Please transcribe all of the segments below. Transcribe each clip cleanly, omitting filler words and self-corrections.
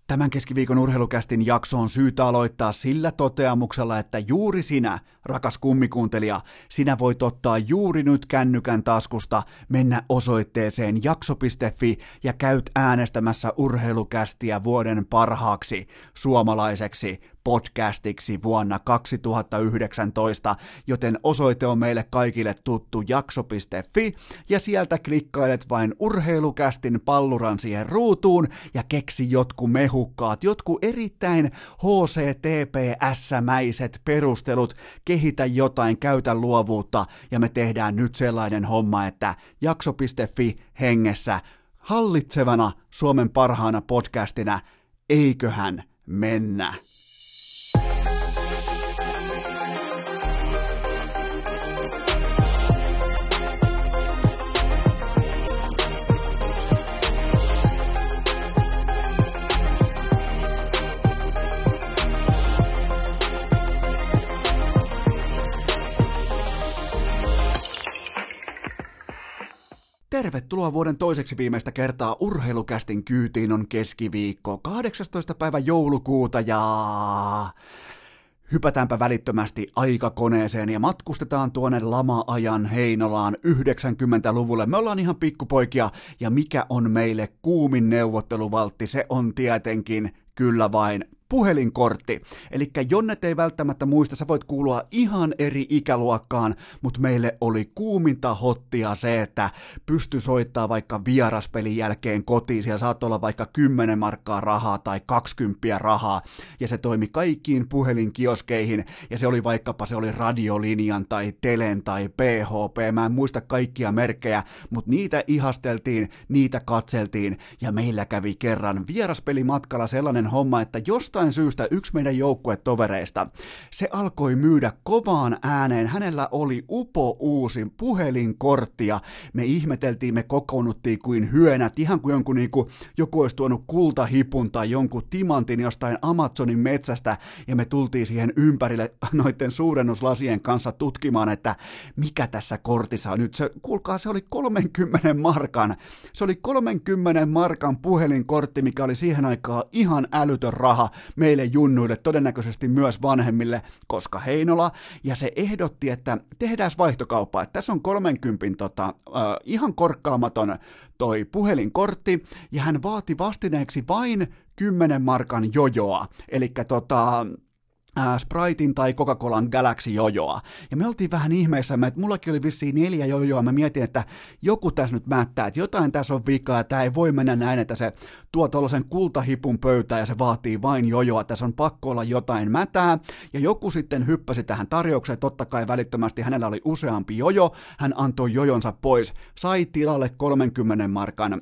Tämän keskiviikon urheilukästin jakso on syytä aloittaa sillä toteamuksella, että juuri sinä, rakas kummikuuntelija, sinä voit ottaa juuri nyt kännykän taskusta, mennä osoitteeseen jakso.fi ja käyt äänestämässä urheilukästiä vuoden parhaaksi suomalaiseksi podcastiksi vuonna 2019, joten osoite on meille kaikille tuttu jakso.fi ja sieltä klikkailet vain urheilukästin palluran siihen ruutuun ja keksi jotkut mehukkaat, jotkut erittäin HCTPS-mäiset perustelut, kehitä jotain, käytä luovuutta ja me tehdään nyt sellainen homma, että jakso.fi hengessä hallitsevana Suomen parhaana podcastina, eiköhän mennä. Tervetuloa vuoden toiseksi viimeistä kertaa urheilukästin kyytiin. On keskiviikko 18. päivä joulukuuta ja hypätäänpä välittömästi aikakoneeseen ja matkustetaan tuonne lama-ajan Heinolaan 90-luvulle. Me ollaan ihan pikkupoikia ja mikä on meille kuumin neuvotteluvaltti, se on tietenkin kyllä vain puhelinkortti. Elikkä Jonnet ei välttämättä muista, sä voit kuulua ihan eri ikäluokkaan, mutta meille oli kuuminta hottia se, että pysty soittaa vaikka vieraspelin jälkeen kotiin, siellä saattoi olla vaikka 10 markkaa rahaa tai 20 rahaa, ja se toimi kaikkiin puhelinkioskeihin, ja se oli vaikkapa se oli Radiolinjan tai Telen tai PHP, mä en muista kaikkia merkkejä, mutta niitä ihasteltiin, niitä katseltiin, ja meillä kävi kerran vieraspelimatkalla sellainen homma, että jostain syystä yksi meidän joukkuetovereista, se alkoi myydä kovaan ääneen, hänellä oli uusi puhelinkortti ja me ihmeteltiin, me kokoonnuttiin kuin hyönät, ihan kuin joku olisi tuonut kultahipun tai jonkun timantin jostain Amazonin metsästä ja me tultiin siihen ympärille noiden suurennuslasien kanssa tutkimaan, että mikä tässä kortissa on nyt. Kuulkaa, se oli 30 markan. Se oli 30 markan puhelinkortti, mikä oli siihen aikaan ihan älytön raha meille junnuille, todennäköisesti myös vanhemmille, koska Heinola, ja se ehdotti, että tehdään vaihtokauppaa, että tässä on 30 ihan korkkaamaton toi puhelinkortti, ja hän vaati vastineeksi vain 10 markan jojoa, eli Spritein tai Coca-Colan Galaxy-jojoa. Ja me oltiin vähän ihmeissämme, että mullakin oli vissiin 4 jojoa. Mä mietin, että joku tässä nyt mättää, että jotain tässä on vikaa, tämä ei voi mennä näin, että se tuo tuollaisen kultahipun pöytään ja se vaatii vain jojoa. Tässä on pakko olla jotain mätää. Ja joku sitten hyppäsi tähän tarjoukseen, totta kai välittömästi hänellä oli useampi jojo. Hän antoi jojonsa pois, sai tilalle 30 markan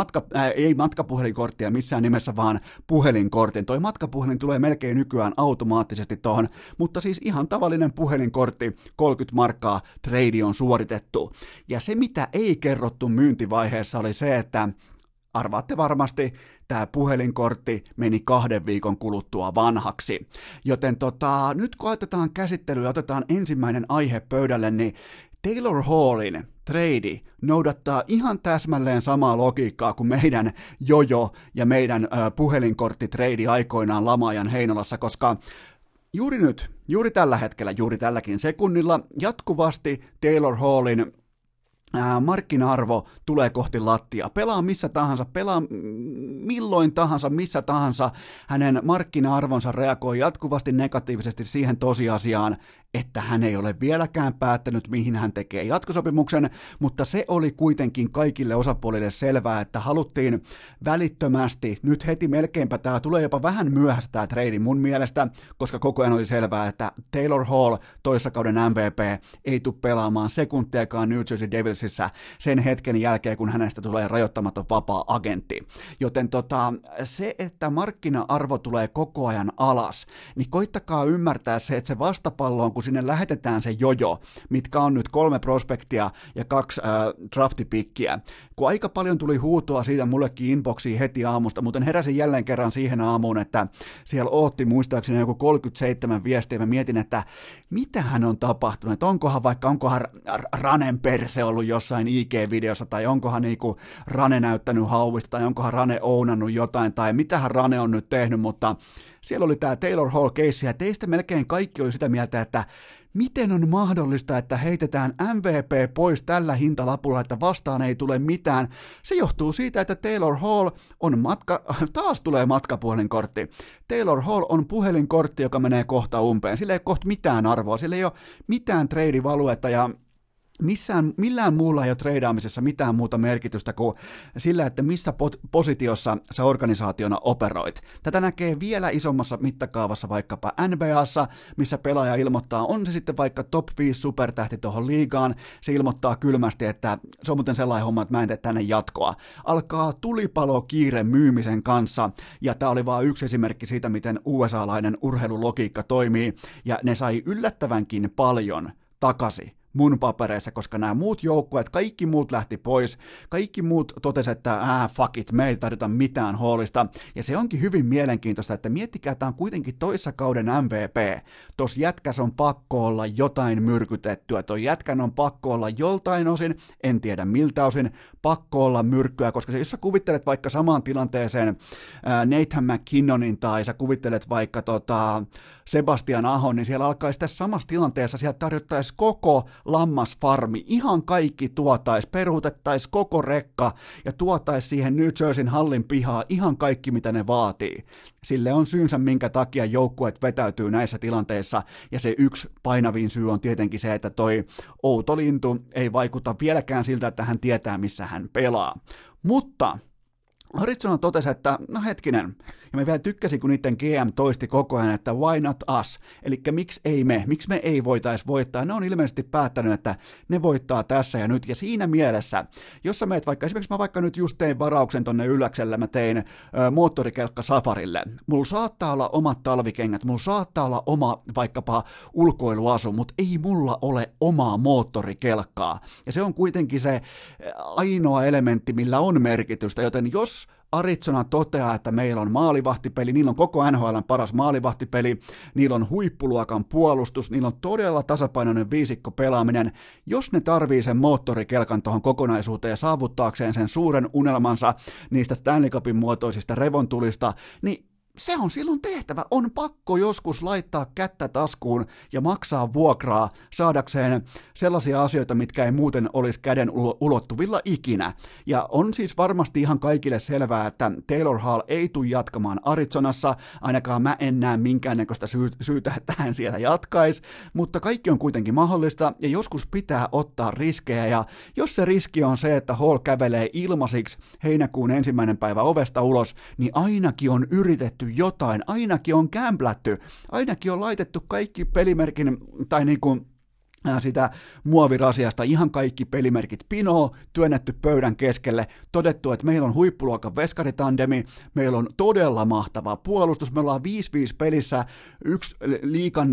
ei matkapuhelinkorttia missään nimessä, vaan puhelinkortin. Toi matkapuhelin tulee melkein nykyään automaattisesti tohon, mutta siis ihan tavallinen puhelinkortti, 30 markkaa, trade on suoritettu. Ja se, mitä ei kerrottu myyntivaiheessa, oli se, että arvaatte varmasti, tämä puhelinkortti meni 2 viikon kuluttua vanhaksi. Joten nyt kun otetaan käsittelyä ja otetaan ensimmäinen aihe pöydälle, niin Taylor Hallin trade noudattaa ihan täsmälleen samaa logiikkaa kuin meidän jojo ja meidän puhelinkorttitrade aikoinaan lama-ajan Heinolassa, koska juuri nyt, juuri tällä hetkellä, juuri tälläkin sekunnilla jatkuvasti Taylor Hallin markkina-arvo tulee kohti lattia. Pelaa missä tahansa, pelaa milloin tahansa, missä tahansa. Hänen markkina-arvonsa reagoi jatkuvasti negatiivisesti siihen tosiasiaan, että hän ei ole vieläkään päättänyt, mihin hän tekee jatkosopimuksen, mutta se oli kuitenkin kaikille osapuolille selvää, että haluttiin välittömästi, nyt heti melkeinpä tämä tulee jopa vähän myöhäistä tämä trade mun mielestä, koska koko ajan oli selvää, että Taylor Hall, toissakauden MVP, ei tule pelaamaan sekuntiakaan New Jersey Devilsissä sen hetken jälkeen, kun hänestä tulee rajoittamaton vapaa-agentti. Joten se, että markkina-arvo tulee koko ajan alas, niin koittakaa ymmärtää se, että se vastapallo on, kun sinne lähetetään se jojo, mitkä on nyt 3 prospektia ja 2 draftipikkiä. Kun aika paljon tuli huutoa siitä mullekin inboxiin heti aamusta, muuten heräsin jälleen kerran siihen aamuun, että siellä ootti muistaakseni joku 37 viestiä, mä mietin, että mitähän on tapahtunut, onkohan Ranen perse ollut jossain IG-videossa, tai onkohan niinku Rane näyttänyt hauista, tai onkohan Rane ounannut jotain, tai mitähän Rane on nyt tehnyt, mutta siellä oli tämä Taylor Hall-keissi, ja teistä melkein kaikki oli sitä mieltä, että miten on mahdollista, että heitetään MVP pois tällä hintalapulla, että vastaan ei tule mitään? Se johtuu siitä, että Taylor Hall on taas tulee matkapuhelinkortti. Taylor Hall on puhelinkortti, joka menee kohta umpeen. Sillä ei ole kohta mitään arvoa, sillä ei ole mitään treidivaluetta ja millään muulla ei ole treidaamisessa mitään muuta merkitystä kuin sillä, että missä positiossa sä organisaationa operoit. Tätä näkee vielä isommassa mittakaavassa vaikkapa NBAssa, missä pelaaja ilmoittaa, on se sitten vaikka top 5 supertähti tuohon liigaan, se ilmoittaa kylmästi, että se on muuten sellainen homma, että mä en tee tänne jatkoa. Alkaa tulipalokiire myymisen kanssa, ja tämä oli vain yksi esimerkki siitä, miten USA-lainen urheilulogiikka toimii, ja ne sai yllättävänkin paljon takaisin mun papereissa, koska nämä muut joukkueet, kaikki muut lähti pois, kaikki muut totesi, että fuck it, me ei tarvita mitään Hallista, ja se onkin hyvin mielenkiintoista, että miettikää, tämä on kuitenkin toissa kauden MVP, tos jätkäs on pakko olla jotain myrkytettyä, toi jätkän on pakko olla joltain osin, en tiedä miltä osin, pakko olla myrkkyä, koska jos sä kuvittelet vaikka samaan tilanteeseen Nathan McKinnonin, tai sä kuvittelet vaikka Sebastian Ahon, niin siellä alkaisi tässä samassa tilanteessa, sieltä tarjottaisi koko lammasfarmi, ihan kaikki tuotais, peruutettaisiin koko rekka ja tuotais siihen New Jerseyn hallin pihaa ihan kaikki, mitä ne vaatii. Sille on syynsä, minkä takia joukkueet vetäytyy näissä tilanteissa, ja se yksi painavin syy on tietenkin se, että toi outo lintu ei vaikuta vieläkään siltä, että hän tietää, missä hän pelaa. Mutta Arizona totesi, että no hetkinen, ja mä vielä tykkäsin, kun niiden GM toisti koko ajan, että why not us, eli miksi me ei voitaisi voittaa, ne on ilmeisesti päättänyt, että ne voittaa tässä ja nyt, ja siinä mielessä, jos sä meet vaikka, esimerkiksi mä vaikka nyt just tein varauksen tonne Ylläkselle, mä tein moottorikelkka safarille, mulla saattaa olla omat talvikengät, mulla saattaa olla oma vaikkapa ulkoiluasu, mutta ei mulla ole omaa moottorikelkkaa, ja se on kuitenkin se ainoa elementti, millä on merkitystä, joten jos Arizona toteaa, että meillä on maalivahtipeli, niillä on koko NHL:n paras maalivahtipeli, niillä on huippuluokan puolustus, niillä on todella tasapainoinen viisikko pelaaminen. Jos ne tarvii sen moottorikelkan tuohon kokonaisuuteen saavuttaakseen sen suuren unelmansa niistä Stanley Cupin muotoisista revontulista, niin se on silloin tehtävä, on pakko joskus laittaa kättä taskuun ja maksaa vuokraa saadakseen sellaisia asioita, mitkä ei muuten olisi käden ulottuvilla ikinä. Ja on siis varmasti ihan kaikille selvää, että Taylor Hall ei tule jatkamaan Arizonassa, ainakaan mä en näe minkäännäköistä syytä, että hän siellä jatkaisi, mutta kaikki on kuitenkin mahdollista ja joskus pitää ottaa riskejä, ja jos se riski on se, että Hall kävelee ilmaisiksi heinäkuun 1. päivä ovesta ulos, niin ainakin on yritetty jotain, ainakin on kämplätty, ainakin on laitettu kaikki pelimerkin tai niinku sitä muovirasiasta ihan kaikki pelimerkit pinoon, työnnetty pöydän keskelle, todettu, että meillä on huippuluokan veskaritandemi, meillä on todella mahtava puolustus, me ollaan 5-5 pelissä yksi liigan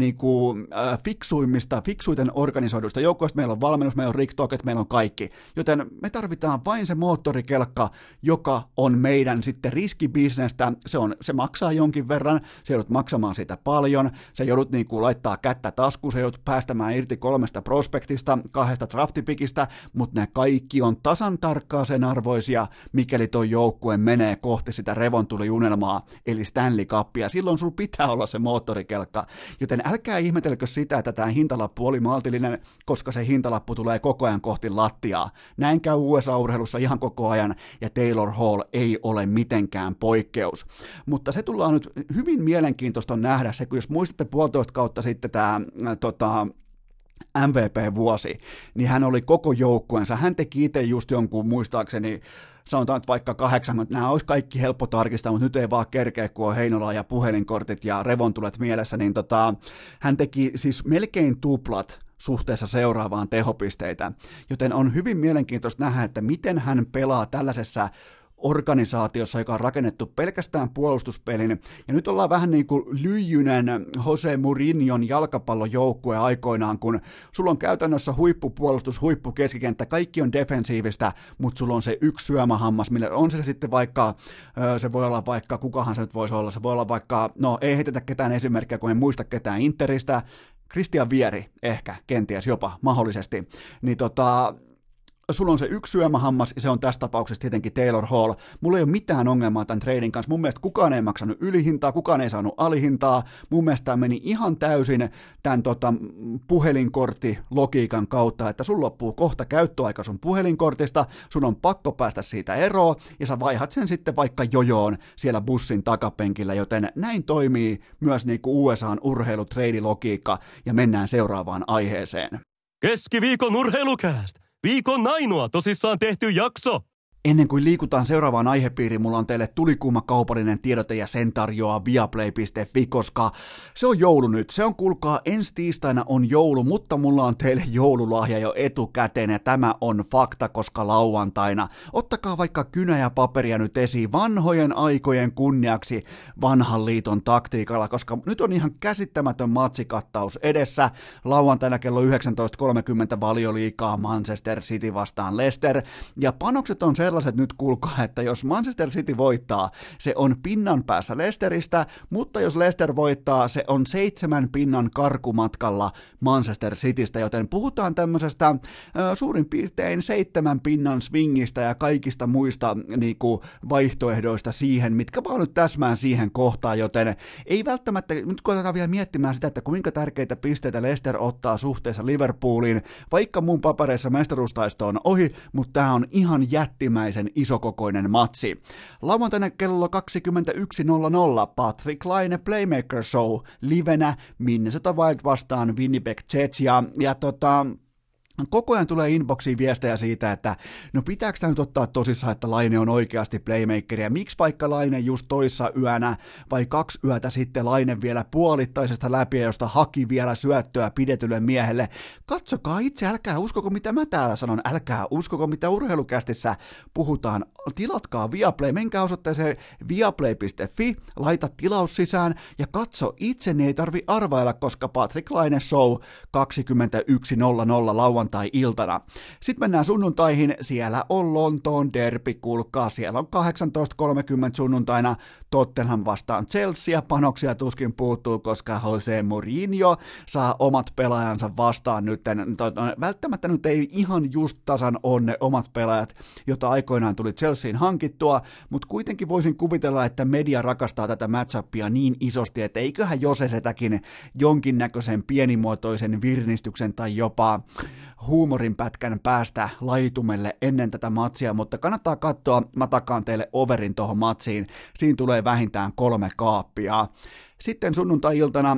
fiksuiten organisoiduista joukkoista, meillä on valmennus, meillä on Rick Tocchet, meillä on kaikki, joten me tarvitaan vain se moottorikelkka, joka on meidän sitten riskibisnestä, se maksaa jonkin verran, se joudut maksamaan sitä paljon, se joudut laittaa kättä taskuun, se joudut päästämään irti 3 prospektista, 2 draftipikistä, mutta ne kaikki on tasan tarkkaa sen arvoisia, mikäli tuo joukkue menee kohti sitä revontuliunelmaa, eli Stanley Cupia. Silloin sulla pitää olla se moottorikelkka, joten älkää ihmetelkö sitä, että tämä hintalappu oli maltillinen, koska se hintalappu tulee koko ajan kohti lattiaa. Näin käy USA-urheilussa ihan koko ajan, ja Taylor Hall ei ole mitenkään poikkeus. Mutta se tullaan nyt hyvin mielenkiintoista nähdä se, kun jos muistatte 1,5 kautta sitten tämä MVP-vuosi, niin hän oli koko joukkueensa. Hän teki itse just jonkun, muistaakseni, sanotaan, että vaikka 80, nämä olisi kaikki helppo tarkistaa, mutta nyt ei vaan kerkeä, kun on Heinola ja puhelinkortit ja revontulet mielessä, niin hän teki siis melkein tuplat suhteessa seuraavaan tehopisteitä, joten on hyvin mielenkiintoista nähdä, että miten hän pelaa tällaisessa organisaatiossa, joka on rakennettu pelkästään puolustuspelin, ja nyt ollaan vähän niin kuin lyijynen Jose Mourinhon jalkapallojoukkue aikoinaan, kun sulla on käytännössä huippupuolustus, huippukeskikenttä, kaikki on defensiivistä, mutta sulla on se yksi syömähammas, millä on se sitten vaikka, se voi olla vaikka, kukahan se nyt voisi olla, se voi olla vaikka, no ei heitetä ketään esimerkkiä, kun en muista ketään Interistä, Christian Vieri ehkä, kenties jopa, mahdollisesti, niin sulla on se yksi syömähammas, se on tässä tapauksessa tietenkin Taylor Hall. Mulla ei ole mitään ongelmaa tämän treidin kanssa. Mun mielestä kukaan ei maksanut ylihintaa, kukaan ei saanut alihintaa. Mun mielestä tämä meni ihan täysin tämän puhelinkorttilogiikan kautta, että sun loppuu kohta käyttöaika sun puhelinkortista, sun on pakko päästä siitä eroon, ja sä vaihat sen sitten vaikka jojoon siellä bussin takapenkillä, joten näin toimii myös niinku USA:n urheilutreidilogiikka, ja mennään seuraavaan aiheeseen. Keskiviikon urheilukääst! Viikon ainoa tosissaan tehty jakso! Ennen kuin liikutaan seuraavaan aihepiiriin, mulla on teille tulikuuma kaupallinen tiedote ja sen tarjoaa Viaplay.fi, koska se on joulu nyt. Se on, kuulkaa, ensi tiistaina on joulu, mutta mulla on teille joululahja jo etukäteen ja tämä on fakta, koska lauantaina. Ottakaa vaikka kynä ja paperia nyt esiin vanhojen aikojen kunniaksi vanhan liiton taktiikalla, koska nyt on ihan käsittämätön matsikattaus edessä. Lauantaina kello 19.30 Valioliigaa Manchester City vastaan Leicester ja panokset on sellaiset nyt, kuulkaa, että jos Manchester City voittaa, se on pinnan päässä Leicesteristä, mutta jos Leicester voittaa, se on 7 pinnan karkumatkalla Manchester Citystä, joten puhutaan tämmöisestä suurin piirtein 7 pinnan swingistä ja kaikista muista niinku vaihtoehdoista siihen, mitkä vaan nyt täsmään siihen kohtaan, joten ei välttämättä, nyt koetetaan vielä miettimään sitä, että kuinka tärkeitä pisteitä Leicester ottaa suhteessa Liverpooliin, vaikka mun papereissa mestaruustaisto on ohi, mutta tämä on ihan jättimäisen isokokoinen matsi. Lauantaina kello 21.00 Patrick Laine Playmaker Show livenä Minnesota Wild vastaan Winnipeg Jets ja koko ajan tulee inboxiin viestejä siitä, että no pitääkö tämä nyt ottaa tosissaan, että Laine on oikeasti playmakeri, ja miksi vaikka Laine just toissa yönä vai 2 yötä sitten Laine vielä puolittaisesta läpi, josta haki vielä syöttöä pidetylle miehelle. Katsokaa itse, älkää uskoko mitä mä täällä sanon, älkää uskoko mitä urheilukästissä puhutaan, tilatkaa Viaplay, menkää osoitteeseen viaplay.fi, laita tilaus sisään ja katso itse, niin ei tarvi arvailla, koska Patrick Laine Show 21.00 lauantai-iltana. Sitten mennään sunnuntaihin, siellä on Lontoon derby, kuulkaa, siellä on 18.30 sunnuntaina Tottenham vastaan Chelsea, panoksia tuskin puuttuu, koska Jose Mourinho saa omat pelaajansa vastaan nyt, välttämättä nyt ei ihan just tasan on ne omat pelaajat, jota aikoinaan tuli Chelseaan hankittua, mutta kuitenkin voisin kuvitella, että media rakastaa tätä matchupia niin isosti, että eiköhän Jose setäkin jonkinnäköisen pienimuotoisen virnistyksen tai jopa huumorinpätkän päästä laitumelle ennen tätä matsia, mutta kannattaa katsoa, mä takaan teille overin tohon matsiin, siinä tulee vähintään 3 kaappia. Sitten sunnuntai-iltana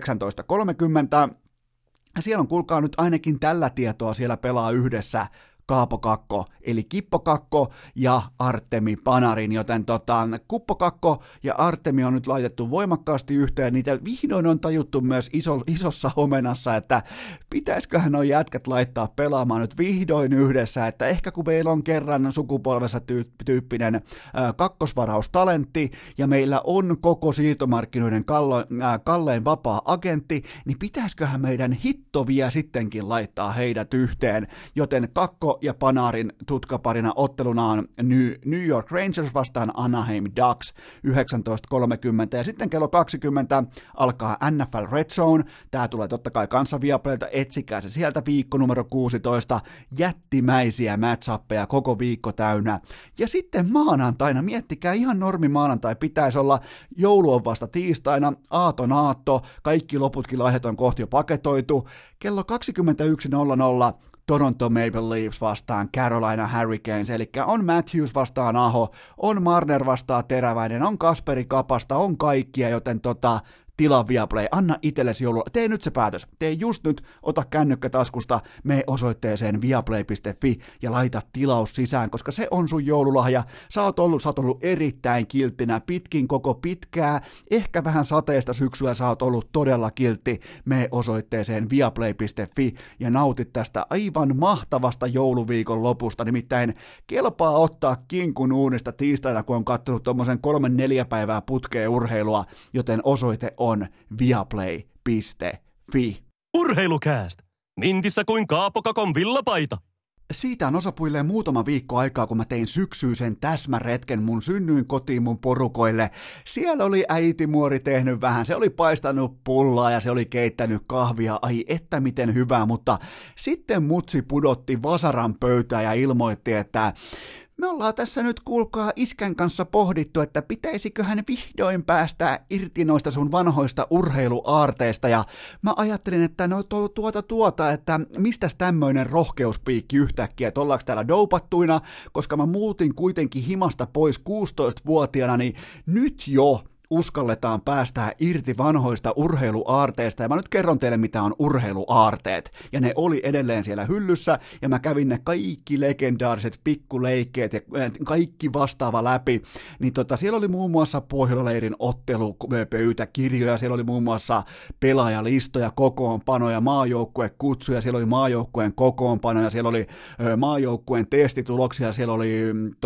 19.30, siellä on, kuulkaa nyt ainakin tällä tietoa, siellä pelaa yhdessä Kaapo Kakko, eli Kippo Kakko ja Artemi Panarin, joten Kuppo Kakko ja Artemi on nyt laitettu voimakkaasti yhteen, niitä vihdoin on tajuttu myös isossa omenassa, että pitäisiköhän nuo jätkät laittaa pelaamaan nyt vihdoin yhdessä, että ehkä kun meillä on kerran sukupolvessa tyyppinen kakkosvaraustalentti ja meillä on koko siirtomarkkinoiden kallein vapaa agentti, niin pitäisiköhän meidän hitto vielä sittenkin laittaa heidät yhteen, joten Kakko ja Panarin tutkaparina otteluna on New York Rangers vastaan Anaheim Ducks 19.30 ja sitten kello 20 alkaa NFL Red Zone, tää tulee totta kai kanssa Viaplaylta, etsikää se sieltä viikko numero 16, jättimäisiä matchappeja koko viikko täynnä ja sitten maanantaina, miettikää ihan normi maanantai, pitäisi olla, joulu on vasta tiistaina, aatto, kaikki loputkin lahjat on kohti jo paketoitu, kello 21.00 Toronto Maple Leafs vastaan Carolina Hurricanes, eli on Matthews vastaan Aho, on Marner vastaan Teräväinen, on Kasperi Kapasta, on kaikkia, joten tilaa Viaplay, anna itsellesi joulua, tee nyt se päätös, tee just nyt, ota kännykkä taskusta, mene osoitteeseen viaplay.fi ja laita tilaus sisään, koska se on sun joululahja, sä oot ollut erittäin kilttinä pitkin koko pitkää, ehkä vähän sateista syksyä sä oot ollut todella kiltti, mene osoitteeseen viaplay.fi ja nautit tästä aivan mahtavasta jouluviikon lopusta, nimittäin kelpaa ottaa kinkun uunista tiistaina, kun on kattonut tommosen 3-4 päivää putkeen urheilua, joten osoite on viaplay.fi. Urheilukääst! Mintissä kuin Kaapo Kakon villapaita. Siitä on osapuilleen muutama viikko aikaa, kun mä tein syksyisen täsmäretken mun synnyin kotiin mun porukoille. Siellä oli äitimuori tehnyt vähän, se oli paistanut pullaa ja se oli keittänyt kahvia, ai että miten hyvää, mutta sitten mutsi pudotti vasaran pöytään ja ilmoitti, että me ollaan tässä nyt, kuulkaa, iskän kanssa pohdittu, että pitäisiköhän vihdoin päästää irti noista sun vanhoista urheiluaarteista, ja mä ajattelin, että no että mistäs tämmöinen rohkeuspiikki yhtäkkiä, että ollaanko täällä doupattuina, koska mä muutin kuitenkin himasta pois 16-vuotiaana, niin nyt jo uskalletaan päästää irti vanhoista urheiluaarteista, ja mä nyt kerron teille, mitä on urheiluaarteet, ja ne oli edelleen siellä hyllyssä, ja mä kävin ne kaikki legendaariset pikkuleikkeet ja kaikki vastaava läpi, niin siellä oli muun muassa Pohjola-leirin ottelupöytäkirjoja, siellä oli muun muassa pelaajalistoja, kokoonpanoja, maajoukkuekutsuja, siellä oli maajoukkueen kokoonpanoja, siellä oli maajoukkueen testituloksia, siellä oli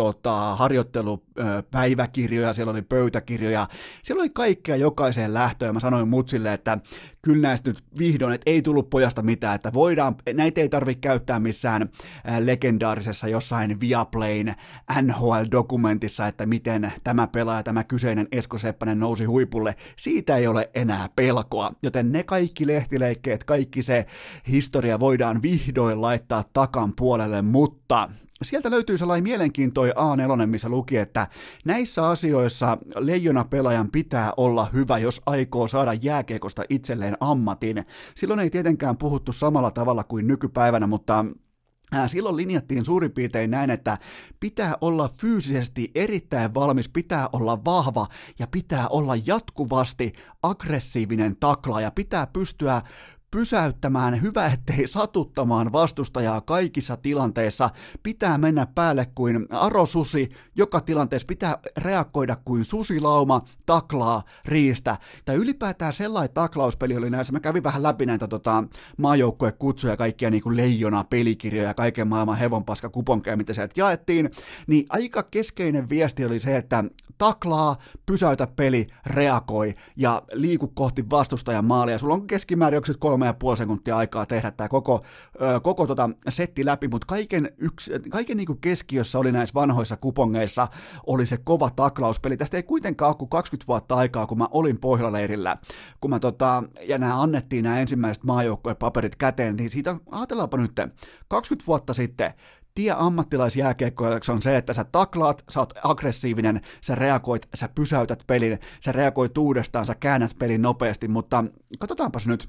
harjoittelupäiväkirjoja, siellä oli pöytäkirjoja, siellä oli kaikkea jokaiseen lähtöön, ja mä sanoin mutsille, että kyllä näistä nyt vihdoin, että ei tullut pojasta mitään, että näitä ei tarvitse käyttää missään legendaarisessa jossain Viaplayn NHL-dokumentissa, että miten tämä pelaaja, tämä kyseinen Esko Seppänen nousi huipulle, siitä ei ole enää pelkoa, joten ne kaikki lehtileikkeet, kaikki se historia voidaan vihdoin laittaa takan puolelle, mutta sieltä löytyy sellainen mielenkiintoinen A4, missä luki, että näissä asioissa leijonapelaajan pitää olla hyvä, jos aikoo saada jääkiekosta itselleen ammatin. Silloin ei tietenkään puhuttu samalla tavalla kuin nykypäivänä, mutta silloin linjattiin suurin piirtein näin, että pitää olla fyysisesti erittäin valmis, pitää olla vahva ja pitää olla jatkuvasti aggressiivinen taklaaja, pitää pystyä pysäyttämään, hyvä ettei satuttamaan vastustajaa kaikissa tilanteissa, pitää mennä päälle kuin arosusi, joka tilanteessa pitää reagoida kuin susilauma, taklaa, riistä, tai ylipäätään sellainen taklauspeli oli näissä, mä kävin vähän läpi näitä maajoukkuekutsuja, kaikkia niin kuin leijona, pelikirjoja ja kaiken maailman hevonpaska kuponkeja, mitä sieltä jaettiin, niin aika keskeinen viesti oli se, että taklaa, pysäytä peli, reagoi ja liiku kohti vastustajan maalia, sulla on keskimäärin 3,5 sekuntia aikaa tehdä tämä koko setti läpi, mutta kaiken niin kuin keskiössä oli näissä vanhoissa kupongeissa oli se kova taklauspeli. Tästä ei kuitenkaan ole kuin 20 vuotta aikaa, kun mä olin Pohjola-leirillä, kun ja nämä annettiin nämä ensimmäiset maajoukkojen paperit käteen, niin siitä ajatellaanpa nyt, 20 vuotta sitten tie ammattilaisjääkiekkoilijaksi on se, että sä taklaat, sä oot aggressiivinen, sä reagoit, sä pysäytät pelin, sä reagoit uudestaan, sä käännät pelin nopeasti, mutta katsotaanpas nyt.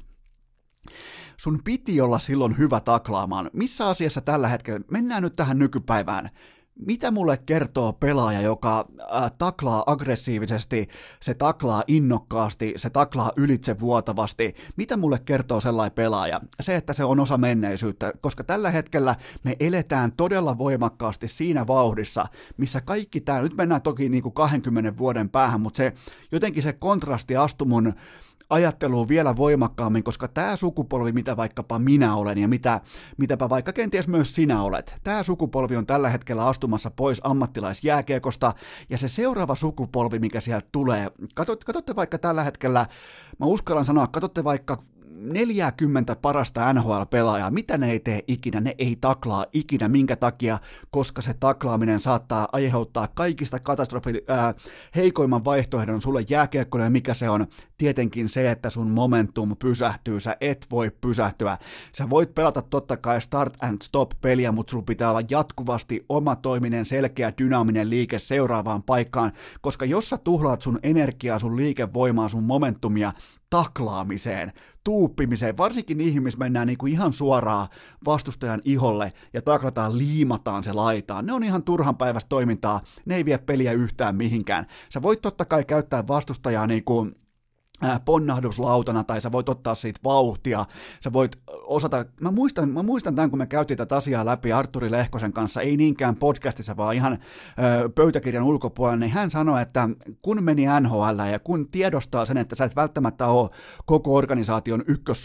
Sun piti olla silloin hyvä taklaamaan. Missä asiassa tällä hetkellä? Mennään nyt tähän nykypäivään. Mitä mulle kertoo pelaaja, joka taklaa aggressiivisesti, se taklaa innokkaasti, se taklaa ylitsevuotavasti? Mitä mulle kertoo sellainen pelaaja? Se, että se on osa menneisyyttä, koska tällä hetkellä me eletään todella voimakkaasti siinä vauhdissa, missä kaikki tämä, nyt mennään toki niin kuin 20 vuoden päähän, mutta se jotenkin se kontrasti astui mun ajatteluun vielä voimakkaammin, koska tämä sukupolvi, mitä vaikkapa minä olen ja mitäpä vaikka kenties myös sinä olet, tämä sukupolvi on tällä hetkellä astumassa pois ammattilaisjääkiekosta, ja se seuraava sukupolvi, mikä sieltä tulee, katsotte vaikka tällä hetkellä, mä uskallan sanoa, katsotte vaikka 40 parasta NHL-pelaajaa, mitä ne ei tee ikinä, ne ei taklaa ikinä, minkä takia, koska se taklaaminen saattaa aiheuttaa kaikista heikoimman vaihtoehdon sulle jääkiekkoille, mikä se on, tietenkin se, että sun momentum pysähtyy, sä et voi pysähtyä, sä voit pelata totta kai start and stop peliä, mutta sulla pitää olla jatkuvasti omatoiminen, selkeä, dynaaminen liike seuraavaan paikkaan, koska jos sä tuhlaat sun energiaa, sun liikevoimaa, sun momentumia taklaamiseen, tuuppimiseen, varsinkin niihin, missä mennään niin kuin ihan suoraan vastustajan iholle ja taklataan, liimataan se laitaan. Ne on ihan turhan päivästä toimintaa, ne ei vie peliä yhtään mihinkään. Sä voit totta kai käyttää vastustajaa niin kuin ponnahduslautana, tai sä voit ottaa siitä vauhtia, sä voit osata, mä muistan tämän, kun me käytiin tätä asiaa läpi Artturi Lehkosen kanssa, ei niinkään podcastissa, vaan ihan pöytäkirjan ulkopuolella, niin hän sanoi, että kun meni NHL ja kun tiedostaa sen, että sä et välttämättä ole koko organisaation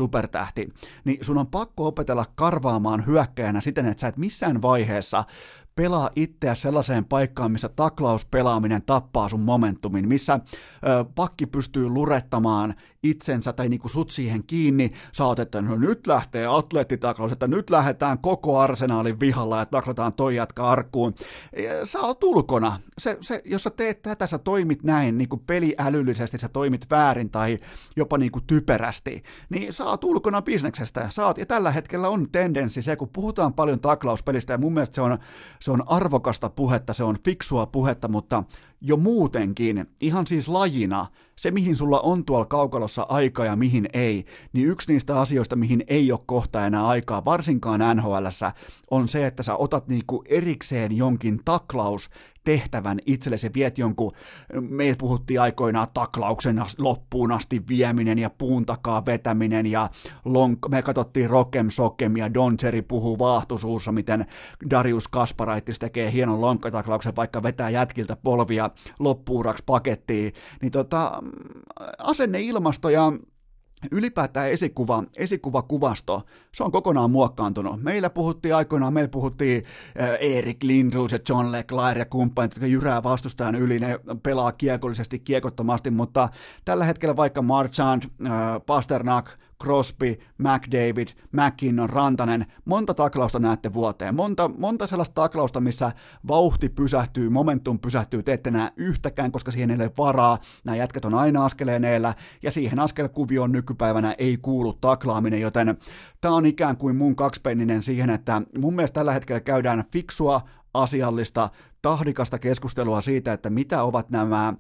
ykkössupertähti, niin sun on pakko opetella karvaamaan hyökkäjänä siten, että sä et missään vaiheessa pelaa itseä sellaiseen paikkaan, missä taklauspelaaminen tappaa sun momentumin, missä pakki pystyy lurettamaan itsensä tai niinku sut siihen kiinni, sä oot, että no nyt lähtee atleettitaklaus, että nyt lähdetään koko arsenaalin vihalla ja taklataan toi jatka arkkuun. Sä oot ulkona. Jos sä teet tätä, sä toimit näin niinku peliälyllisesti, sä toimit väärin tai jopa niinku typerästi, niin sä oot ulkona bisneksestä. Ja tällä hetkellä on tendenssi se, kun puhutaan paljon taklauspelistä, ja mun mielestä se on arvokasta puhetta, se on fiksua puhetta, mutta jo muutenkin, ihan siis lajina, se mihin sulla on tuolla kaukalossa aika ja mihin ei, niin yksi niistä asioista, mihin ei ole kohta enää aikaa, varsinkaan NHL:ssä, on se, että sä otat niinku erikseen jonkin taklaustehtävän itsellesi, viet jonkun, me puhuttiin aikoinaan taklauksen loppuun asti vieminen ja puun takaa vetäminen ja me katsottiin Rokem Sokem ja Don Cherry puhuu vaahtosuussa, miten Darius Kasparaitis tekee hienon lonkkataklauksen, vaikka vetää jätkiltä polvia loppuuraksi pakettiin, niin asenneilmasto ja ylipäätään esikuvakuvasto, se on kokonaan muokkaantunut. Meillä puhuttiin Erik Lindros ja John Leclerc ja kumppanit, jotka jyrää vastustajan yli, ne pelaa kiekollisesti, kiekottomasti, mutta tällä hetkellä vaikka Marchand, Pasternak, Crosby, McDavid, McKinnon, Rantanen, monta taklausta näette vuoteen, monta sellaista taklausta, missä vauhti pysähtyy, momentum pysähtyy, te ette näe yhtäkään, koska siihen ei ole varaa, nämä jätkät on aina askeleen eellä, ja siihen askelkuvioon nykypäivänä ei kuulu taklaaminen, joten tämä on ikään kuin mun kaksipenninen siihen, että mun mielestä tällä hetkellä käydään fiksua, asiallista, tahdikasta keskustelua siitä, että mitä ovat nämä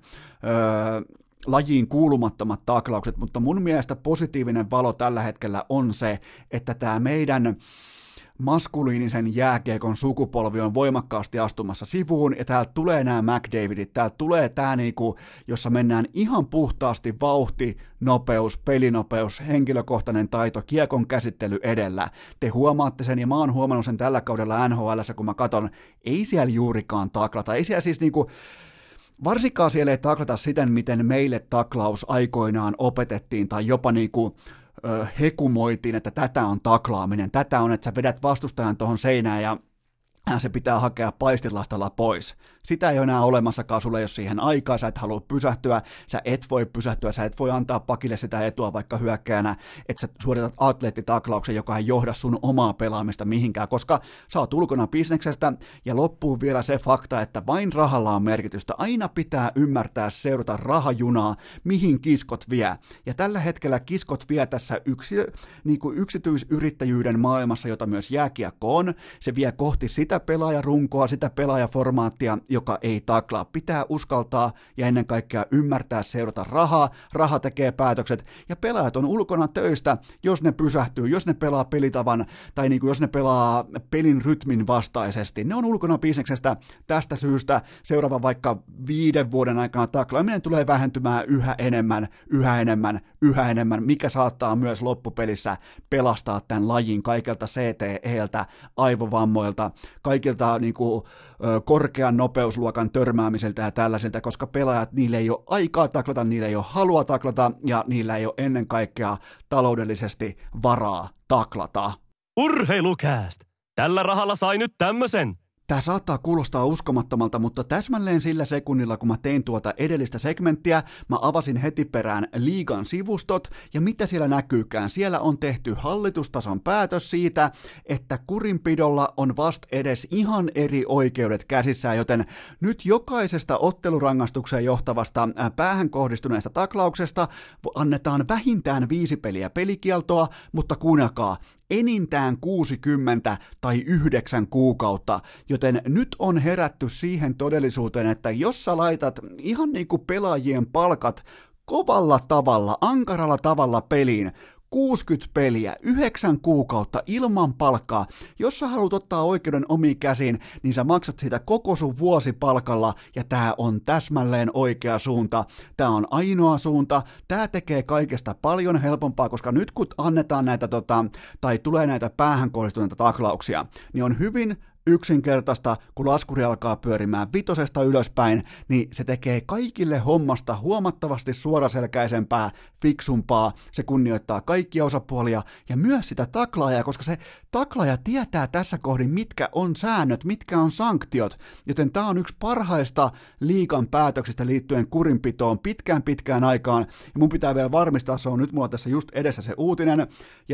lajiin kuulumattomat taklaukset, mutta mun mielestä positiivinen valo tällä hetkellä on se, että tämä meidän maskuliinisen jääkiekon sukupolvi on voimakkaasti astumassa sivuun, ja täältä tulee nämä McDavidit, täältä tulee tämä, jossa mennään ihan puhtaasti vauhti, nopeus, pelinopeus, henkilökohtainen taito, kiekon käsittely edellä. Te huomaatte sen, ja mä oon huomannut sen tällä kaudella NHL:ssä, kun mä katon, ei siellä juurikaan taklata, ei siellä siis varsinkaan siellä ei taklata siten, miten meille taklaus aikoinaan opetettiin, tai jopa hekumoitiin, että tätä on taklaaminen, tätä on, että sä vedät vastustajan tuohon seinään ja se pitää hakea paistilastalla pois. Sitä ei ole enää olemassakaan, sulle jos siihen aikaa, sä et halua pysähtyä, sä et voi pysähtyä, sä et voi antaa pakille sitä etua vaikka hyökkääjänä, että sä suoritat atleettitaklauksen, joka ei johda sun omaa pelaamista mihinkään, koska sä oot ulkona bisneksestä, ja loppuu vielä se fakta, että vain rahalla on merkitystä. Aina pitää ymmärtää seurata rahajunaa, mihin kiskot vie. Ja tällä hetkellä kiskot vie tässä yksityisyrittäjyyden maailmassa, jota myös jääkiekko on, se vie kohti sitä pelaajarunkoa, sitä pelaajaformaattia, joka ei taklaa. Pitää uskaltaa ja ennen kaikkea ymmärtää seurata rahaa, raha tekee päätökset, ja pelaajat on ulkona töistä, jos ne pysähtyy, jos ne pelaa pelitavan, tai jos ne pelaa pelin rytmin vastaisesti. Ne on ulkona bisneksestä tästä syystä seuraava vaikka 5 vuoden aikana taklaaminen tulee vähentymään yhä enemmän, mikä saattaa myös loppupelissä pelastaa tämän lajin kaikelta CTEltä, aivovammoilta, kaikilta korkean nopeusluokan törmäämiseltä ja tällaiselta, koska pelaajat, niillä ei ole aikaa taklata, niillä ei ole halua taklata ja niillä ei ole ennen kaikkea taloudellisesti varaa taklata. Urheilukääst! Tällä rahalla sai nyt tämmösen! Tämä saattaa kuulostaa uskomattomalta, mutta täsmälleen sillä sekunnilla, kun mä tein tuota edellistä segmenttiä, mä avasin heti perään liigan sivustot, ja mitä siellä näkyykään? Siellä on tehty hallitustason päätös siitä, että kurinpidolla on vast edes ihan eri oikeudet käsissään, joten nyt jokaisesta ottelurangastukseen johtavasta päähän kohdistuneesta taklauksesta annetaan vähintään 5 peliä pelikieltoa, mutta kuunnelkaa, enintään 60 tai 9 kuukautta, joten nyt on herätty siihen todellisuuteen, että jos sä laitat ihan niin kuin pelaajien palkat kovalla tavalla, ankaralla tavalla peliin, 60 peliä, 9 kuukautta ilman palkkaa. Jos sä haluat ottaa oikeuden omiin käsiin, niin sä maksat siitä koko sun vuosipalkalla, ja tää on täsmälleen oikea suunta. Tää on ainoa suunta. Tää tekee kaikesta paljon helpompaa, koska nyt kun annetaan näitä, tai tulee näitä päähän kohdistuneita taklauksia, niin on hyvin yksinkertaista, kun laskuri alkaa pyörimään 5 ylöspäin, niin se tekee kaikille hommasta huomattavasti suoraselkäisempää, fiksumpaa, se kunnioittaa kaikkia osapuolia ja myös sitä taklaajaa, koska se taklaaja tietää tässä kohdin, mitkä on säännöt, mitkä on sanktiot, joten tämä on yksi parhaista liigan päätöksistä liittyen kurinpitoon pitkään aikaan, ja mun pitää vielä varmistaa, se on nyt mulla tässä just edessä se uutinen, ja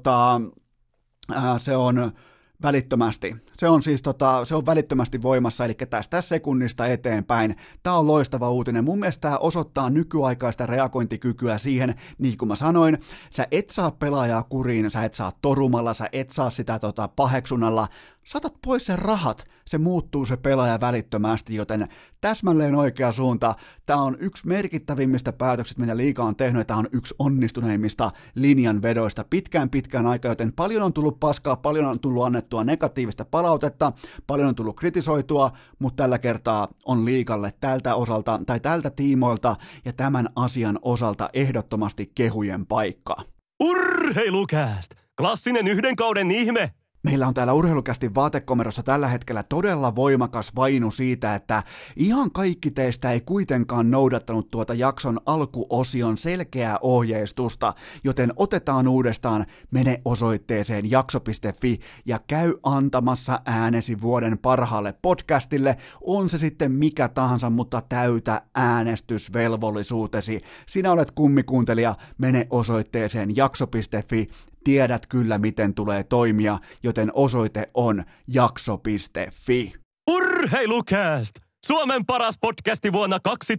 se on välittömästi. Se on siis se on välittömästi voimassa, eli tästä sekunnista eteenpäin. Tämä on loistava uutinen. Mun mielestä tämä osoittaa nykyaikaista reagointikykyä siihen, niin kuin mä sanoin, sä et saa pelaajaa kuriin, sä et saa torumalla, sä et saa sitä paheksunnalla, saatat pois sen rahat, se muuttuu se pelaaja välittömästi, joten täsmälleen oikea suunta. Tämä on yksi merkittävimmistä päätöksistä, mitä liiga on tehnyt, ja tämä on yksi onnistuneimmista linjanvedoista pitkään aikaa, joten paljon on tullut paskaa, paljon on tullut annettua negatiivista palautetta, paljon on tullut kritisoitua, mutta tällä kertaa on liigalle tältä osalta tai tältä tiimoilta ja tämän asian osalta ehdottomasti kehujen paikka. Urheilukääst! Klassinen yhden kauden ihme! Meillä on täällä Urheilukästin vaatekomerossa tällä hetkellä todella voimakas vainu siitä, että ihan kaikki teistä ei kuitenkaan noudattanut tuota jakson alkuosion selkeää ohjeistusta, joten otetaan uudestaan, mene osoitteeseen jakso.fi ja käy antamassa äänesi vuoden parhaalle podcastille, on se sitten mikä tahansa, mutta täytä äänestysvelvollisuutesi. Sinä olet kummikuuntelija, mene osoitteeseen jakso.fi. Tiedät kyllä, miten tulee toimia, joten osoite on jakso.fi. Urheilukääst! Suomen paras podcasti vuonna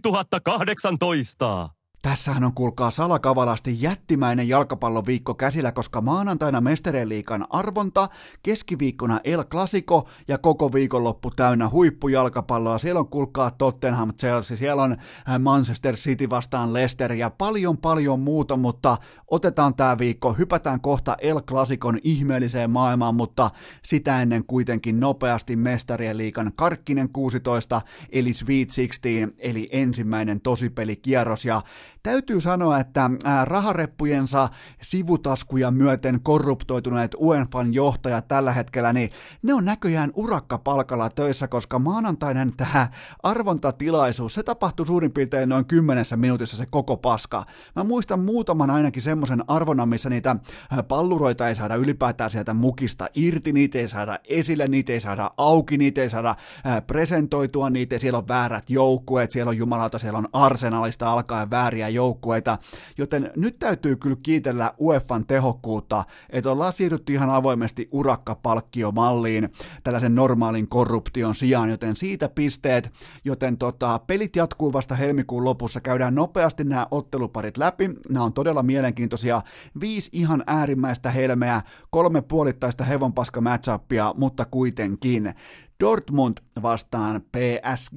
2018! Tässähän on kuulkaa salakavalasti jättimäinen jalkapalloviikko käsillä, koska maanantaina Mestarien liigan arvonta, keskiviikkona El Clasico ja koko viikonloppu täynnä huippujalkapalloa. Siellä on kuulkaa Tottenham, Chelsea, siellä on Manchester City vastaan Leicester ja paljon muuta, mutta otetaan tämä viikko, hypätään kohta El Clasicon ihmeelliseen maailmaan, mutta sitä ennen kuitenkin nopeasti Mestarien liigan Karkkinen 16 eli Sweet 16 eli ensimmäinen tosipelikierros ja täytyy sanoa, että rahareppujensa sivutaskuja myöten korruptoituneet UEFAn johtajat tällä hetkellä, niin ne on näköjään urakkapalkalla töissä, koska maanantainen tämä arvontatilaisuus, se tapahtui suurin piirtein noin 10 minuutissa se koko paska. Mä muistan muutaman ainakin semmoisen arvonnan, missä niitä palluroita ei saada ylipäätään sieltä mukista irti, niitä ei saada esille, niitä ei saada auki, niitä ei saada presentoitua, niitä ei, siellä on väärät joukkueet, siellä on jumalauta, siellä on Arsenalista alkaen vääriä joukkueita, joten nyt täytyy kyllä kiitellä UEFAn tehokkuutta, että ollaan siirrytty ihan avoimesti urakkapalkkiomalliin tällaisen normaalin korruption sijaan, joten siitä pisteet, joten pelit jatkuu vasta helmikuun lopussa, käydään nopeasti nämä otteluparit läpi, nämä on todella mielenkiintoisia, 5 ihan äärimmäistä helmeä, 3 puolittaista hevonpaska matchuppia, mutta kuitenkin Dortmund vastaan PSG.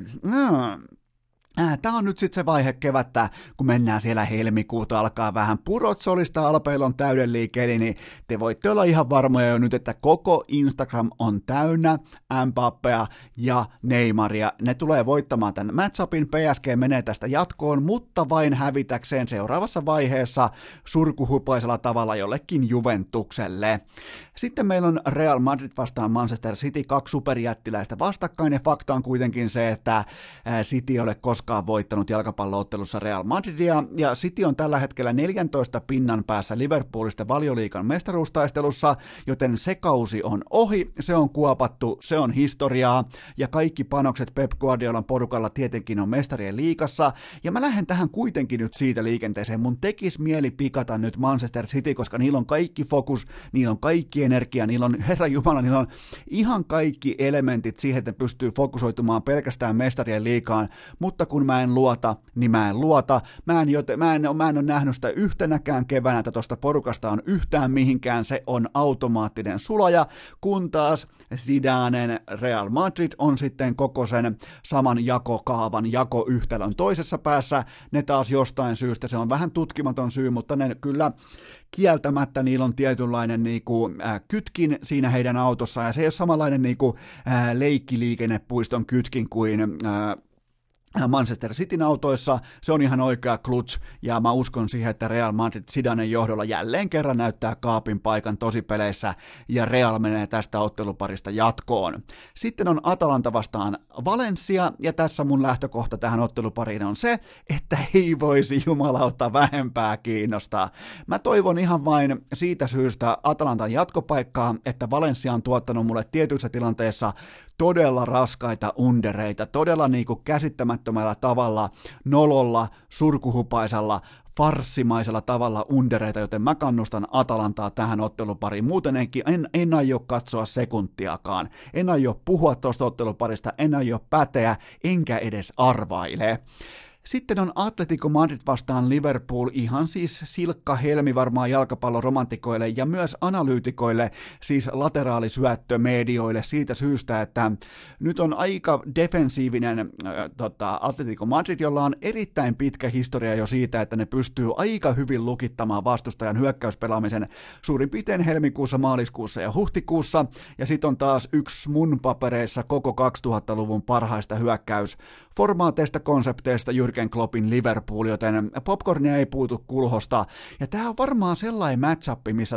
Tämä on nyt sitten se vaihe kevättä, kun mennään siellä helmikuuta, alkaa vähän purot solista, Alpeilon täyden liikkeelle, niin te voitte olla ihan varmoja jo nyt, että koko Instagram on täynnä Mbappéa ja Neymaria. Ne tulee voittamaan tämän matchupin, PSG menee tästä jatkoon, mutta vain hävitäkseen seuraavassa vaiheessa surkuhupaisella tavalla jollekin Juventukselle. Sitten meillä on Real Madrid vastaan Manchester City, 2 superjättiläistä vastakkain, ja fakta on kuitenkin se, että City ei ole koskaan voittanut jalkapalloottelussa Real Madridia, ja City on tällä hetkellä 14 pinnan päässä Liverpoolista Valioliigan mestaruustaistelussa, joten se kausi on ohi, se on kuopattu, se on historiaa, ja kaikki panokset Pep Guardiolan porukalla tietenkin on Mestarien liigassa, ja mä lähden tähän kuitenkin nyt siitä liikenteeseen, mun tekisi mieli pikata nyt Manchester City, koska niillä on kaikki fokus, niillä on kaikki energia, niillä on, Herran Jumala, niillä on ihan kaikki elementit siihen, että ne pystyy fokusoitumaan pelkästään Mestarien liigaan, mutta kun mä en luota, niin mä en luota. Mä en ole nähnyt sitä yhtenäkään keväänä, että tuosta porukasta on yhtään mihinkään, se on automaattinen sulaja, kun taas Zidanen Real Madrid on sitten koko sen saman jakokaavan, jakoyhtälön toisessa päässä, ne taas jostain syystä, se on vähän tutkimaton syy, mutta ne kyllä kieltämättä niillä on tietynlainen kytkin siinä heidän autossaan, ja se ei ole samanlainen leikkiliikennepuiston kytkin kuin Manchester Cityn autoissa, se on ihan oikea clutch, ja mä uskon siihen, että Real Madrid Zidanen johdolla jälleen kerran näyttää kaapin paikan tosipeleissä, ja Real menee tästä otteluparista jatkoon. Sitten on Atalanta vastaan Valencia, ja tässä mun lähtökohta tähän ottelupariin on se, että ei voisi jumalauta vähempää kiinnostaa. Mä toivon ihan vain siitä syystä Atalantan jatkopaikkaa, että Valencia on tuottanut mulle tietyissä tilanteissa todella raskaita undereita, todella niinku käsittämättömällä tavalla, nololla, surkuhupaisella, farssimaisella tavalla undereita, joten mä kannustan Atalantaa tähän ottelupariin. Muuten en aio katsoa sekuntiakaan. En aio puhua tuosta otteluparista, en aio päteä, enkä edes arvaile. Sitten on Atletico Madrid vastaan Liverpool, ihan siis silkka helmi varmaan jalkapalloromantikoille ja myös analyytikoille, siis lateraalisyöttömedioille siitä syystä, että nyt on aika defensiivinen Atletico Madrid, jolla on erittäin pitkä historia jo siitä, että ne pystyy aika hyvin lukittamaan vastustajan hyökkäyspelaamisen suurin piirtein helmikuussa, maaliskuussa ja huhtikuussa, ja sitten on taas yksi mun papereissa koko 2000-luvun parhaista hyökkäysformaateista, konsepteista Jürgen Kloppin Liverpool, joten popcornia ei puutu kulhosta, ja tämä on varmaan sellainen match-up, missä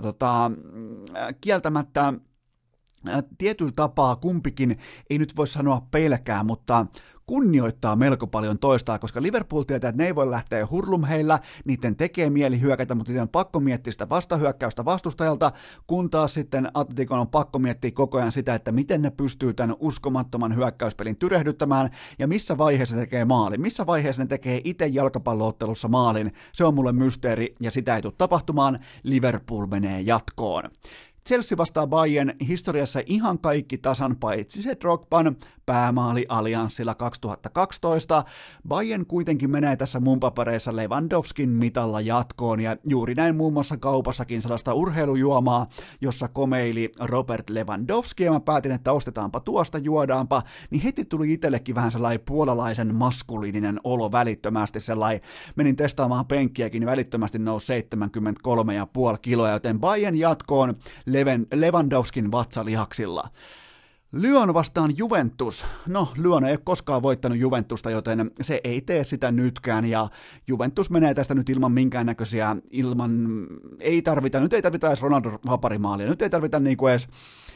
kieltämättä tietyllä tapaa kumpikin, ei nyt voi sanoa pelkää, mutta kunnioittaa melko paljon toistaan, koska Liverpool tietää, että ne ei voi lähteä hurlumheillä, niiden tekee mieli hyökätä, mutta niiden on pakko miettiä sitä vastahyökkäystä vastustajalta, kun taas sitten Atleticon on pakko miettiä koko ajan sitä, että miten ne pystyy tämän uskomattoman hyökkäyspelin tyrehdyttämään, ja missä vaiheessa ne tekee maalin, missä vaiheessa ne tekee itse jalkapalloottelussa maalin, se on mulle mysteeri, ja sitä ei tule tapahtumaan, Liverpool menee jatkoon. Chelsea vastaa Bayern, historiassa ihan kaikki tasan paitsi se Drogban päämaali allianssilla 2012. Bayern kuitenkin menee tässä mun papereissa Lewandowskin mitalla jatkoon, ja juuri näin muun muassa kaupassakin sellaista urheilujuomaa, jossa komeili Robert Lewandowski, ja mä päätin, että ostetaanpa tuosta, juodaanpa, niin heti tuli itsellekin vähän sellainen puolalaisen maskuliininen olo välittömästi, sellainen, menin testaamaan penkkiäkin, niin välittömästi nousi 73,5 kiloa, joten Bayern jatkoon Lewandowskin vatsalihaksilla. Lyon vastaan Juventus. No, Lyon ei ole koskaan voittanut Juventusta, joten se ei tee sitä nytkään, ja Juventus menee tästä nyt ilman minkäännäköisiä, nyt ei tarvita edes Ronaldo vaparimaalia, nyt ei tarvita niinku edes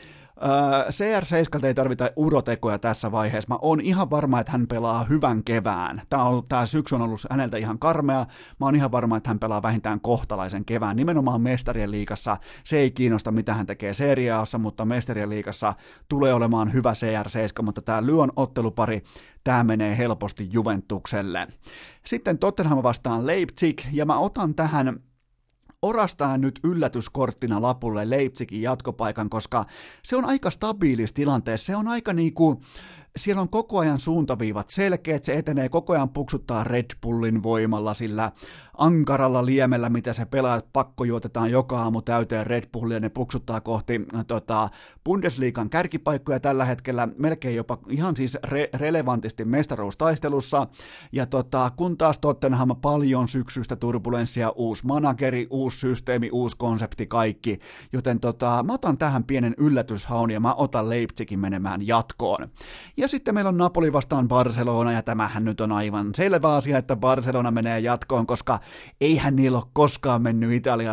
CR7 ei tarvita urotekoja tässä vaiheessa. Mä oon ihan varma, että hän pelaa hyvän kevään. Tää syksy on ollut häneltä ihan karmea. Mä oon ihan varma, että hän pelaa vähintään kohtalaisen kevään. Nimenomaan Mestarien liigassa se ei kiinnosta, mitä hän tekee Serie A:ssa, mutta Mestarien liigassa tulee olemaan hyvä CR7, mutta tää Lyon ottelupari, tää menee helposti Juventukselle. Sitten Tottenham vastaan Leipzig, ja mä otan tähän orastaa nyt yllätyskorttina lapulle Leipzigin jatkopaikan, koska se on aika stabiilissa tilanteessa, se on aika niinku, siellä on koko ajan suuntaviivat selkeät, se etenee koko ajan puksuttaa Red Bullin voimalla, sillä ankaralla liemellä, mitä se pelaa, pakkojuotetaan joka aamu täyteen Red Bullia, ja ne puksuttaa kohti Bundesliigan kärkipaikkoja tällä hetkellä, melkein jopa ihan siis relevantisti mestaruustaistelussa, ja kun taas Tottenham paljon syksyistä turbulenssia, uusi manageri, uusi systeemi, uusi konsepti, kaikki, joten mä otan tähän pienen yllätyshaun, ja mä otan Leipzigin menemään jatkoon. Ja sitten meillä on Napoli vastaan Barcelona, ja tämähän nyt on aivan selvä asia, että Barcelona menee jatkoon, koska eihän niillä ole koskaan mennyt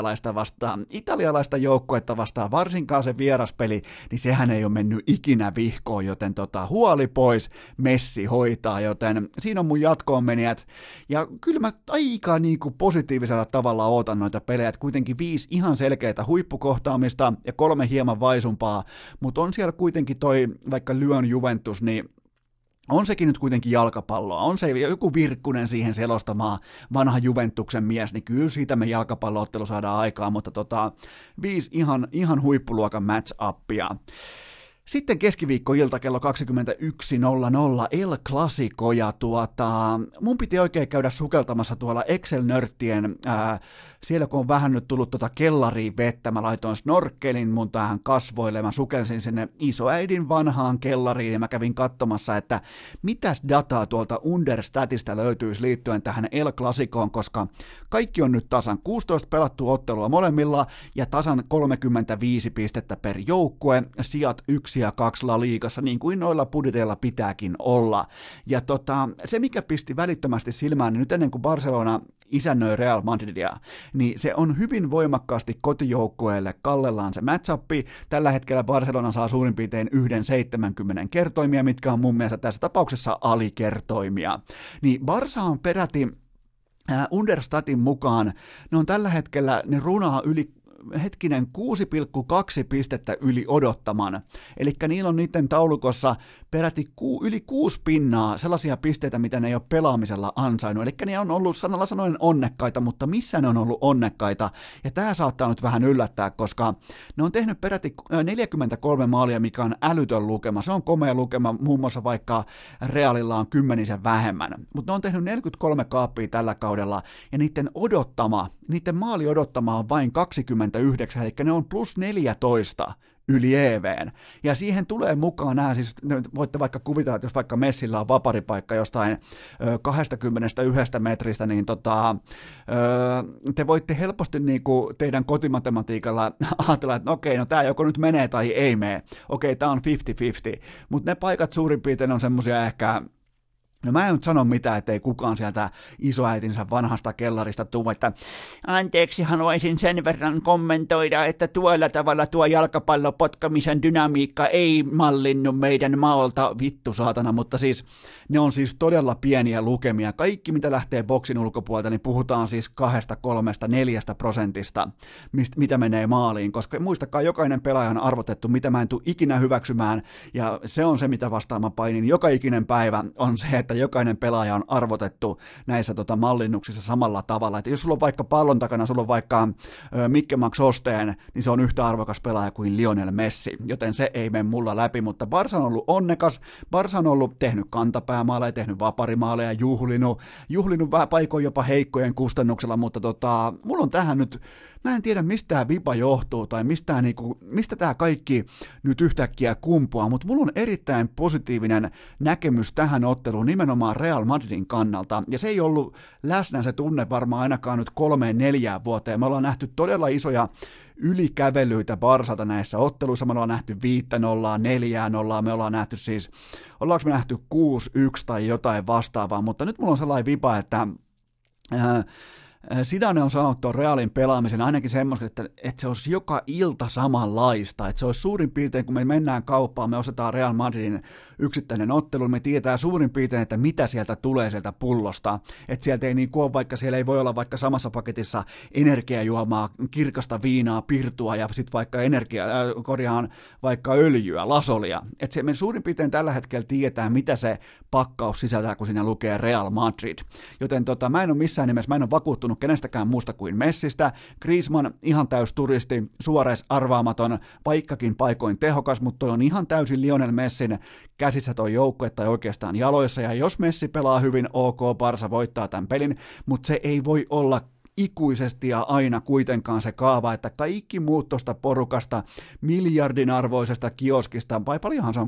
italialaista joukkuetta vastaan, varsinkaan se vieraspeli, niin sehän ei ole mennyt ikinä vihkoon, joten huoli pois, Messi hoitaa, joten siinä on mun jatkoon menijät, ja kyllä mä aika niinku positiivisella tavalla ootan noita pelejä, että kuitenkin 5 ihan selkeitä huippukohtaamista ja 3 hieman vaisumpaa, mutta on siellä kuitenkin toi vaikka Lyon Juventus, niin on sekin nyt kuitenkin jalkapalloa, on se joku Virkkunen siihen selostamaan vanha Juventuksen mies, niin kyllä siitä me jalkapalloottelu saadaan aikaan, mutta 5 ihan huippuluokan match-upia. Sitten keskiviikkoilta kello 21.00 El Clasico, ja mun piti oikein käydä sukeltamassa tuolla Excel-nörttien, siellä kun on vähän nyt tullut kellariin vettä, mä laitoin snorkkelin mun tähän kasvoille, mä sukelsin sinne isoäidin vanhaan kellariin, ja mä kävin katsomassa, että mitäs dataa tuolta Understatista löytyisi liittyen tähän El Clasicoon, koska kaikki on nyt tasan 16 pelattua ottelua molemmilla, ja tasan 35 pistettä per joukkue, sijat 1 1 ja 2 La Ligassa, niin kuin noilla budjeteilla pitääkin olla. Ja se, mikä pisti välittömästi silmään, niin nyt ennen kuin Barcelona isännöi Real Madridia, niin se on hyvin voimakkaasti kotijoukkueelle kallellaan se match-upi. Tällä hetkellä Barcelona saa suurin piirtein 1,70 kertoimia, mitkä on mun mielestä tässä tapauksessa alikertoimia. Niin Barça on peräti Understatin mukaan, ne on tällä hetkellä, ne runaa yli 6,2 pistettä yli odottaman. Eli niillä on niiden taulukossa peräti yli 6 pinnaa sellaisia pisteitä, mitä ne ei ole pelaamisella ansainnut. Eli ne on ollut sanalla sanoen onnekkaita, mutta missä ne on ollut onnekkaita? Ja tämä saattaa nyt vähän yllättää, koska ne on tehnyt peräti 43 maalia, mikä on älytön lukema. Se on komea lukema, muun muassa vaikka Realilla on 10 vähemmän. Mutta ne on tehnyt 43 kaappia tällä kaudella, ja niiden maali odottama on vain 29, eli ne on plus 14 yli EV:n. Ja siihen tulee mukaan nämä, siis voitte vaikka kuvitella, että jos vaikka Messillä on vaparipaikka jostain 21 metristä, niin te voitte helposti niin kuin teidän kotimatematiikalla ajatella, että okei, no tämä joko nyt menee tai ei mene. Okei, tämä on 50-50, mutta ne paikat suurin piirtein on semmoisia ehkä. No mä en nyt sano mitään, ettei kukaan sieltä isoäitinsä vanhasta kellarista tule, että anteeksi, haluaisin sen verran kommentoida, että tuolla tavalla tuo jalkapallopotkamisen dynamiikka ei mallinnut meidän maalta, vittu saatana, mutta siis ne on siis todella pieniä lukemia. Kaikki, mitä lähtee boksin ulkopuolelta, niin puhutaan siis 2-3-4%, mitä menee maaliin, koska muistakaa, jokainen pelaaja on arvotettu, mitä mä en tule ikinä hyväksymään, ja se on se, mitä vastaan mä painin joka ikinen päivä, on se, että jokainen pelaaja on arvotettu näissä mallinnuksissa samalla tavalla. Että jos sulla on vaikka pallon takana, sulla on vaikka Mikke Max Osteen, niin se on yhtä arvokas pelaaja kuin Lionel Messi, joten se ei mene mulla läpi, mutta Barça on ollut onnekas, Barça on ollut tehnyt kantapäämaaleja, tehnyt vaparimaaleja, juhlinut paikoin jopa heikkojen kustannuksella, mutta mulla on tähän nyt, mä en tiedä mistä tämä vipa johtuu tai mistä tämä kaikki nyt yhtäkkiä kumpuaa, mutta mulla on erittäin positiivinen näkemys tähän otteluun nimenomaan Real Madridin kannalta, ja se ei ollut läsnä se tunne varmaan ainakaan nyt 3-4 vuoteen. Me ollaan nähty todella isoja ylikävelyitä Barsalta näissä otteluissa, me ollaan nähty 5-0, 4-0, me ollaan nähty siis, ollaanko me nähty 6-1 tai jotain vastaavaa, mutta nyt mulla on sellainen vipa, että Zidane on saanut tuon Realin pelaamisen ainakin semmoisen, että se olisi joka ilta samanlaista, että se olisi suurin piirtein, kun me mennään kauppaan, me ostetaan Real Madridin yksittäinen ottelu, me tietää suurin piirtein, että mitä sieltä tulee sieltä pullosta, että sieltä ei niin kuin ole, vaikka siellä ei voi olla vaikka samassa paketissa energiajuomaa, kirkasta viinaa, pirtua ja sitten vaikka vaikka öljyä, lasolia, että me suurin piirtein tällä hetkellä tietää, mitä se pakkaus sisältää, kun siinä lukee Real Madrid, joten mä en ole missään nimessä, mä en ole vakuuttunut kenestäkään muusta kuin Messistä. Griezmann ihan täys turisti, Suarez arvaamaton, vaikkakin paikoin tehokas, mutta toi on ihan täysin Lionel Messin käsissä toi joukkue tai oikeastaan jaloissa, ja jos Messi pelaa hyvin, ok, Barça voittaa tämän pelin, mutta se ei voi olla ikuisesti ja aina kuitenkaan se kaava, että kaikki muut tuosta porukasta, miljardin arvoisesta kioskista, vai paljonhan se on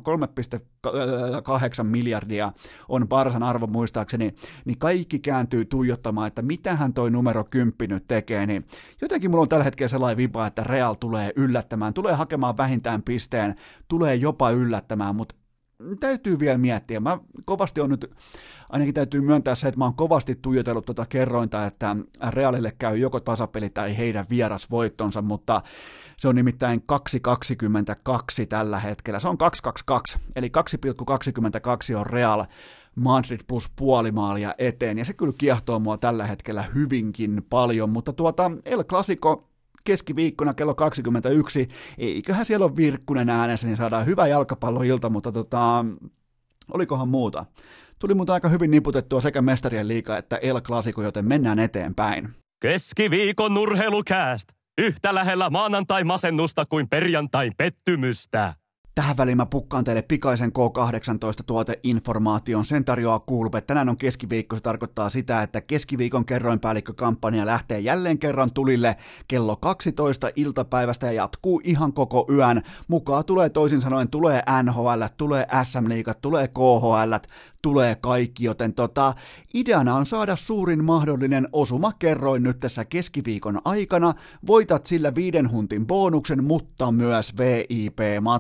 3,8 miljardia on Barsan arvo muistaakseni, niin kaikki kääntyy tuijottamaan, että mitähän toi numero 10 nyt tekee, niin jotenkin mulla on tällä hetkellä sellainen vipa, että Real tulee yllättämään, tulee hakemaan vähintään pisteen, tulee jopa yllättämään, mutta täytyy vielä miettiä. Mä kovasti on nyt, ainakin täytyy myöntää se, että mä oon kovasti tuijotellut tuota kerrointa, että Realille käy joko tasapeli tai heidän vierasvoittonsa, mutta se on nimittäin 2,22 tällä hetkellä. Se on 2,22, eli 2,22 on Real Madrid plus puolimaalia eteen, ja se kyllä kiehtoo mua tällä hetkellä hyvinkin paljon, mutta El Clasico keskiviikkona kello 21, eiköhän siellä ole Virkkunen äänessä, niin saadaan hyvä jalkapalloilta, mutta olikohan muuta? Tuli muuta aika hyvin niputettua sekä Mestarien liiga että El Clasico, joten mennään eteenpäin. Keskiviikon Nurheilukääst! Yhtä lähellä maanantai-masennusta kuin perjantai pettymystä. Tähän väliin mä pukkaan teille pikaisen K18-tuoteinformaation. Sen tarjoaa Coolbet. Tänään on keskiviikko, se tarkoittaa sitä, että keskiviikon kerroinpäällikkökampanja lähtee jälleen kerran tulille kello 12 iltapäivästä ja jatkuu ihan koko yön. Mukaan tulee toisin sanoen, tulee NHL, tulee SM-liigat, tulee KHL, tulee kaikki, joten ideana on saada suurin mahdollinen osumakerroin nyt tässä keskiviikon aikana. Voitat sillä 5 huntin bonuksen, mutta myös VIP-matkan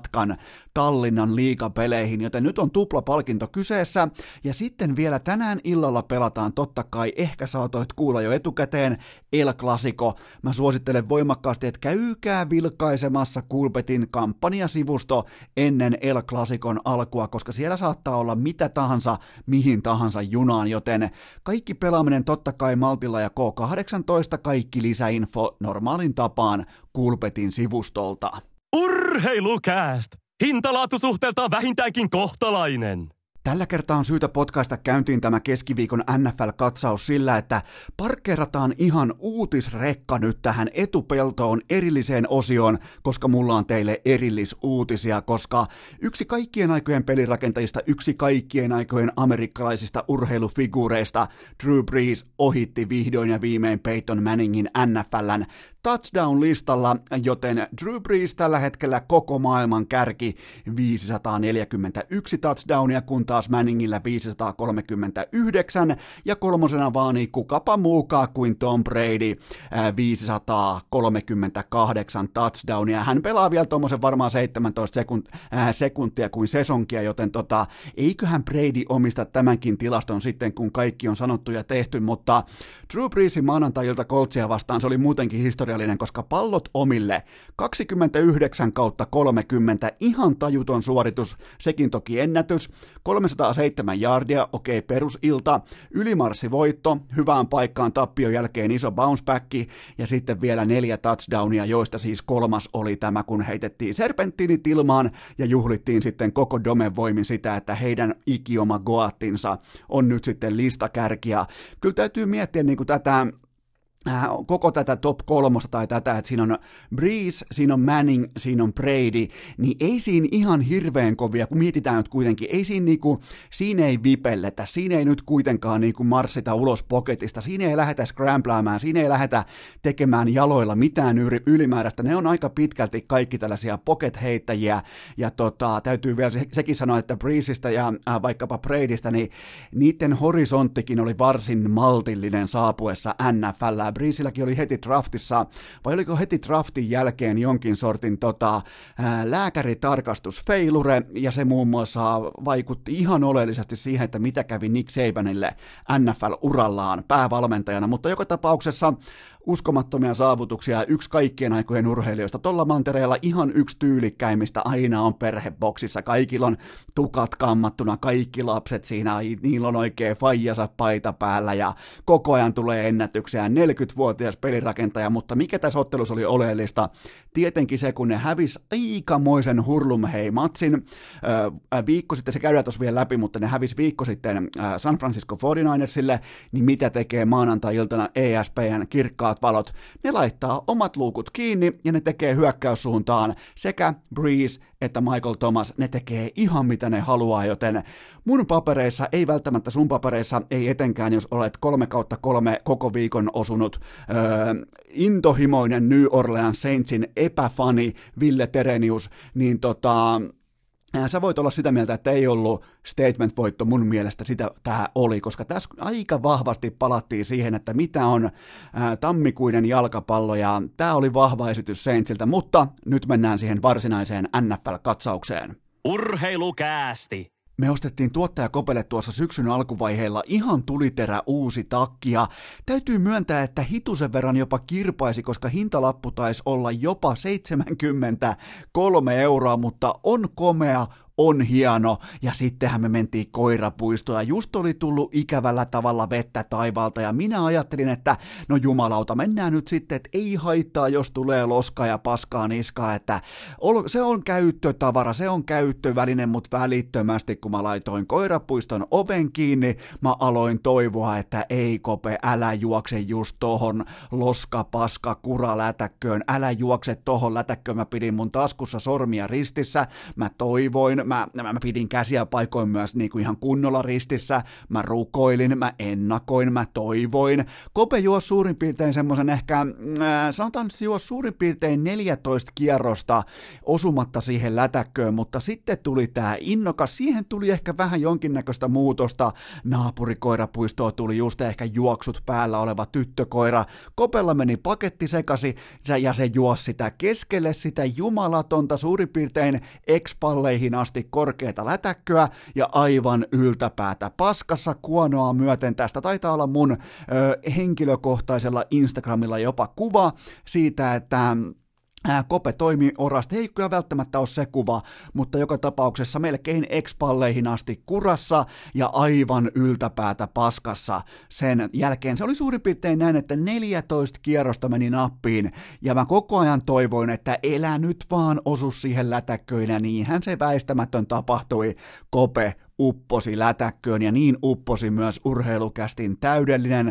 Tallinnan liigapeleihin, joten nyt on tuplapalkinto kyseessä, ja sitten vielä tänään illalla pelataan totta kai, ehkä saatoit kuulla jo etukäteen, El Clasico. Mä suosittelen voimakkaasti, että käykää vilkaisemassa Coolbetin kampanjasivusto ennen El Clasicon alkua, koska siellä saattaa olla mitä tahansa, mihin tahansa junaan, joten kaikki pelaaminen totta kai Maltilla ja K18, kaikki lisäinfo normaalin tapaan Coolbetin sivustolta. Urheilukääst! Hintalaatusuhteeltaan vähintäänkin kohtalainen. Tällä kertaa on syytä potkaista käyntiin tämä keskiviikon NFL-katsaus sillä, että parkkeerataan ihan uutisrekka nyt tähän etupeltoon erilliseen osioon, koska mulla on teille erillisuutisia, koska yksi kaikkien aikojen pelirakentajista, yksi kaikkien aikojen amerikkalaisista urheilufiguureista, Drew Brees ohitti vihdoin ja viimein Peyton Manningin NFL:n touchdown-listalla, joten Drew Brees tällä hetkellä koko maailman kärki 541 touchdownia, kun taas Manningillä 539, ja kolmosena vaani kukapa muukaan kuin Tom Brady 538 touchdownia. Hän pelaa vielä tuommoisen varmaan 17 sekuntia kuin sesonkia, joten eiköhän Brady omista tämänkin tilaston sitten, kun kaikki on sanottu ja tehty, mutta Drew Breesin maanantai-ilta Coltsia vastaan se oli muutenkin historiallinen, koska pallot omille 29/30, ihan tajuton suoritus, sekin toki ennätys, 307 yardia, okei, perusilta, ylimarssivoitto, hyvään paikkaan tappion jälkeen iso bounce back, ja sitten vielä 4 touchdownia, joista siis kolmas oli tämä, kun heitettiin serpenttiinit ilmaan ja juhlittiin sitten koko domen voimin sitä, että heidän ikioma goattinsa on nyt sitten listakärkiä. Kyllä täytyy miettiä niin kuin tätä koko tätä top 3 tai tätä, että siinä on Brees, siinä on Manning, siinä on Brady, niin ei siinä ihan hirveän kovia, kun mietitään nyt kuitenkin, ei siinä ei vipelletä, siinä ei nyt kuitenkaan marssita ulos poketista, siinä ei lähdetä scramblaamaan, siinä ei lähdetä tekemään jaloilla mitään ylimääräistä, ne on aika pitkälti kaikki tällaisia pocket-heittäjiä, ja täytyy vielä sekin sanoa, että Breesistä ja vaikkapa Bradystä, niin niiden horisonttikin oli varsin maltillinen saapuessa NFL. Breesilläkin oli heti draftissa, vai oliko heti draftin jälkeen jonkin sortin lääkäritarkastus failure, ja se muun muassa vaikutti ihan oleellisesti siihen, että mitä kävi Nick Sabanille NFL-urallaan päävalmentajana, mutta joka tapauksessa uskomattomia saavutuksia, yksi kaikkien aikojen urheilijoista. Tuolla mantereella ihan yksi tyylikkäimmistä aina on perheboksissa. Kaikilla on tukat kammattuna, kaikki lapset siinä, niillä on oikein faijasa paita päällä ja koko ajan tulee ennätyksiä. 40-vuotias pelirakentaja, mutta mikä tässä ottelussa oli oleellista? Tietenkin se, kun ne hävisi aikamoisen hurlumhei-matsin. Viikko sitten, se käydään tuossa vielä läpi, mutta ne hävisi viikko sitten San Francisco 49ersille, niin mitä tekee maanantai-iltana ESPN kirkkaat valot? Ne laittaa omat luukut kiinni ja ne tekee hyökkäyssuuntaan sekä Brees että Michael Thomas, ne tekee ihan mitä ne haluaa, joten mun papereissa, ei välttämättä sun papereissa, ei etenkään, jos olet 3/3 koko viikon osunut intohimoinen New Orleans Saintsin epäfani Ville Terenius, niin sä voit olla sitä mieltä, että ei ollut statement-voitto, mun mielestä sitä tämä oli, koska tässä aika vahvasti palattiin siihen, että mitä on tammikuinen jalkapallo, ja tämä oli vahva esitys Saintsiltä, mutta nyt mennään siihen varsinaiseen NFL-katsaukseen. Urheilukäästi! Me ostettiin tuottaja Kopelle tuossa syksyn alkuvaiheella ihan tuliterä uusi takki, ja täytyy myöntää, että hitusen verran jopa kirpaisi, koska hintalappu taisi olla jopa 73 €, mutta on komea, on hieno, ja sittenhän me mentiin koirapuistoon, ja just oli tullut ikävällä tavalla vettä taivaalta, ja minä ajattelin, että no jumalauta, mennään nyt sitten, että ei haittaa, jos tulee loskaa ja paskaa niskaa, että se on käyttötavara, se on käyttöväline, mutta välittömästi, kun mä laitoin koirapuiston oven kiinni, mä aloin toivoa, että ei Kope, älä juokse just tohon loska, paska, kura lätäkköön, älä juokse tohon lätäkköön, mä pidin mun taskussa sormia ristissä, mä toivoin, mä pidin käsiä paikoin myös niin kuin ihan kunnolla ristissä, mä rukoilin, mä ennakoin, mä toivoin. Kope juosi suurin piirtein semmoisen ehkä, sanotaan nyt juosi suurin piirtein 14 kierrosta osumatta siihen lätäkköön, mutta sitten tuli tää innokas, siihen tuli ehkä vähän jonkinnäköistä muutosta, naapurikoirapuistoon tuli just ehkä juoksut päällä oleva tyttökoira, Kopella meni paketti sekasi ja se juosi sitä keskelle sitä jumalatonta suurin piirtein X-palleihin asti korkeata lätäkköä ja aivan yltäpäätä paskassa kuonoa myöten. Tästä taitaa olla mun henkilökohtaisella Instagramilla jopa kuva siitä, että Kope toimi orasti, ei kyllä välttämättä ole se kuva, mutta joka tapauksessa melkein X-palleihin asti kurassa ja aivan yltäpäätä paskassa sen jälkeen. Se oli suurin piirtein näin, että 14 kierrosta meni nappiin ja mä koko ajan toivoin, että elä nyt vaan osu siihen lätäkköön ja niinhän se väistämätön tapahtui. Kope upposi lätäkköön ja niin upposi myös Urheilukästin täydellinen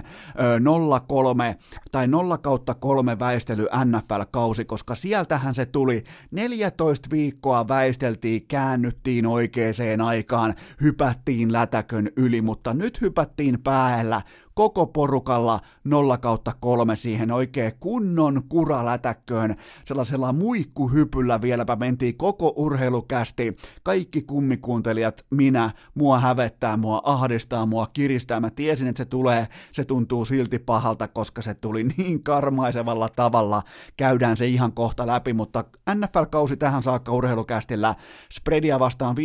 0-3 tai 0/3 väistely NFL-kausi, koska sieltähän se tuli. 14 viikkoa väisteltiin, käännyttiin oikeaan aikaan, hypättiin lätäkön yli, mutta nyt hypättiin päällä koko porukalla 0/3 siihen oikein kunnon kuralätäkköön, sellaisella muikkuhypyllä vieläpä mentiin koko Urheilukästi, kaikki kummikuuntelijat, minä, mua hävettää, mua ahdistaa, mua kiristää, mä tiesin, että se tulee, se tuntuu silti pahalta, koska se tuli niin karmaisevalla tavalla, käydään se ihan kohta läpi, mutta NFL-kausi tähän saakka Urheilukästillä, spreadia vastaan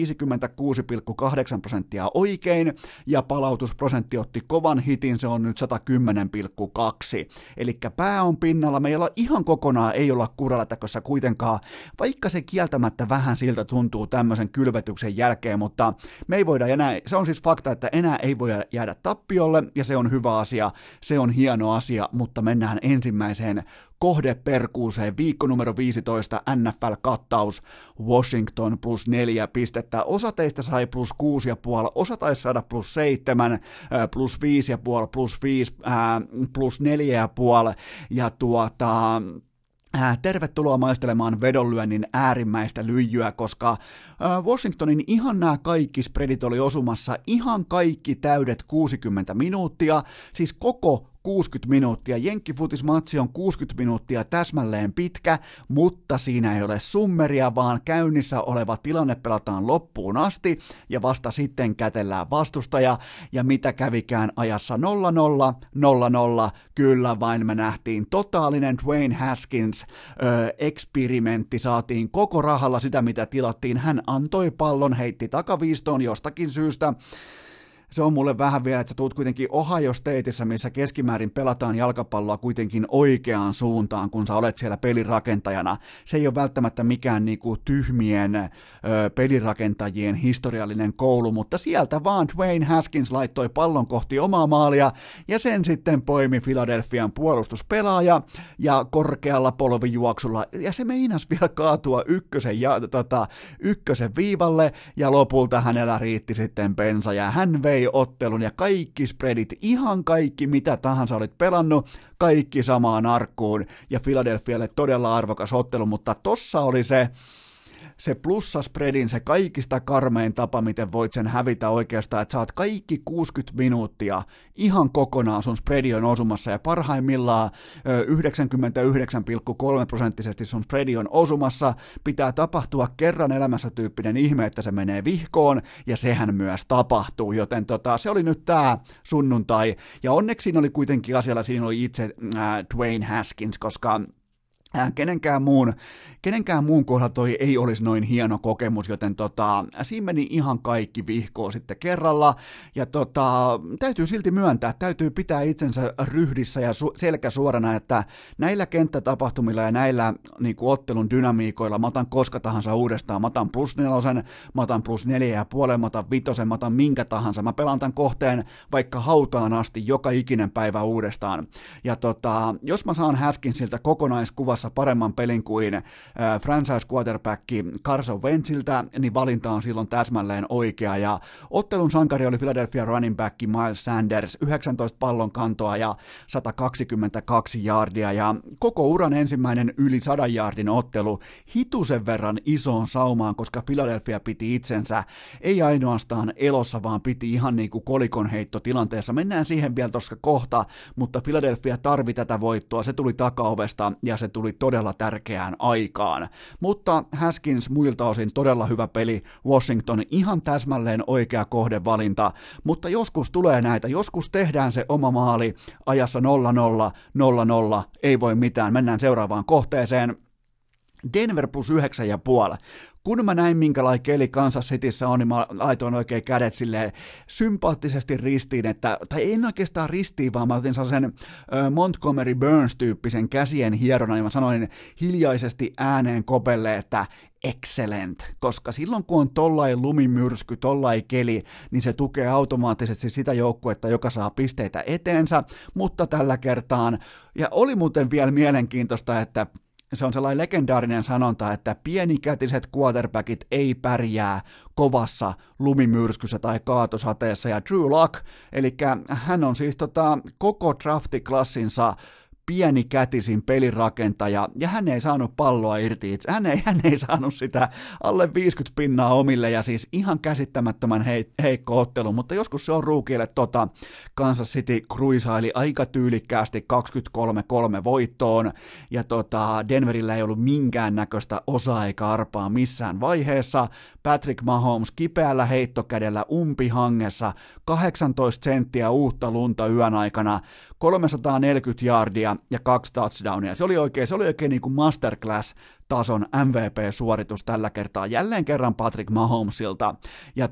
56,8% oikein, ja palautusprosentti otti kovan hitin, se on nyt 110,2. Eli pää on pinnalla, me ei olla ihan kokonaan, ei olla kuralätäkössä kuitenkaan, vaikka se kieltämättä vähän siltä tuntuu tämmöisen kylvetyksen jälkeen, mutta me ei voida enää, se on siis fakta, että enää ei voi jäädä tappiolle, ja se on hyvä asia, se on hieno asia, mutta mennään ensimmäiseen kohdeperkuuseen, viikko numero 15, NFL-kattaus, Washington plus 4 pistettä, osa teistä sai plus 6,5, osa taisi saada plus 7, plus 5,5, plus 5, plus 4,5, ja tervetuloa maistelemaan vedonlyönnin äärimmäistä lyijyä, koska Washingtonin ihan nämä kaikki spreadit oli osumassa, ihan kaikki täydet 60 minuuttia, siis koko 60 minuuttia. Jenkkifutismatsi on 60 minuuttia täsmälleen pitkä, mutta siinä ei ole summeria, vaan käynnissä oleva tilanne pelataan loppuun asti ja vasta sitten kätellään vastustaja. Ja mitä kävikään ajassa 0-0, 0-0, kyllä vain me nähtiin totaalinen Dwayne Haskins eksperimentti, saatiin koko rahalla sitä mitä tilattiin. Hän antoi pallon, heitti takaviistoon jostakin syystä. Se on mulle vähän vielä, että sä tuut kuitenkin Ohio Stateissa, missä keskimäärin pelataan jalkapalloa kuitenkin oikeaan suuntaan, kun sä olet siellä pelirakentajana. Se ei ole välttämättä mikään niinku tyhmien pelirakentajien historiallinen koulu, mutta sieltä vaan Dwayne Haskins laittoi pallon kohti omaa maalia, ja sen sitten poimi Philadelphian puolustuspelaaja, ja korkealla polvijuoksulla, ja se meinasi vielä kaatua ykkösen viivalle, ja lopulta hänellä riitti sitten bensa, ja hän vei ottelun ja kaikki spreadit, ihan kaikki mitä tahansa olit pelannut, kaikki samaan arkkuun ja Philadelphialle todella arvokas ottelu, mutta tossa oli se plussaspreadin, se kaikista karmein tapa, miten voit sen hävitä oikeastaan, että saat kaikki 60 minuuttia ihan kokonaan sun spreadi on osumassa ja parhaimmillaan 99,3% sun spreadi on osumassa, pitää tapahtua kerran elämässä tyyppinen ihme, että se menee vihkoon ja sehän myös tapahtuu, joten se oli nyt tää sunnuntai ja onneksi siinä oli kuitenkin asialla, siinä oli itse Dwayne Haskins, koska kenenkään muun kohdalla toi ei olisi noin hieno kokemus, joten siinä meni ihan kaikki vihkoon sitten kerralla, ja täytyy silti myöntää, täytyy pitää itsensä ryhdissä ja selkä suorana, että näillä kenttätapahtumilla ja näillä niin kuin ottelun dynamiikoilla mä otan koska tahansa uudestaan, mä otan plus 4, mä otan plus 4,5, mä otan 5, mä otan minkä tahansa, mä pelaan tämän kohteen vaikka hautaan asti joka ikinen päivä uudestaan, ja jos mä saan Haskinsilta kokonaiskuva luvassa paremman pelin kuin franchise quarterback Carson Wentziltä, niin valinta on silloin täsmälleen oikea, ja ottelun sankari oli Philadelphia running back Miles Sanders, 19 pallon kantoa ja 122 yardia, ja koko uran ensimmäinen yli 100 yardin ottelu hitusen verran isoon saumaan, koska Philadelphia piti itsensä ei ainoastaan elossa, vaan piti ihan niin kuin kolikonheittotilanteessa. Mennään siihen vielä tuossa kohta, mutta Philadelphia tarvi tätä voittoa, se tuli takaovesta ja se tuli todella tärkeään aikaan. Mutta Haskins muilta osin todella hyvä peli, Washington ihan täsmälleen oikea kohdevalinta, mutta joskus tulee näitä, joskus tehdään se oma maali ajassa 0-0, 0-0, ei voi mitään, mennään seuraavaan kohteeseen. Denver plus 9,5. Kun mä näin, minkälainen keli Kansas Cityssä on, niin mä laitoin oikein kädet silleen sympaattisesti ristiin, tai en oikeastaan ristiin, vaan mä otin sellaisen Montgomery Burns-tyyppisen käsien hieronnan, ja mä sanoin hiljaisesti ääneen Kopelle, että excellent, koska silloin kun on tollain lumimyrsky, tollain keli, niin se tukee automaattisesti sitä joukkuetta, joka saa pisteitä eteensä, mutta tällä kertaan, ja oli muuten vielä mielenkiintoista, että se on sellainen legendaarinen sanonta, että pienikätiset quarterbackit ei pärjää kovassa lumimyrskyssä tai kaatosateessa, ja Drew Lock, eli hän on siis koko draftiklassinsa pienikätisin pelirakentaja, ja hän ei saanut palloa irti. Hän ei saanut sitä alle 50 pinnaa omille, ja siis ihan käsittämättömän heikko ottelu, mutta joskus se on ruukille Kansas City cruisaili aika tyylikkäästi 23-3 voittoon, ja Denverillä ei ollut minkäännäköistä osaa eikä arpaa missään vaiheessa. Patrick Mahomes kipeällä heittokädellä umpihangessa, 18 senttiä uutta lunta yön aikana, 340 yardia ja 2 touchdownia. Se oli oikein niin kuin masterclass-tason MVP-suoritus tällä kertaa. Jälleen kerran Patrick Mahomesilta. Ja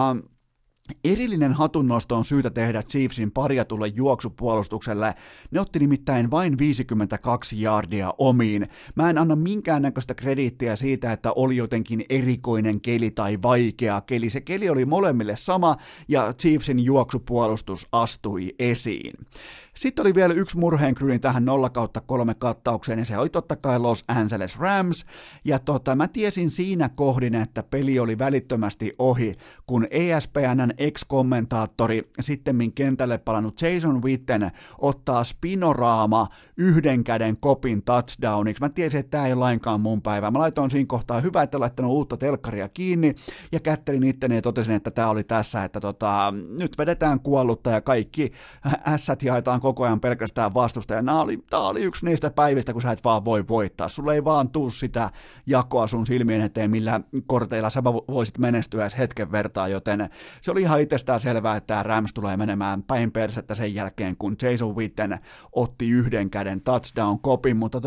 erillinen hatunnosto on syytä tehdä Chiefsin parjatulle juoksupuolustukselle. Ne otti nimittäin vain 52 yardia omiin. Mä en anna minkäännäköistä krediittiä siitä, että oli jotenkin erikoinen keli tai vaikea keli. Se keli oli molemmille sama, ja Chiefsin juoksupuolustus astui esiin. Sitten oli vielä yksi murheenkryyni tähän 0/3 kattaukseen, ja se oli totta kai Los Angeles Rams, ja mä tiesin siinä kohdin, että peli oli välittömästi ohi, kun ESPN:n ex-kommentaattori, sittemmin kentälle palannut Jason Witten, ottaa spinoraama yhden käden kopin touchdowniksi. Mä tiesin, että tämä ei ole lainkaan mun päivä. Mä laitoin siinä kohtaa, hyvä, että laittanut uutta telkkaria kiinni, ja kättelin itteni ja totesin, että tämä oli tässä, että nyt vedetään kuollutta, ja kaikki ässät jaetaan koko ajan pelkästään vastusta, ja tämä oli yksi niistä päivistä, kun sä et vaan voi voittaa. Sulla ei vaan tuu sitä jakoa sun silmien eteen, millä korteilla sä voisit menestyä edes hetken vertaa, joten se oli ihan itsestään selvää, että tämä Rams tulee menemään päin persettä sen jälkeen, kun Jason Witten otti yhden käden touchdown-kopin, mutta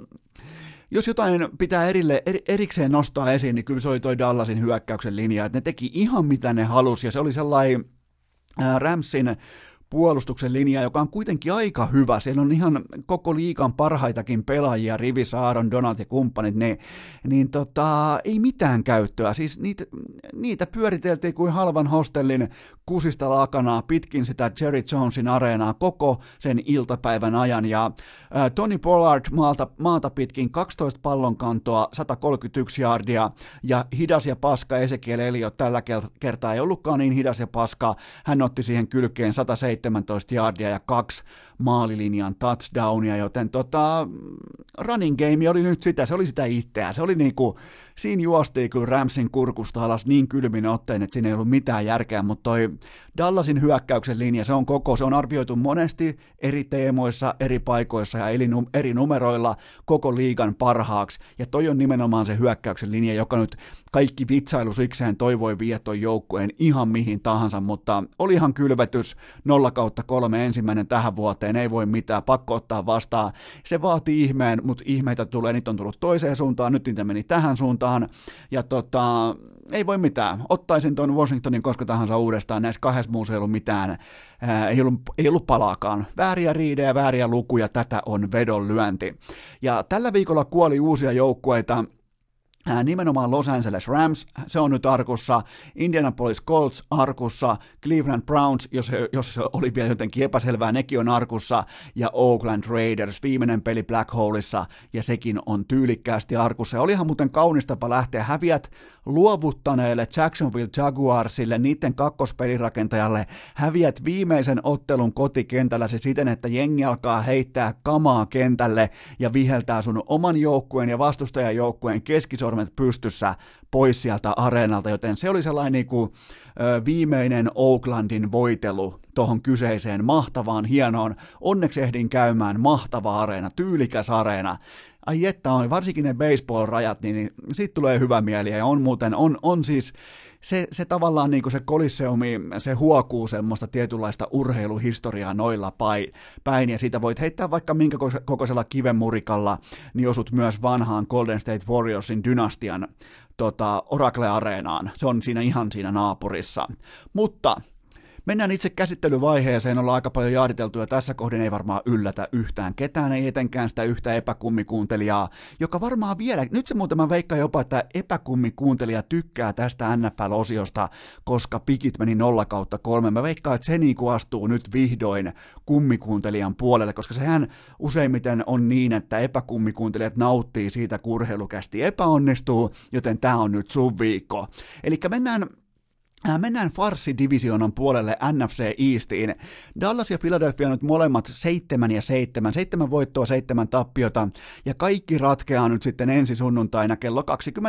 jos jotain pitää erikseen nostaa esiin, niin kyllä se oli toi Dallasin hyökkäyksen linja, että ne teki ihan mitä ne halusi, ja se oli sellainen Ramsin puolustuksen linja, joka on kuitenkin aika hyvä. Siellä on ihan koko liigan parhaitakin pelaajia, rivissä Aaron Donald ja kumppanit, niin ei mitään käyttöä. Siis niitä pyöriteltiin kuin halvan hostellin kusista lakanaa pitkin sitä Jerry Jonesin areenaa koko sen iltapäivän ajan, ja Tony Pollard maata pitkin 12 pallonkantoa, 131 yardia, ja hidas ja paska Ezekiel Elliott tällä kertaa ei ollutkaan niin hidas ja paska, hän otti siihen kylkeen 117 yardia ja 2 maalilinjan touchdownia, joten running game oli nyt sitä, se oli sitä itseä, se oli niinku, siinä juostiin kyllä Ramsin kurkusta alas niin kylmin ottein, että siinä ei ollut mitään järkeä, mutta toi Dallasin hyökkäyksen linja, se on arvioitu monesti eri teemoissa, eri paikoissa ja eri numeroilla koko liigan parhaaksi, ja toi on nimenomaan se hyökkäyksen linja, joka nyt kaikki vitsailu sikseen toivoi viedä ton joukkueen ihan mihin tahansa, mutta olihan kylvetys 0/3 ensimmäinen tähän vuoteen, ei voi mitään, pakko ottaa vastaan, se vaatii ihmeen, mutta ihmeitä tulee, niitä on tullut toiseen suuntaan, nyt niitä meni tähän suuntaan, ja ei voi mitään, ottaisin tuon Washingtonin koska tahansa uudestaan, näissä kahdessa muussa ei ollut mitään, ei ollut palaakaan, vääriä riidejä, vääriä lukuja, tätä on vedonlyönti, ja tällä viikolla kuoli uusia joukkueita, nimenomaan Los Angeles Rams, se on nyt arkussa, Indianapolis Colts arkussa, Cleveland Browns, jos oli vielä jotenkin epäselvää, nekin on arkussa, ja Oakland Raiders, viimeinen peli Black Holeissa, ja sekin on tyylikkäästi arkussa. Ja olihan muuten kaunis tapa lähteä, häviät luovuttaneelle Jacksonville Jaguarsille, niiden kakkospelirakentajalle, häviät viimeisen ottelun kotikentälläsi siten, että jengi alkaa heittää kamaa kentälle ja viheltää sun oman joukkueen ja vastustajan joukkueen keskisormen pystyssä pois sieltä areenalta, joten se oli sellainen niin kuin, viimeinen Oaklandin voitelu tuohon kyseiseen mahtavaan, hienoon, onneksi ehdin käymään, mahtava areena, tyylikäs areena. Ai että on, varsinkin ne baseball-rajat, niin siitä tulee hyvä mieli, ja on muuten, on siis, se tavallaan niin kuin se Coliseumi, se huokuu semmoista tietynlaista urheiluhistoriaa noilla päin, ja siitä voit heittää vaikka minkä kokoisella kivenmurikalla, niin osut myös vanhaan Golden State Warriorsin dynastian Oracle-areenaan. Se on ihan siinä naapurissa. Mutta mennään itse käsittelyvaiheeseen, ollaan aika paljon jaaditeltu, ja tässä kohdin ei varmaan yllätä yhtään ketään, ei etenkään sitä yhtä epäkummikuuntelijaa, joka varmaan vielä, nyt se muuten mä veikkaan jopa, että epäkummikuuntelija tykkää tästä NFL-osiosta, koska pikit meni 0/3. Mä veikkaan, että se niinku astuu nyt vihdoin kummikuuntelijan puolelle, koska sehän useimmiten on niin, että epäkummikuuntelijat nauttii siitä, kun urheilukästi epäonnistuu, joten tää on nyt sun viikko. Elikkä mennään farssidivisionan puolelle NFC Eastiin. Dallas ja Philadelphia on nyt molemmat 7 ja 7, 7 voittoa, 7 tappiota, ja kaikki ratkeaa nyt sitten ensi sunnuntaina kello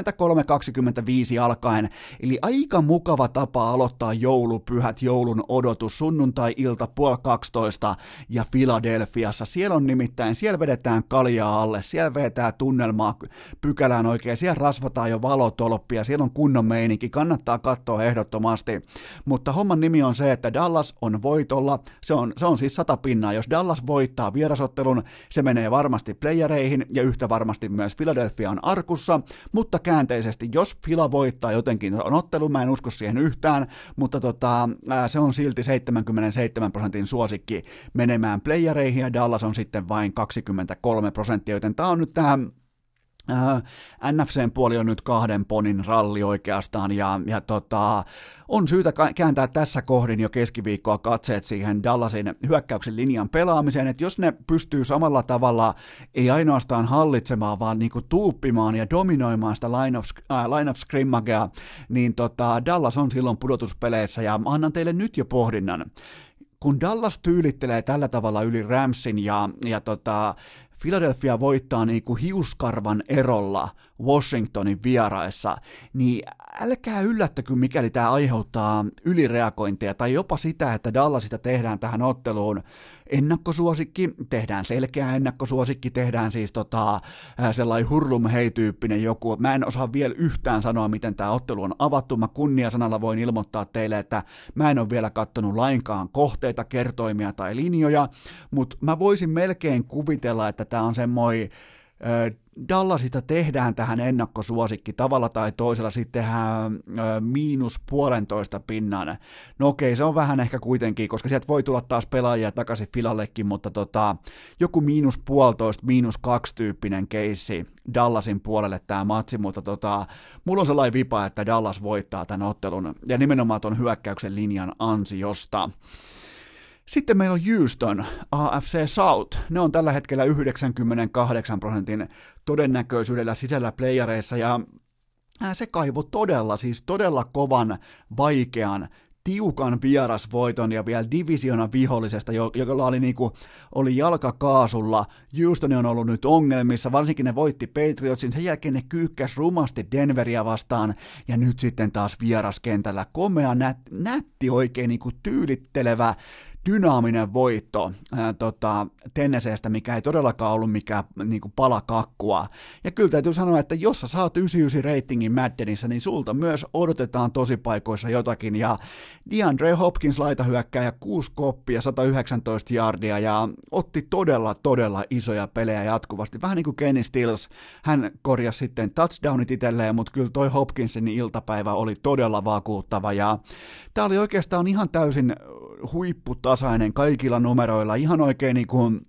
23:25 alkaen, eli aika mukava tapa aloittaa joulupyhät, joulun odotus, sunnuntai-ilta 11:30 ja Philadelphiassa. Siellä on nimittäin, siellä vedetään kaljaa alle, siellä vedetään tunnelmaa pykälään oikein, siellä rasvataan jo valotolppia, siellä on kunnon meininki, kannattaa katsoa ehdottomasti. Mutta homman nimi on se, että Dallas on voitolla, se on siis 100 pinnaa, jos Dallas voittaa vierasottelun, se menee varmasti playereihin ja yhtä varmasti myös Philadelphia on arkussa, mutta käänteisesti, jos Phila voittaa jotenkin on ottelu, mä en usko siihen yhtään, mutta se on silti 77% suosikki menemään playereihin ja Dallas on sitten vain 23%, joten tää on nyt tää NFCn puoli on nyt 2 ponin ralli oikeastaan, ja on syytä kääntää tässä kohdin jo keskiviikkoa katseet siihen Dallasin hyökkäyksen linjan pelaamiseen, että jos ne pystyy samalla tavalla, ei ainoastaan hallitsemaan, vaan niinku tuuppimaan ja dominoimaan sitä line of scrimmagea, niin Dallas on silloin pudotuspeleissä, ja mä annan teille nyt jo pohdinnan. Kun Dallas tyylittelee tällä tavalla yli Ramsin ja Philadelphia voittaa niin kuin hiuskarvan erolla Washingtonin vieraissa, niin älkää yllättäkö, mikäli tämä aiheuttaa ylireagointeja tai jopa sitä, että Dallasista tehdään tähän otteluun ennakkosuosikki, tehdään selkeä ennakkosuosikki, tehdään siis sellainen hurlum hei-tyyppinen joku. Mä en osaa vielä yhtään sanoa, miten tämä ottelu on avattu. Mä kunniasanalla voin ilmoittaa teille, että mä en ole vielä katsonut lainkaan kohteita, kertoimia tai linjoja, mutta mä voisin melkein kuvitella, että tämä on semmoinen Dallasista tehdään tähän ennakkosuosikki tavalla tai toisella, sitten tehdään -1,5 pinnan. No okei, se on vähän ehkä kuitenkin, koska sieltä voi tulla taas pelaajia takaisin Filallekin, mutta joku -1,5, -2 tyyppinen keissi Dallasin puolelle tämä matsi, mutta mulla on sellainen vipa, että Dallas voittaa tämän ottelun ja nimenomaan ton hyökkäyksen linjan ansiosta. Sitten meillä on Houston, AFC South. Ne on tällä hetkellä 98% todennäköisyydellä sisällä playereissa, ja se kaivoi todella kovan, vaikean, tiukan vierasvoiton ja vielä divisiona vihollisesta, jolla oli jalka kaasulla. Houston on ollut nyt ongelmissa, varsinkin ne voitti Patriotsin, sen jälkeen ne kyykkäs rumasti Denveria vastaan, ja nyt sitten taas vieraskentällä komea, nätti oikein tyylittelevä, dynaaminen voitto Tennesseestä, mikä ei todellakaan ollut mikään pala kakkua. Ja kyllä täytyy sanoa, että jos sä saat 99 reitingin Maddenissä, niin sulta myös odotetaan tosipaikoissa jotakin. Ja DeAndre Hopkins laitahyökkääjä 6 koppia, 119 yardia ja otti todella isoja pelejä jatkuvasti. Vähän niin kuin Kenny Stills, hän korjasi sitten touchdownit itselleen, mutta kyllä toi Hopkinsin iltapäivä oli todella vakuuttava. Ja tää oli oikeastaan ihan täysin huipputasainen kaikilla numeroilla, ihan oikein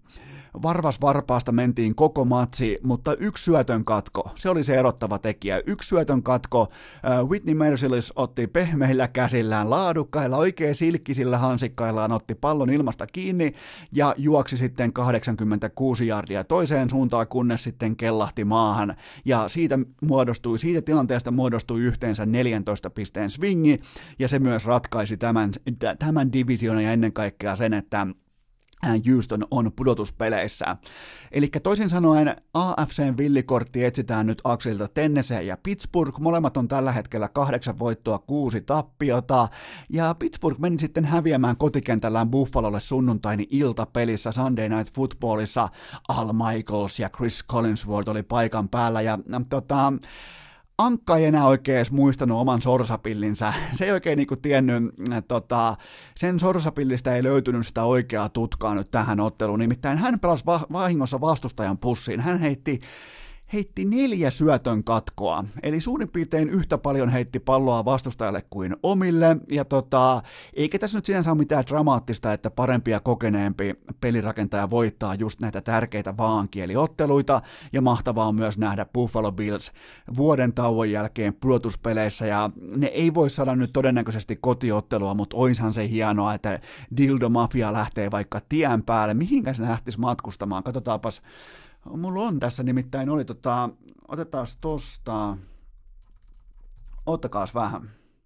varvaasta mentiin koko matsi, mutta yksi syötön katko, se oli se erottava tekijä. Yksi syötön katko, Whitney Merciless otti pehmeillä käsillään, laadukkailla, oikein silkkisillä hansikkaillaan, otti pallon ilmasta kiinni ja juoksi sitten 86 yardia toiseen suuntaan, kunnes sitten kellahti maahan. Ja siitä tilanteesta muodostui yhteensä 14 pisteen swingi, ja se myös ratkaisi tämän divisionan ja ennen kaikkea sen, että Houston on pudotuspeleissä. Eli toisin sanoen AFC:n villikortti etsitään nyt akselilta Tennessee ja Pittsburgh. Molemmat on tällä hetkellä 8 voittoa, 6 tappiota. Ja Pittsburgh meni sitten häviämään kotikentällään Buffalolle sunnuntaini iltapelissä Sunday Night Footballissa. Al Michaels ja Chris Collinsworth oli paikan päällä ja Ankka ei enää oikein edes muistanut oman sorsapillinsä. Se ei oikein niinku tiennyt, sen sorsapillistä ei löytynyt sitä oikeaa tutkaa nyt tähän otteluun. Nimittäin hän pelasi vahingossa vastustajan pussiin. Hän heitti 4 syötön katkoa, eli suurin piirtein yhtä paljon heitti palloa vastustajalle kuin omille, ja eikä tässä nyt sinänsä ole mitään dramaattista, että parempi ja kokeneempi pelirakentaja voittaa just näitä tärkeitä vaankieliotteluita, ja mahtavaa on myös nähdä Buffalo Bills vuoden tauon jälkeen pudotuspeleissä, ja ne ei voi saada nyt todennäköisesti kotiottelua, mutta oishan se hienoa, että Dildo Mafia lähtee vaikka tien päälle, mihinkä se lähtisi matkustamaan, katsotaanpas. Mulla on tässä nimittäin otetaan tosta, ottakaas vähän.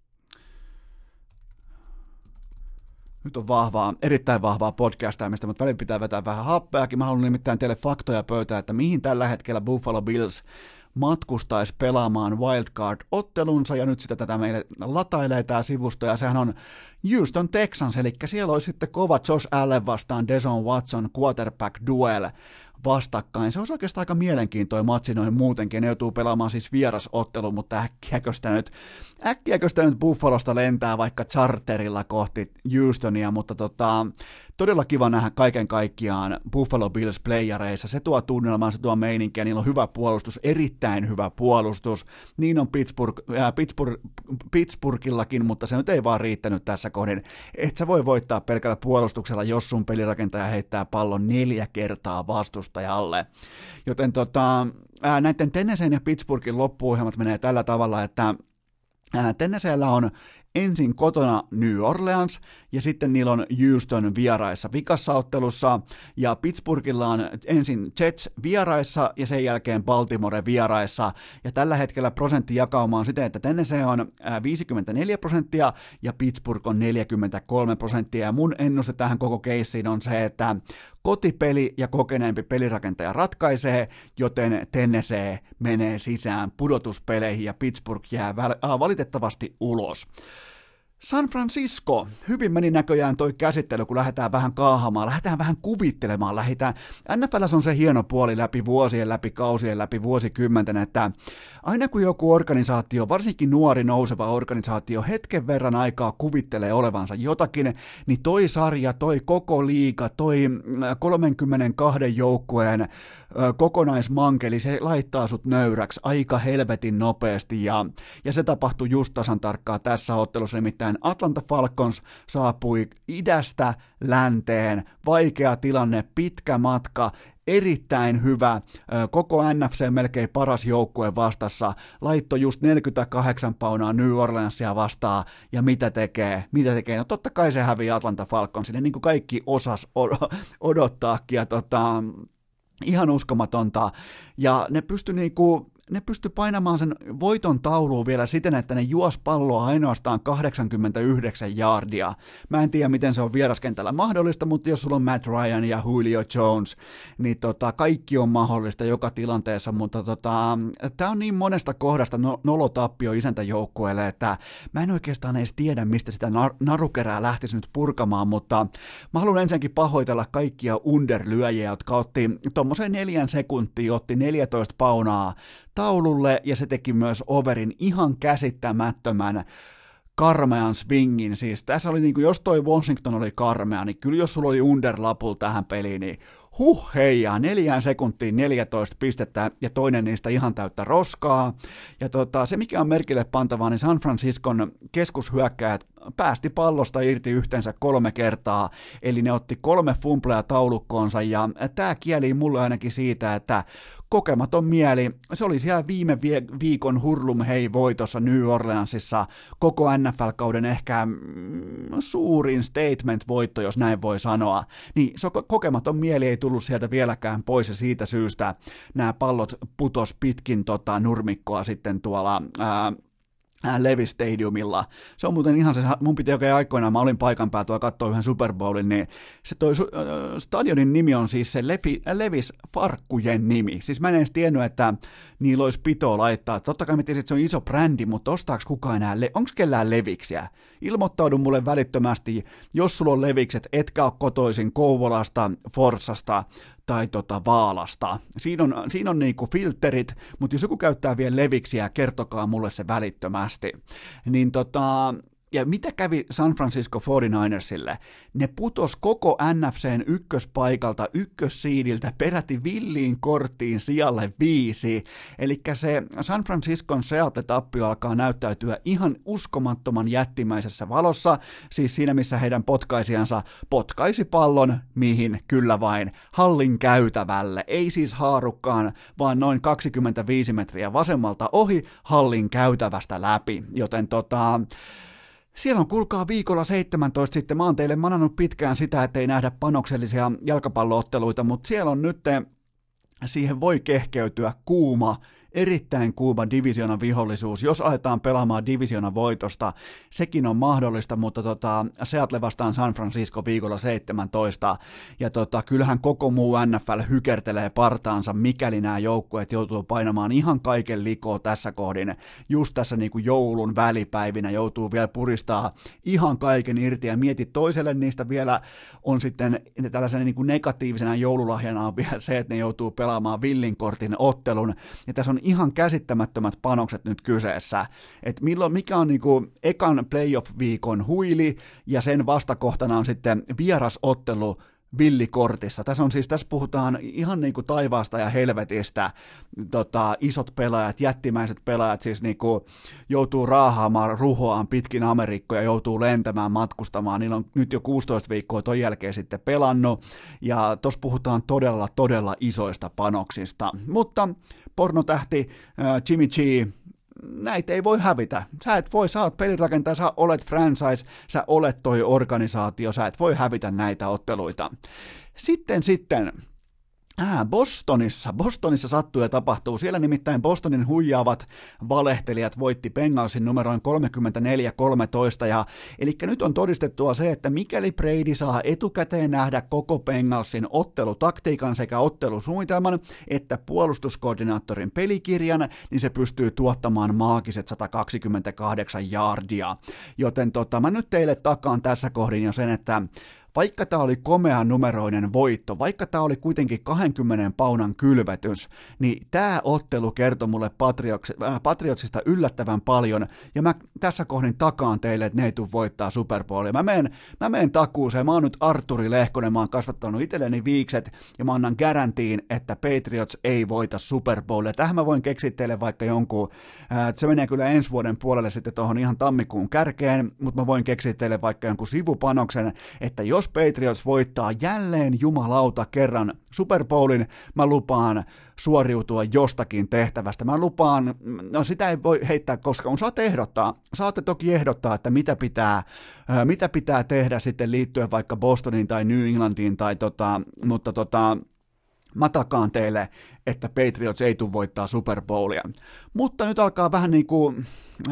Nyt on erittäin vahvaa podcastaamista, mutta välillä pitää vetää vähän happeakin. Mä haluan nimittäin teille faktoja pöytään, että mihin tällä hetkellä Buffalo Bills matkustaisi pelaamaan wildcard-ottelunsa, ja nyt sitä tätä meille latailee tämä sivusto, ja sehän on Houston Texans, eli siellä olisi sitten kova Josh Allen vastaan Deshaun Watson quarterback duel vastakkain. Se olisi oikeastaan aika mielenkiintoinen matsi noin muutenkin, ne joutuu pelaamaan siis vierasottelun, mutta äkkiäkö sitä nyt Buffalosta lentää vaikka charterilla kohti Houstonia, mutta todella kiva nähdä kaiken kaikkiaan Buffalo Bills playareissa, se tuo tunnelmaa, se tuo meininkiä, niillä on hyvä puolustus, erittäin hyvä puolustus, niin on Pittsburghillakin, mutta se nyt ei vaan riittänyt tässä kohdin, et sä voi voittaa pelkällä puolustuksella, jos sun pelirakentaja heittää pallon 4 kertaa vastustajalle, joten näiden Tennesseein ja Pittsburghin loppuohjelmat menee tällä tavalla, että Tennesseellä on ensin kotona New Orleans, ja sitten niillä on Houston vieraissa vikassa ottelussa, ja Pittsburghilla on ensin Jets vieraissa, ja sen jälkeen Baltimore vieraissa, ja tällä hetkellä prosenttijakauma on siten, että Tennessee on 54%, ja Pittsburgh on 43%, ja mun ennuste tähän koko keissiin on se, että kotipeli ja kokeneempi pelirakentaja ratkaisee, joten Tennessee menee sisään pudotuspeleihin, ja Pittsburgh jää valitettavasti ulos. San Francisco, hyvin meni näköjään toi käsittely, kun lähdetään vähän kaahamaan, lähdetään vähän kuvittelemaan, NFL:ssä on se hieno puoli läpi vuosien, läpi kausien, läpi vuosikymmenten, että aina kun joku organisaatio, varsinkin nuori nouseva organisaatio, hetken verran aikaa kuvittelee olevansa jotakin, niin toi sarja, toi koko liiga, toi 32 joukkueen kokonaismankeli, se laittaa sut nöyräksi aika helvetin nopeasti, ja se tapahtui just tasan tarkkaan tässä ottelussa, nimittäin Atlanta Falcons saapui idästä länteen, vaikea tilanne, pitkä matka, erittäin hyvä, koko NFC melkein paras joukkue vastassa, laittoi just 48 paunaa New Orleansia vastaan, ja mitä tekee? No totta kai se hävii Atlanta Falconsille, niin kuin kaikki osas odottaakin, ja ihan uskomatonta, ja ne pysty painamaan sen voiton tauluun vielä siten, että ne juos palloa ainoastaan 89 yardia. Mä en tiedä, miten se on vieraskentällä mahdollista, mutta jos sulla on Matt Ryan ja Julio Jones, niin kaikki on mahdollista joka tilanteessa, mutta tää on niin monesta kohdasta nolotappio isäntäjoukkueelle, että mä en oikeastaan edes tiedä, mistä sitä narukerää lähtisi nyt purkamaan, mutta mä haluan ensinnäkin pahoitella kaikkia underlyöjiä, jotka otti tommoseen 4 sekuntiin, otti 14 paunaa taululle, ja se teki myös overin ihan käsittämättömän karmean swingin, siis tässä oli niinku, jos toi Washington oli karmea, niin kyllä jos sulla oli underlapulla tähän peliin, niin heijaa, 4 sekuntiin 14 pistettä, ja toinen niistä ihan täyttä roskaa, ja se mikä on merkille pantavaa, niin San Franciscon keskushyökkäjät päästi pallosta irti yhteensä 3 kertaa, eli ne otti 3 fumblea taulukkoonsa, ja tämä kieli mulle ainakin siitä, että kokematon mieli, se oli siellä viime viikon Hurlum hei voitossa New Orleansissa koko NFL-kauden ehkä suurin statement-voitto, jos näin voi sanoa, niin se kokematon mieli ei tullut sieltä vieläkään pois, ja siitä syystä nämä pallot putos pitkin nurmikkoa sitten tuolla Levi Stadiumilla. Se on muuten ihan se, mun piti oikein aikoinaan, mä olin paikan päällä tuolla katsoa yhden Super Bowlin, niin se toi stadionin nimi on siis se Levis Farkkujen nimi. Siis mä en edes tiennyt, että niillä olisi pitoa laittaa. Totta kai mä tiesin, että se on iso brändi, mutta ostaako kukaan enää, onko kellään Leviksiä? Ilmoittaudu mulle välittömästi, jos sulla on Levikset, etkä ole kotoisin Kouvolasta, Forssasta tai Vaalasta. Siinä on niinku filterit, mutta jos joku käyttää vielä Leviksiä, kertokaa mulle se välittömästi. Niin ja mitä kävi San Francisco 49ersille? Ne putos koko NFCn ykköspaikalta, ykkössiidiltä peräti villiin korttiin sijalle 5. Eli se San Franciscon Seattle-tappio alkaa näyttäytyä ihan uskomattoman jättimäisessä valossa, siis siinä missä heidän potkaisijansa potkaisi pallon, mihin kyllä vain, hallin käytävälle. Ei siis haarukkaan, vaan noin 25 metriä vasemmalta ohi hallin käytävästä läpi, joten siellä on kuulkaa viikolla 17 sitten, mä oon teille manannut pitkään sitä, että ei nähdä panoksellisia jalkapallootteluita, mutta siellä on nyt, siihen voi kehkeytyä erittäin kuuma divisioonan vihollisuus, jos aletaan pelaamaan divisioonan voitosta, sekin on mahdollista, mutta Seattle vastaan San Francisco viikolla 17, ja kyllähän koko muu NFL hykertelee partaansa, mikäli nämä joukkueet joutuu painamaan ihan kaiken likoa tässä kohdin, just tässä niin kuin joulun välipäivinä joutuu vielä puristaa ihan kaiken irti, ja mieti toiselle niistä vielä on sitten tällaisena niin kuin negatiivisena joululahjana on vielä se, että ne joutuu pelaamaan villinkortin ottelun, ja tässä on ihan käsittämättömät panokset nyt kyseessä, että mikä on niinku ekan playoff-viikon huili, ja sen vastakohtana on sitten vierasottelu villikortissa. Tässä puhutaan ihan niinku taivaasta ja helvetistä, isot pelaajat, jättimäiset pelaajat, siis niinku joutuu raahaamaan ruhoaan pitkin Amerikkoja, joutuu lentämään, matkustamaan, niillä on nyt jo 16 viikkoa ton jälkeen sitten pelannut, ja tuossa puhutaan todella, todella isoista panoksista, mutta pornotähti Jimmy G, näitä ei voi hävitä. Sä oot pelirakentaja, sä olet franchise, sä olet toi organisaatio, sä et voi hävitä näitä otteluita. Sitten Bostonissa sattuu ja tapahtuu. Siellä nimittäin Bostonin huijaavat valehtelijat voitti Bengalsin numeroin 34-13, ja eli nyt on todistettua se, että mikäli Brady saa etukäteen nähdä koko Bengalsin ottelutaktiikan sekä ottelusuunnitelman että puolustuskoordinaattorin pelikirjan, niin se pystyy tuottamaan maagiset 128 yardia. Joten mä nyt teille takaan tässä kohdin jo sen, että vaikka tämä oli komea numeroinen voitto, vaikka tämä oli kuitenkin 20 paunan kylvetys, niin tämä ottelu kertoi mulle Patriotsista yllättävän paljon, ja mä tässä kohdin takaan teille, että ne ei tule voittaa Super Bowlia. Mä menen takuuseen, mä oon nyt Arturi Lehkonen, mä oon kasvattanut itselleni viikset, ja mä annan garantiin, että Patriots ei voita Super Bowlia. Tähän mä voin keksiä teille vaikka jonkun, se menee kyllä ensi vuoden puolelle sitten tuohon ihan tammikuun kärkeen, mutta mä voin keksiä teille vaikka jonkun sivupanoksen, että jos Patriots voittaa jälleen jumalauta kerran Super Bowlin, mä lupaan suoriutua jostakin tehtävästä. Mä lupaan, no sitä ei voi heittää koskaan, saatte toki ehdottaa, että mitä pitää tehdä sitten liittyen vaikka Bostoniin tai New Englandiin, mutta mä takaan teille, että Patriots ei tule voittaa Super Bowlia. Mutta nyt alkaa vähän niin kuin,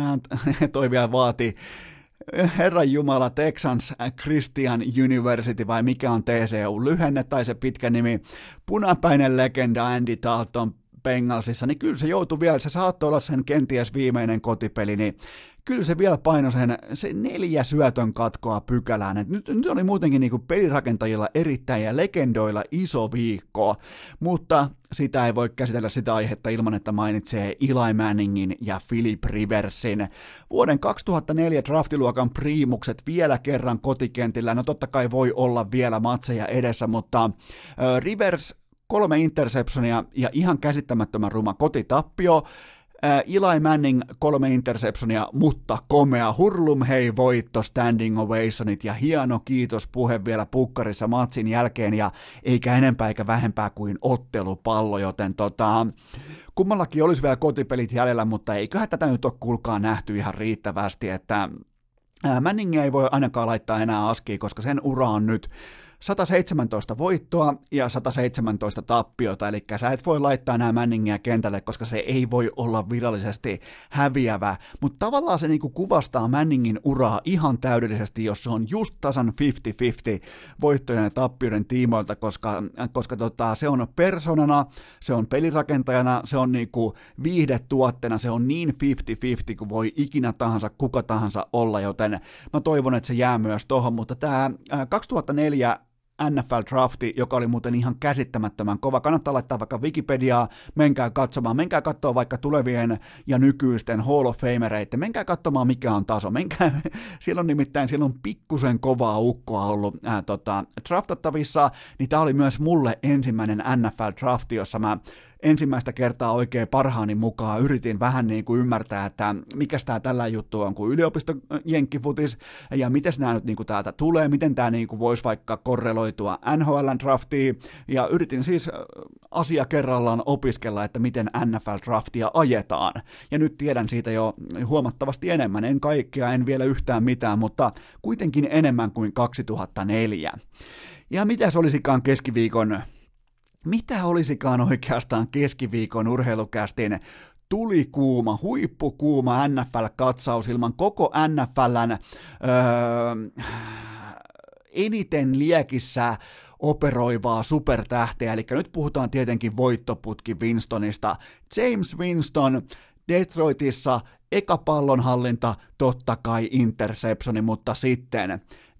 toi vielä vaatii, Herran Jumala, Texans Christian University, vai mikä on TCU-lyhenne tai se pitkä nimi, punapäinen legenda Andy Dalton Bengalsissa, niin kyllä se joutui vielä, se saattoi olla sen kenties viimeinen kotipeli, niin kyllä se vielä painoi se 4 syötön katkoa pykälään. Nyt oli muutenkin niin kuin pelirakentajilla erittäin ja legendoilla iso viikko, mutta sitä ei voi käsitellä sitä aihetta ilman, että mainitsee Eli Manningin ja Philip Riversin. Vuoden 2004 draftiluokan priimukset vielä kerran kotikentillä, no totta kai voi olla vielä matseja edessä, mutta Rivers 3 interceptionia ja ihan käsittämättömän ruma kotitappio. Eli Manning 3 interceptionia, mutta komea hurlum hei voitto, standing ovationit ja hieno kiitospuhe vielä pukkarissa matsin jälkeen ja eikä enempää eikä vähempää kuin ottelupallo, joten kummallakin olisi vielä kotipelit jäljellä, mutta eiköhän tätä nyt ole kuulkaa nähty ihan riittävästi, että Manningia ei voi ainakaan laittaa enää askiin, koska sen ura on nyt 117 voittoa ja 117 tappiota, eli sä et voi laittaa nämä Manningia kentälle, koska se ei voi olla virallisesti häviävä, mutta tavallaan se niinku kuvastaa Manningin uraa ihan täydellisesti, jos se on just tasan 50-50 voittojen ja tappioiden tiimoilta, koska se on persoonana, se on pelirakentajana, se on niinku viihdetuotteena, se on niin 50-50 kuin voi ikinä tahansa, kuka tahansa olla, joten mä toivon, että se jää myös tohon, mutta tämä 2004 NFL-drafti, joka oli muuten ihan käsittämättömän kova. Kannattaa laittaa vaikka Wikipediaa, menkää katsomaan, menkää katsomaan vaikka tulevien ja nykyisten Hall of Famereiden, menkää katsomaan mikä on taso, siellä on pikkusen kovaa ukkoa ollut draftattavissa, niin tämä oli myös mulle ensimmäinen NFL-drafti, jossa mä ensimmäistä kertaa oikein parhaani mukaan yritin vähän niin kuin ymmärtää, että mikäs tää tällä juttu on kuin yliopistojenkkifutis ja miten nämä nyt niin kuin täältä tulee, miten tämä niin kuin voisi vaikka korreloitua NHL:n draftiin ja yritin siis asia kerrallaan opiskella, että miten NFL-draftia ajetaan ja nyt tiedän siitä jo huomattavasti enemmän, en kaikkea, en vielä yhtään mitään, mutta kuitenkin enemmän kuin 2004. Ja mitä olisikaan oikeastaan keskiviikon urheilukästin tulikuuma, huippukuuma NFL-katsaus ilman koko NFLn eniten liekissä operoivaa supertähteä, eli nyt puhutaan tietenkin voittoputki Winstonista. James Winston Detroitissa, eka pallonhallinta, totta kai interceptioni, mutta sitten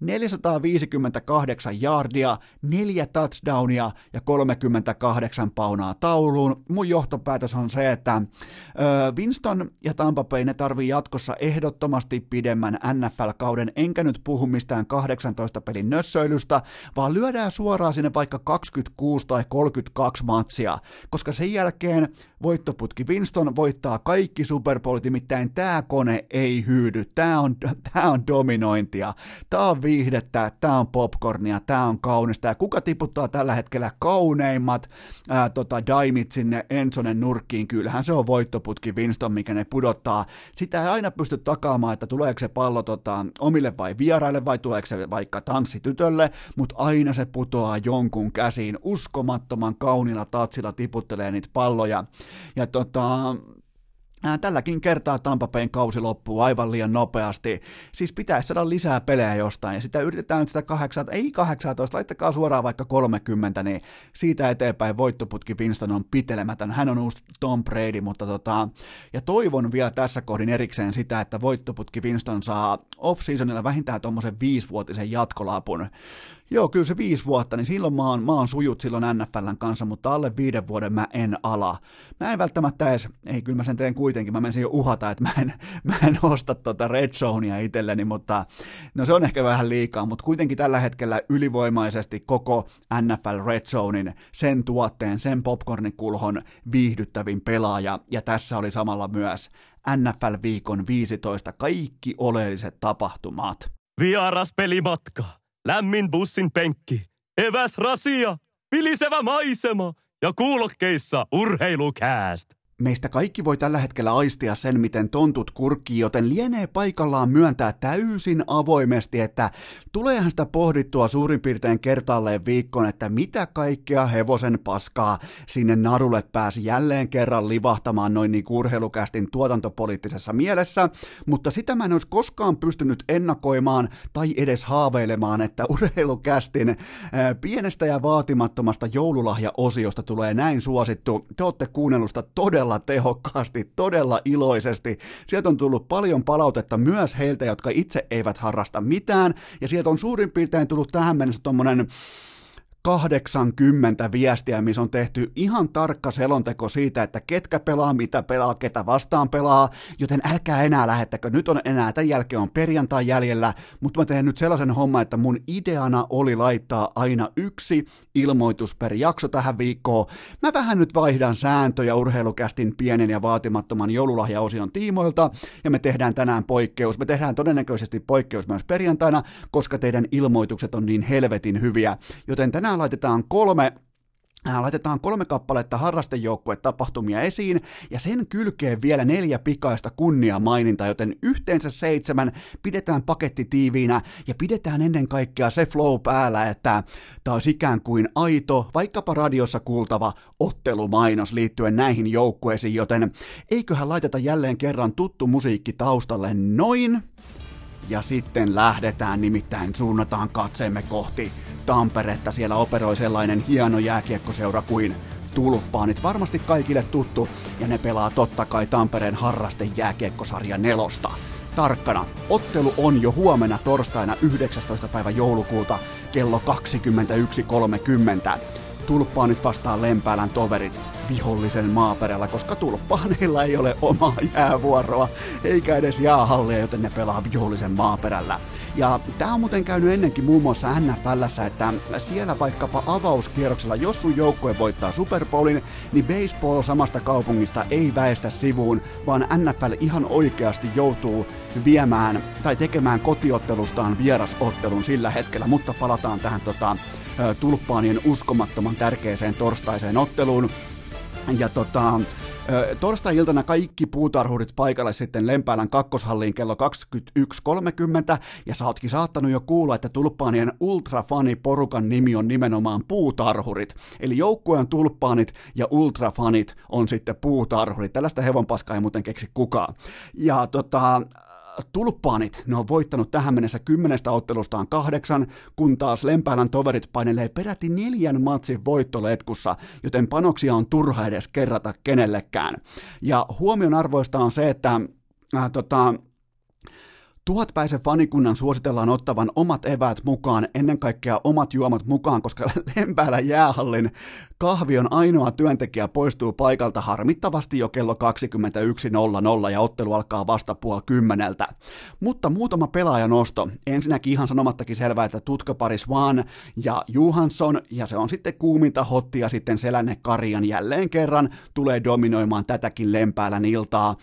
458 yardia, 4 touchdownia ja 38 paunaa tauluun. Mun johtopäätös on se, että Winston ja Tampa Bay ne tarvii jatkossa ehdottomasti pidemmän NFL-kauden, enkä nyt puhu mistään 18 pelin nössöilystä, vaan lyödään suoraan sinne vaikka 26 tai 32 matsia, koska sen jälkeen voittoputki Winston voittaa kaikki Super Bowlit, nimittäin tää kone ei hyydy, tää on dominointia, tää on viihdettä, tää on popcornia, tää on kaunista, ja kuka tiputtaa tällä hetkellä kauneimmat daimit sinne Enzonen nurkkiin, kyllähän se on voittoputki Winston, mikä ne pudottaa, sitä ei aina pysty takaamaan, että tuleeko se pallo omille vai vieraille, vai tuleeko se vaikka tanssitytölle, mutta aina se putoaa jonkun käsiin, uskomattoman kauniilla tatsilla tiputtelee niitä palloja, ja tälläkin kertaa Tampa Bayn kausi loppuu aivan liian nopeasti. Siis pitäisi saada lisää pelejä jostain, ja sitä yritetään nyt sitä 18, laittakaa suoraan vaikka 30, niin siitä eteenpäin voittoputki Winston on pitelemätön. Hän on uusi Tom Brady, mutta ja toivon vielä tässä kohdin erikseen sitä, että voittoputki Winston saa off-seasonilla vähintään tuommoisen 5-vuotisen jatkolapun. Joo, kyllä se 5 vuotta, niin silloin mä oon sujut silloin NFLn kanssa, mutta alle 5 vuoden mä en ala. Mä en välttämättä edes, kyllä mä sen teen kuitenkin, mä menisin jo uhata, että mä en osta Red Zonea itselleni, mutta no se on ehkä vähän liikaa, mutta kuitenkin tällä hetkellä ylivoimaisesti koko NFL Red Zonein, sen tuotteen, sen popcornikulhon viihdyttävin pelaaja, ja tässä oli samalla myös NFL-viikon 15 kaikki oleelliset tapahtumat. Vieras pelimatka. Lämmin bussin penkki, eväs rasia, vilisevä maisema ja kuulokkeissa urheilukääst. Meistä kaikki voi tällä hetkellä aistia sen, miten tontut kurkkii, joten lienee paikallaan myöntää täysin avoimesti, että tuleehan sitä pohdittua suurin piirtein kertaalleen viikkoon, että mitä kaikkea hevosen paskaa sinne narulle pääsi jälleen kerran livahtamaan noin niin urheilukästin tuotantopoliittisessa mielessä, mutta sitä mä en olisi koskaan pystynyt ennakoimaan tai edes haaveilemaan, että urheilukästin pienestä ja vaatimattomasta joululahja-osiosta tulee näin suosittu. Te olette kuunnellut sitä todella tehokkaasti, todella iloisesti. Sieltä on tullut paljon palautetta myös heiltä, jotka itse eivät harrasta mitään, ja sieltä on suurin piirtein tullut tähän mennessä tommonen 80 viestiä, missä on tehty ihan tarkka selonteko siitä, että ketkä pelaa, mitä pelaa, ketä vastaan pelaa, joten älkää enää lähettäkö. Nyt on enää, tämän jälkeen on perjantai jäljellä, mutta mä teen nyt sellaisen homman, että mun ideana oli laittaa aina yksi ilmoitus per jakso tähän viikkoon. Mä vähän nyt vaihdan sääntöjä Urheilukästin pienen ja vaatimattoman joululahjaosion tiimoilta, ja me tehdään tänään poikkeus. Me tehdään todennäköisesti poikkeus myös perjantaina, koska teidän ilmoitukset on niin helvetin hyviä, joten tänään laitetaan kolme kappaletta harrastejoukkuetapahtumia esiin, ja sen kylkeen vielä 4 pikaista kunniamainintaa, joten yhteensä 7, pidetään paketti tiiviinä, ja pidetään ennen kaikkea se flow päällä, että tämä olisi ikään kuin aito, vaikkapa radiossa kuultava ottelumainos liittyen näihin joukkueisiin, joten eiköhän laiteta jälleen kerran tuttu musiikki taustalle noin, ja sitten lähdetään, nimittäin suunnataan katseemme kohti Tamperetta. Siellä operoi sellainen hieno jääkiekkoseura kuin Tulppaanit, varmasti kaikille tuttu, ja ne pelaa totta kai Tampereen harrastejääkiekkosarja 4. Tarkkana, ottelu on jo huomenna torstaina 19. päivä joulukuuta kello 21.30. Tulppaanit vastaan Lempäälän toverit vihollisen maaperällä, koska Tulppaaneilla ei ole omaa jäävuoroa, eikä edes jäähallia, joten ne pelaa vihollisen maaperällä. Ja tää on muuten käynyt ennenkin muun muassa NFL:ssä, että siellä vaikkapa avauskierroksella, jos sun joukkue voittaa Super Bowlin, niin baseball samasta kaupungista ei väistä sivuun, vaan NFL ihan oikeasti joutuu viemään tai tekemään kotiottelustaan vierasottelun sillä hetkellä, mutta palataan tähän Tulppaanien uskomattoman tärkeäseen torstaiseen otteluun. Ja torstai-iltana kaikki puutarhurit paikalle sitten Lempäälän kakkoshalliin kello 21.30, ja sä ootkin saattanut jo kuulla, että Tulppaanien ultrafaniporukan nimi on nimenomaan puutarhurit. Eli joukkue on Tulppaanit ja ultrafanit on sitten puutarhurit. Tällaista hevonpaskaa ei muuten keksi kukaan. Ja Tulppaanit, ne on voittanut tähän mennessä 10 ottelustaan 8, kun taas Lempäälän toverit painelee peräti 4 matsin voittoletkussa, joten panoksia on turha edes kerrata kenellekään. Ja huomionarvoista on se, että 1000-päisen fanikunnan suositellaan ottavan omat eväät mukaan, ennen kaikkea omat juomat mukaan, koska Lempäälän jäähallin kahvion ainoa työntekijä poistuu paikalta harmittavasti jo kello 21.00 ja ottelu alkaa vasta 9:30. Mutta muutama pelaajanosto. Ensinnäkin ihan sanomattakin selvää, että tutkapari Swan ja Johansson, ja se on sitten kuuminta hottia sitten Selänne Karian jälleen kerran, tulee dominoimaan tätäkin Lempäälän iltaa.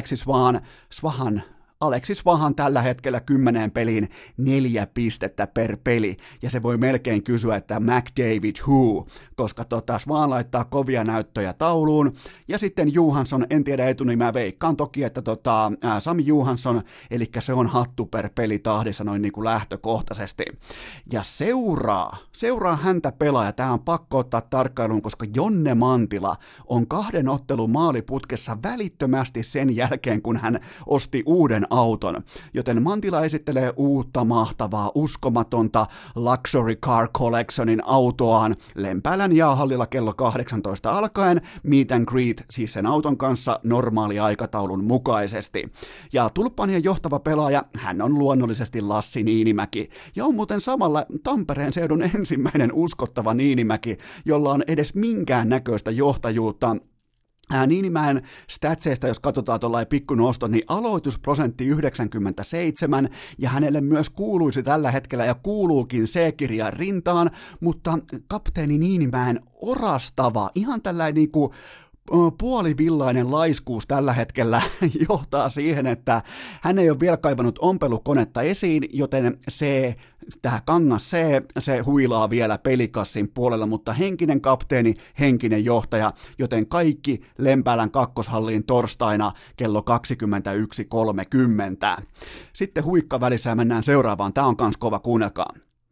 Alexis Vahan tällä hetkellä 10 peliin 4 pistettä per peli, ja se voi melkein kysyä, että McDavid who, koska Swan laittaa kovia näyttöjä tauluun, ja sitten Johansson, en tiedä etunimeä, veikkaan toki, että Sami Johansson, eli se on hattu per peli tahdissa noin niin kuin lähtökohtaisesti, ja seuraa häntä pelaaja, tämä on pakko ottaa tarkkailuun, koska Jonne Mantila on 2 ottelun maaliputkessa välittömästi sen jälkeen, kun hän osti uuden auton, joten Mantila esittelee uutta mahtavaa uskomatonta Luxury Car Collectionin autoaan Lempäälän jäähallilla kello 18 alkaen, meet and greet siis sen auton kanssa normaali aikataulun mukaisesti. Ja Tulppaanien johtava pelaaja, hän on luonnollisesti Lassi Niinimäki, ja on muuten samalla Tampereen seudun ensimmäinen uskottava Niinimäki, jolla on edes minkään näköistä johtajuutta. Niinimäen statseista, jos katsotaan tuollainen pikkunosto, niin aloitusprosentti 97, ja hänelle myös kuuluisi tällä hetkellä, ja kuuluukin C-kirjan rintaan, mutta kapteeni Niinimäen orastava, ihan tällainen niinku puolivillainen laiskuus tällä hetkellä johtaa siihen, että hän ei ole vielä kaivannut ompelukonetta esiin, joten tämä kangas se huilaa vielä pelikassin puolella, mutta henkinen kapteeni, henkinen johtaja, joten kaikki Lempäälän kakkoshalliin torstaina kello 21.30. Sitten huikkavälissä mennään seuraavaan, tämä on kans kova, kuunnelkaa.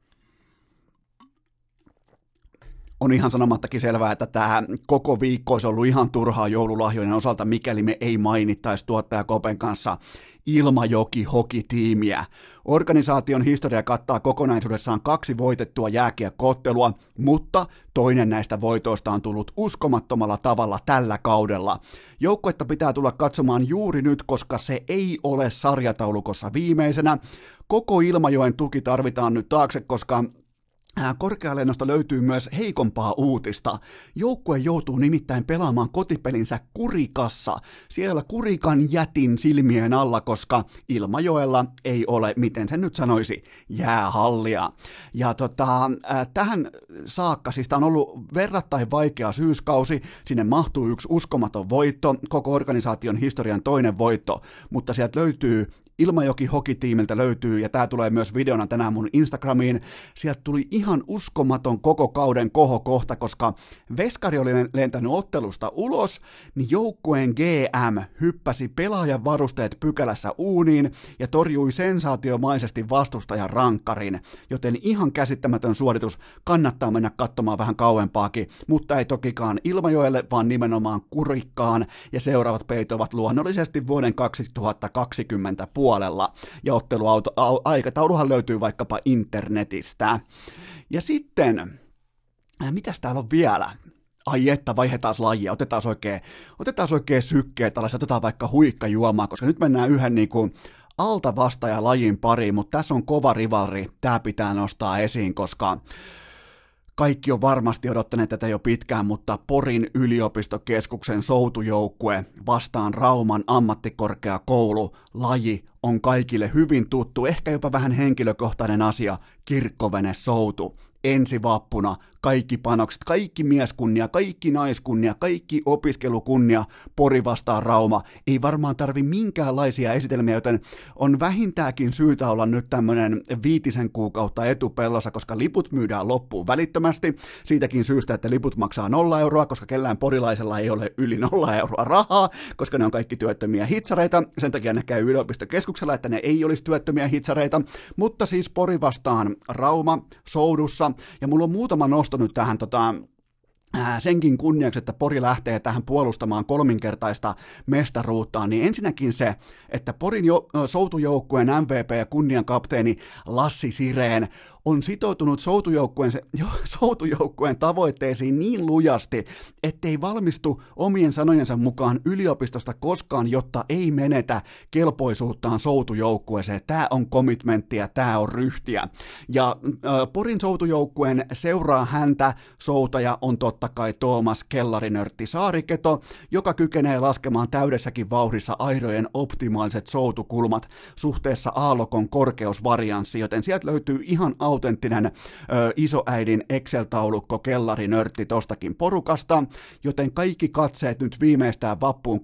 On ihan sanomattakin selvää, että tämä koko viikko olisi ollut ihan turhaa joululahjojen osalta, mikäli me ei mainittaisi tuottaja Kopen kanssa Ilmajoki-hokitiimiä. Organisaation historia kattaa kokonaisuudessaan 2 voitettua jääkiekko-ottelua, mutta toinen näistä voitoista on tullut uskomattomalla tavalla tällä kaudella. Joukkuetta pitää tulla katsomaan juuri nyt, koska se ei ole sarjataulukossa viimeisenä. Koko Ilmajoen tuki tarvitaan nyt taakse, koska Korkealennosta löytyy myös heikompaa uutista. Joukkue joutuu nimittäin pelaamaan kotipelinsä Kurikassa. Siellä Kurikan jätin silmien alla, koska Ilmajoella ei ole, miten sen nyt sanoisi, jäähallia. Ja tähän saakka, siis tämä on ollut verrattain vaikea syyskausi, sinne mahtuu yksi uskomaton voitto, koko organisaation historian toinen voitto, mutta sieltä löytyy Ilmajoki Hockey-tiimiltä löytyy, ja tämä tulee myös videona tänään mun Instagramiin, sieltä tuli ihan uskomaton koko kauden kohokohta, koska veskari oli lentänyt ottelusta ulos, niin joukkueen GM hyppäsi pelaajan varusteet pykälässä uuniin ja torjui sensaatiomaisesti vastustajan rankkarin, joten ihan käsittämätön suoritus, kannattaa mennä katsomaan vähän kauempaakin, mutta ei tokikaan Ilmajoelle, vaan nimenomaan Kurikkaan, ja seuraavat pelit ovat luonnollisesti vuoden 2020 puolella, ja otteluaikatauluhan löytyy vaikkapa internetistä. Ja sitten, mitäs täällä on vielä? Ai että, vaihdetaan lajia, otetaan oikein sykkeet alas, otetaan vaikka huikkajuomaa, koska nyt mennään yhden niinku alta vastaaja lajin pariin, mutta tässä on kova rivalri, tämä pitää nostaa esiin, koska kaikki on varmasti odottaneet tätä jo pitkään, mutta Porin yliopistokeskuksen soutujoukkue vastaan Rauman ammattikorkeakoulu laji on kaikille hyvin tuttu, ehkä jopa vähän henkilökohtainen asia, kirkkovene-soutu. Ensi vappuna kaikki panokset, kaikki mieskunnia, kaikki naiskunnia, kaikki opiskelukunnia, Pori vastaan Rauma. Ei varmaan tarvi minkäänlaisia esitelmiä, joten on vähintäänkin syytä olla nyt tämmöinen 5 kuukautta etupellossa, koska liput myydään loppuun välittömästi. Siitäkin syystä, että liput maksaa 0 euroa, koska kellään porilaisella ei ole yli 0 euroa rahaa, koska ne on kaikki työttömiä hitsareita. Sen takia ne käy yliopistokeskuksella, että ne ei olisi työttömiä hitsareita. Mutta siis Pori vastaan Rauma soudussa. Ja mulla on muutama nosto nyt tähän senkin kunniaksi, että Pori lähtee tähän puolustamaan kolminkertaista mestaruuttaan, niin ensinnäkin se, että Porin soutujoukkueen MVP ja kunniankapteeni Lassi Sireen on sitoutunut soutujoukkueen tavoitteisiin niin lujasti, ettei valmistu omien sanojensa mukaan yliopistosta koskaan, jotta ei menetä kelpoisuuttaan soutujoukkueeseen. Tämä on commitmenttia, tämä on ryhtiä. Ja Porin soutujoukkueen seuraa häntä soutaja on totta kai Tuomas Kellarinörtti Saariketo, joka kykenee laskemaan täydessäkin vauhdissa airojen optimaaliset soutukulmat suhteessa aallokon korkeusvarianssi, joten sieltä löytyy ihan autenttinen isoäidin Excel-taulukko Kellarinörtti tostakin porukasta, joten kaikki katseet nyt viimeistään vappuun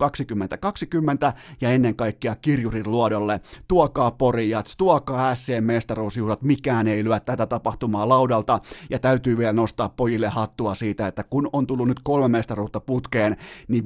2020 ja ennen kaikkea Kirjurin luodolle. Tuokaa Porijats, tuokaa SC-mestaruusjuhlat, mikään ei lyö tätä tapahtumaa laudalta, ja täytyy vielä nostaa pojille hattua siitä, että kun on tullut nyt 3 mestaruutta putkeen, niin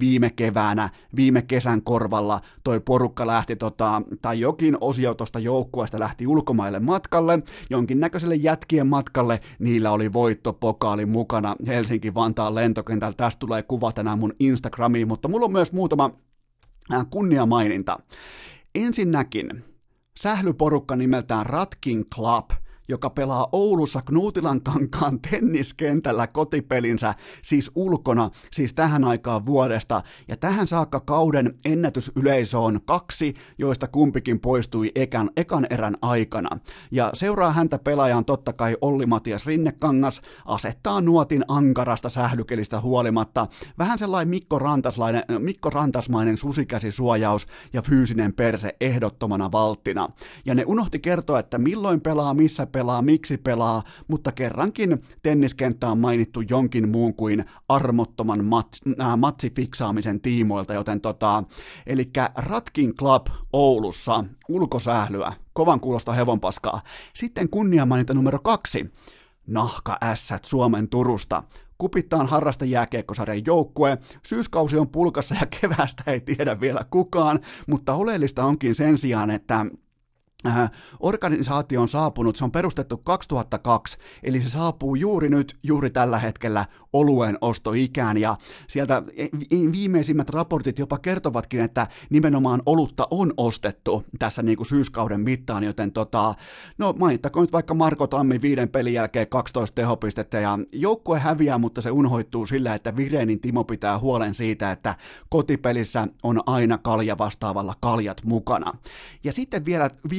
viime kesän korvalla toi porukka lähti, tai jokin osio tuosta joukkueesta lähti ulkomaille matkalle, jonkinnäköiselle jätkien matkalle, niillä oli voittopokaali mukana Helsinki-Vantaan lentokentältä, tästä tulee kuva tänään mun Instagramiin, mutta mulla on myös muutama kunniamaininta. Ensinnäkin sählyporukka nimeltään Ratkin Club, joka pelaa Oulussa Knuutilankankaan tenniskentällä kotipelinsä, siis ulkona, siis tähän aikaan vuodesta, ja tähän saakka kauden ennätysyleisö on 2, joista kumpikin poistui ekan erän aikana. Ja seuraa häntä pelaajan totta kai Olli-Matias Rinnekangas, asettaa nuotin ankarasta sählykelistä huolimatta, vähän sellainen Mikko Rantasmainen susikäsisuojaus ja fyysinen perse ehdottomana valttina. Ja ne unohti kertoa, että milloin pelaa, missä pelaa, miksi pelaa, mutta kerrankin tenniskenttä on mainittu jonkin muun kuin armottoman matsifiksaamisen tiimoilta, joten elikkä Ratkin Club Oulussa, ulkosählyä, kovan kuulosta hevonpaskaa. Sitten kunniamaininta numero 2, Nahka Ässät Suomen Turusta. Kupittaan harrastajääkiekkosarjan joukkue, syyskausi on pulkassa ja keväästä ei tiedä vielä kukaan, mutta oleellista onkin sen sijaan, että organisaatio on saapunut, se on perustettu 2002, eli se saapuu juuri nyt, juuri tällä hetkellä oluen ostoikään, ja sieltä viimeisimmät raportit jopa kertovatkin, että nimenomaan olutta on ostettu tässä niin kuin syyskauden mittaan, joten no mainittakoon nyt vaikka Marko Tammi 5 pelin jälkeen 12 tehopistettä, ja joukkue häviää, mutta se unhoittuu sillä, että Virenin Timo pitää huolen siitä, että kotipelissä on aina kalja vastaavalla kaljat mukana. Ja sitten vielä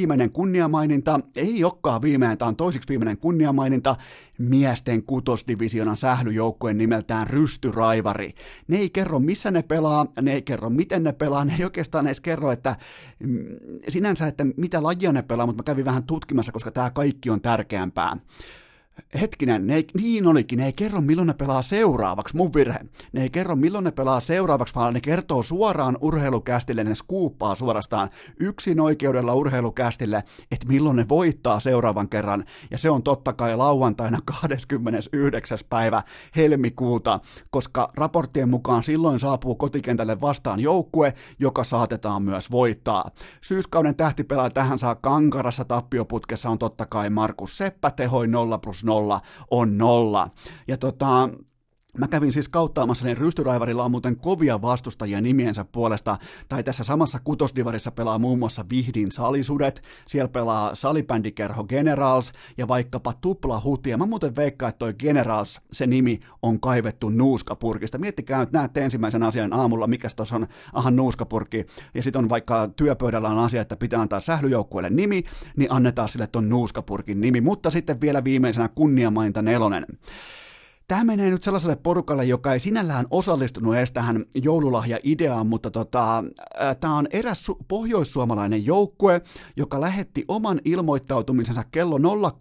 viimeinen kunniamaininta, ei olekaan viimeinen, tämä on toisiksi viimeinen kunniamaininta, miesten kutosdivisionan sählyjoukkueen nimeltään Rystyraivari. Ne ei kerro, missä ne pelaa, ne ei kerro, miten ne pelaa, ne ei oikeastaan edes kerro, että sinänsä, että mitä lajia ne pelaa, mutta mä kävin vähän tutkimassa, koska tämä kaikki on tärkeämpää. Hetkinen, ne ei kerro milloin ne pelaa seuraavaksi, mun virhe. Ne ei kerro milloin ne pelaa seuraavaksi, vaan ne kertoo suoraan urheilukästille, ne skuuppaa suorastaan yksin oikeudella urheilukästille, että milloin ne voittaa seuraavan kerran. Ja se on totta kai lauantaina 29. päivä helmikuuta, koska raporttien mukaan silloin saapuu kotikentälle vastaan joukkue, joka saatetaan myös voittaa. Syyskauden tähtipelaaja tähän saa kankarassa tappioputkessa on totta kai Markus Seppä, tehoi 0+0 on 0. Ja mä kävin siis kauttaamassa, niin Rystyraivarilla on muuten kovia vastustajia nimiensä puolesta, tai tässä samassa kutosdivarissa pelaa muun muassa Vihdin Salisudet, siellä pelaa salibändikerho Generals, ja vaikkapa Tupla Huti, ja mä muuten veikkaan, että toi Generals, se nimi on kaivettu nuuskapurkista. Miettikää nyt, näette ensimmäisen asian aamulla, mikäs tuossa on, nuuskapurkki, ja sitten on vaikka työpöydällä on asia, että pitää antaa sählyjoukkueelle nimi, niin annetaan sille ton nuuskapurkin nimi, mutta sitten vielä viimeisenä kunniamaininta 4. Tämä menee nyt sellaiselle porukalle, joka ei sinällään osallistunut edes tähän joululahja-ideaan, mutta tämä on eräs pohjoissuomalainen joukkue, joka lähetti oman ilmoittautumisensa kello 06.55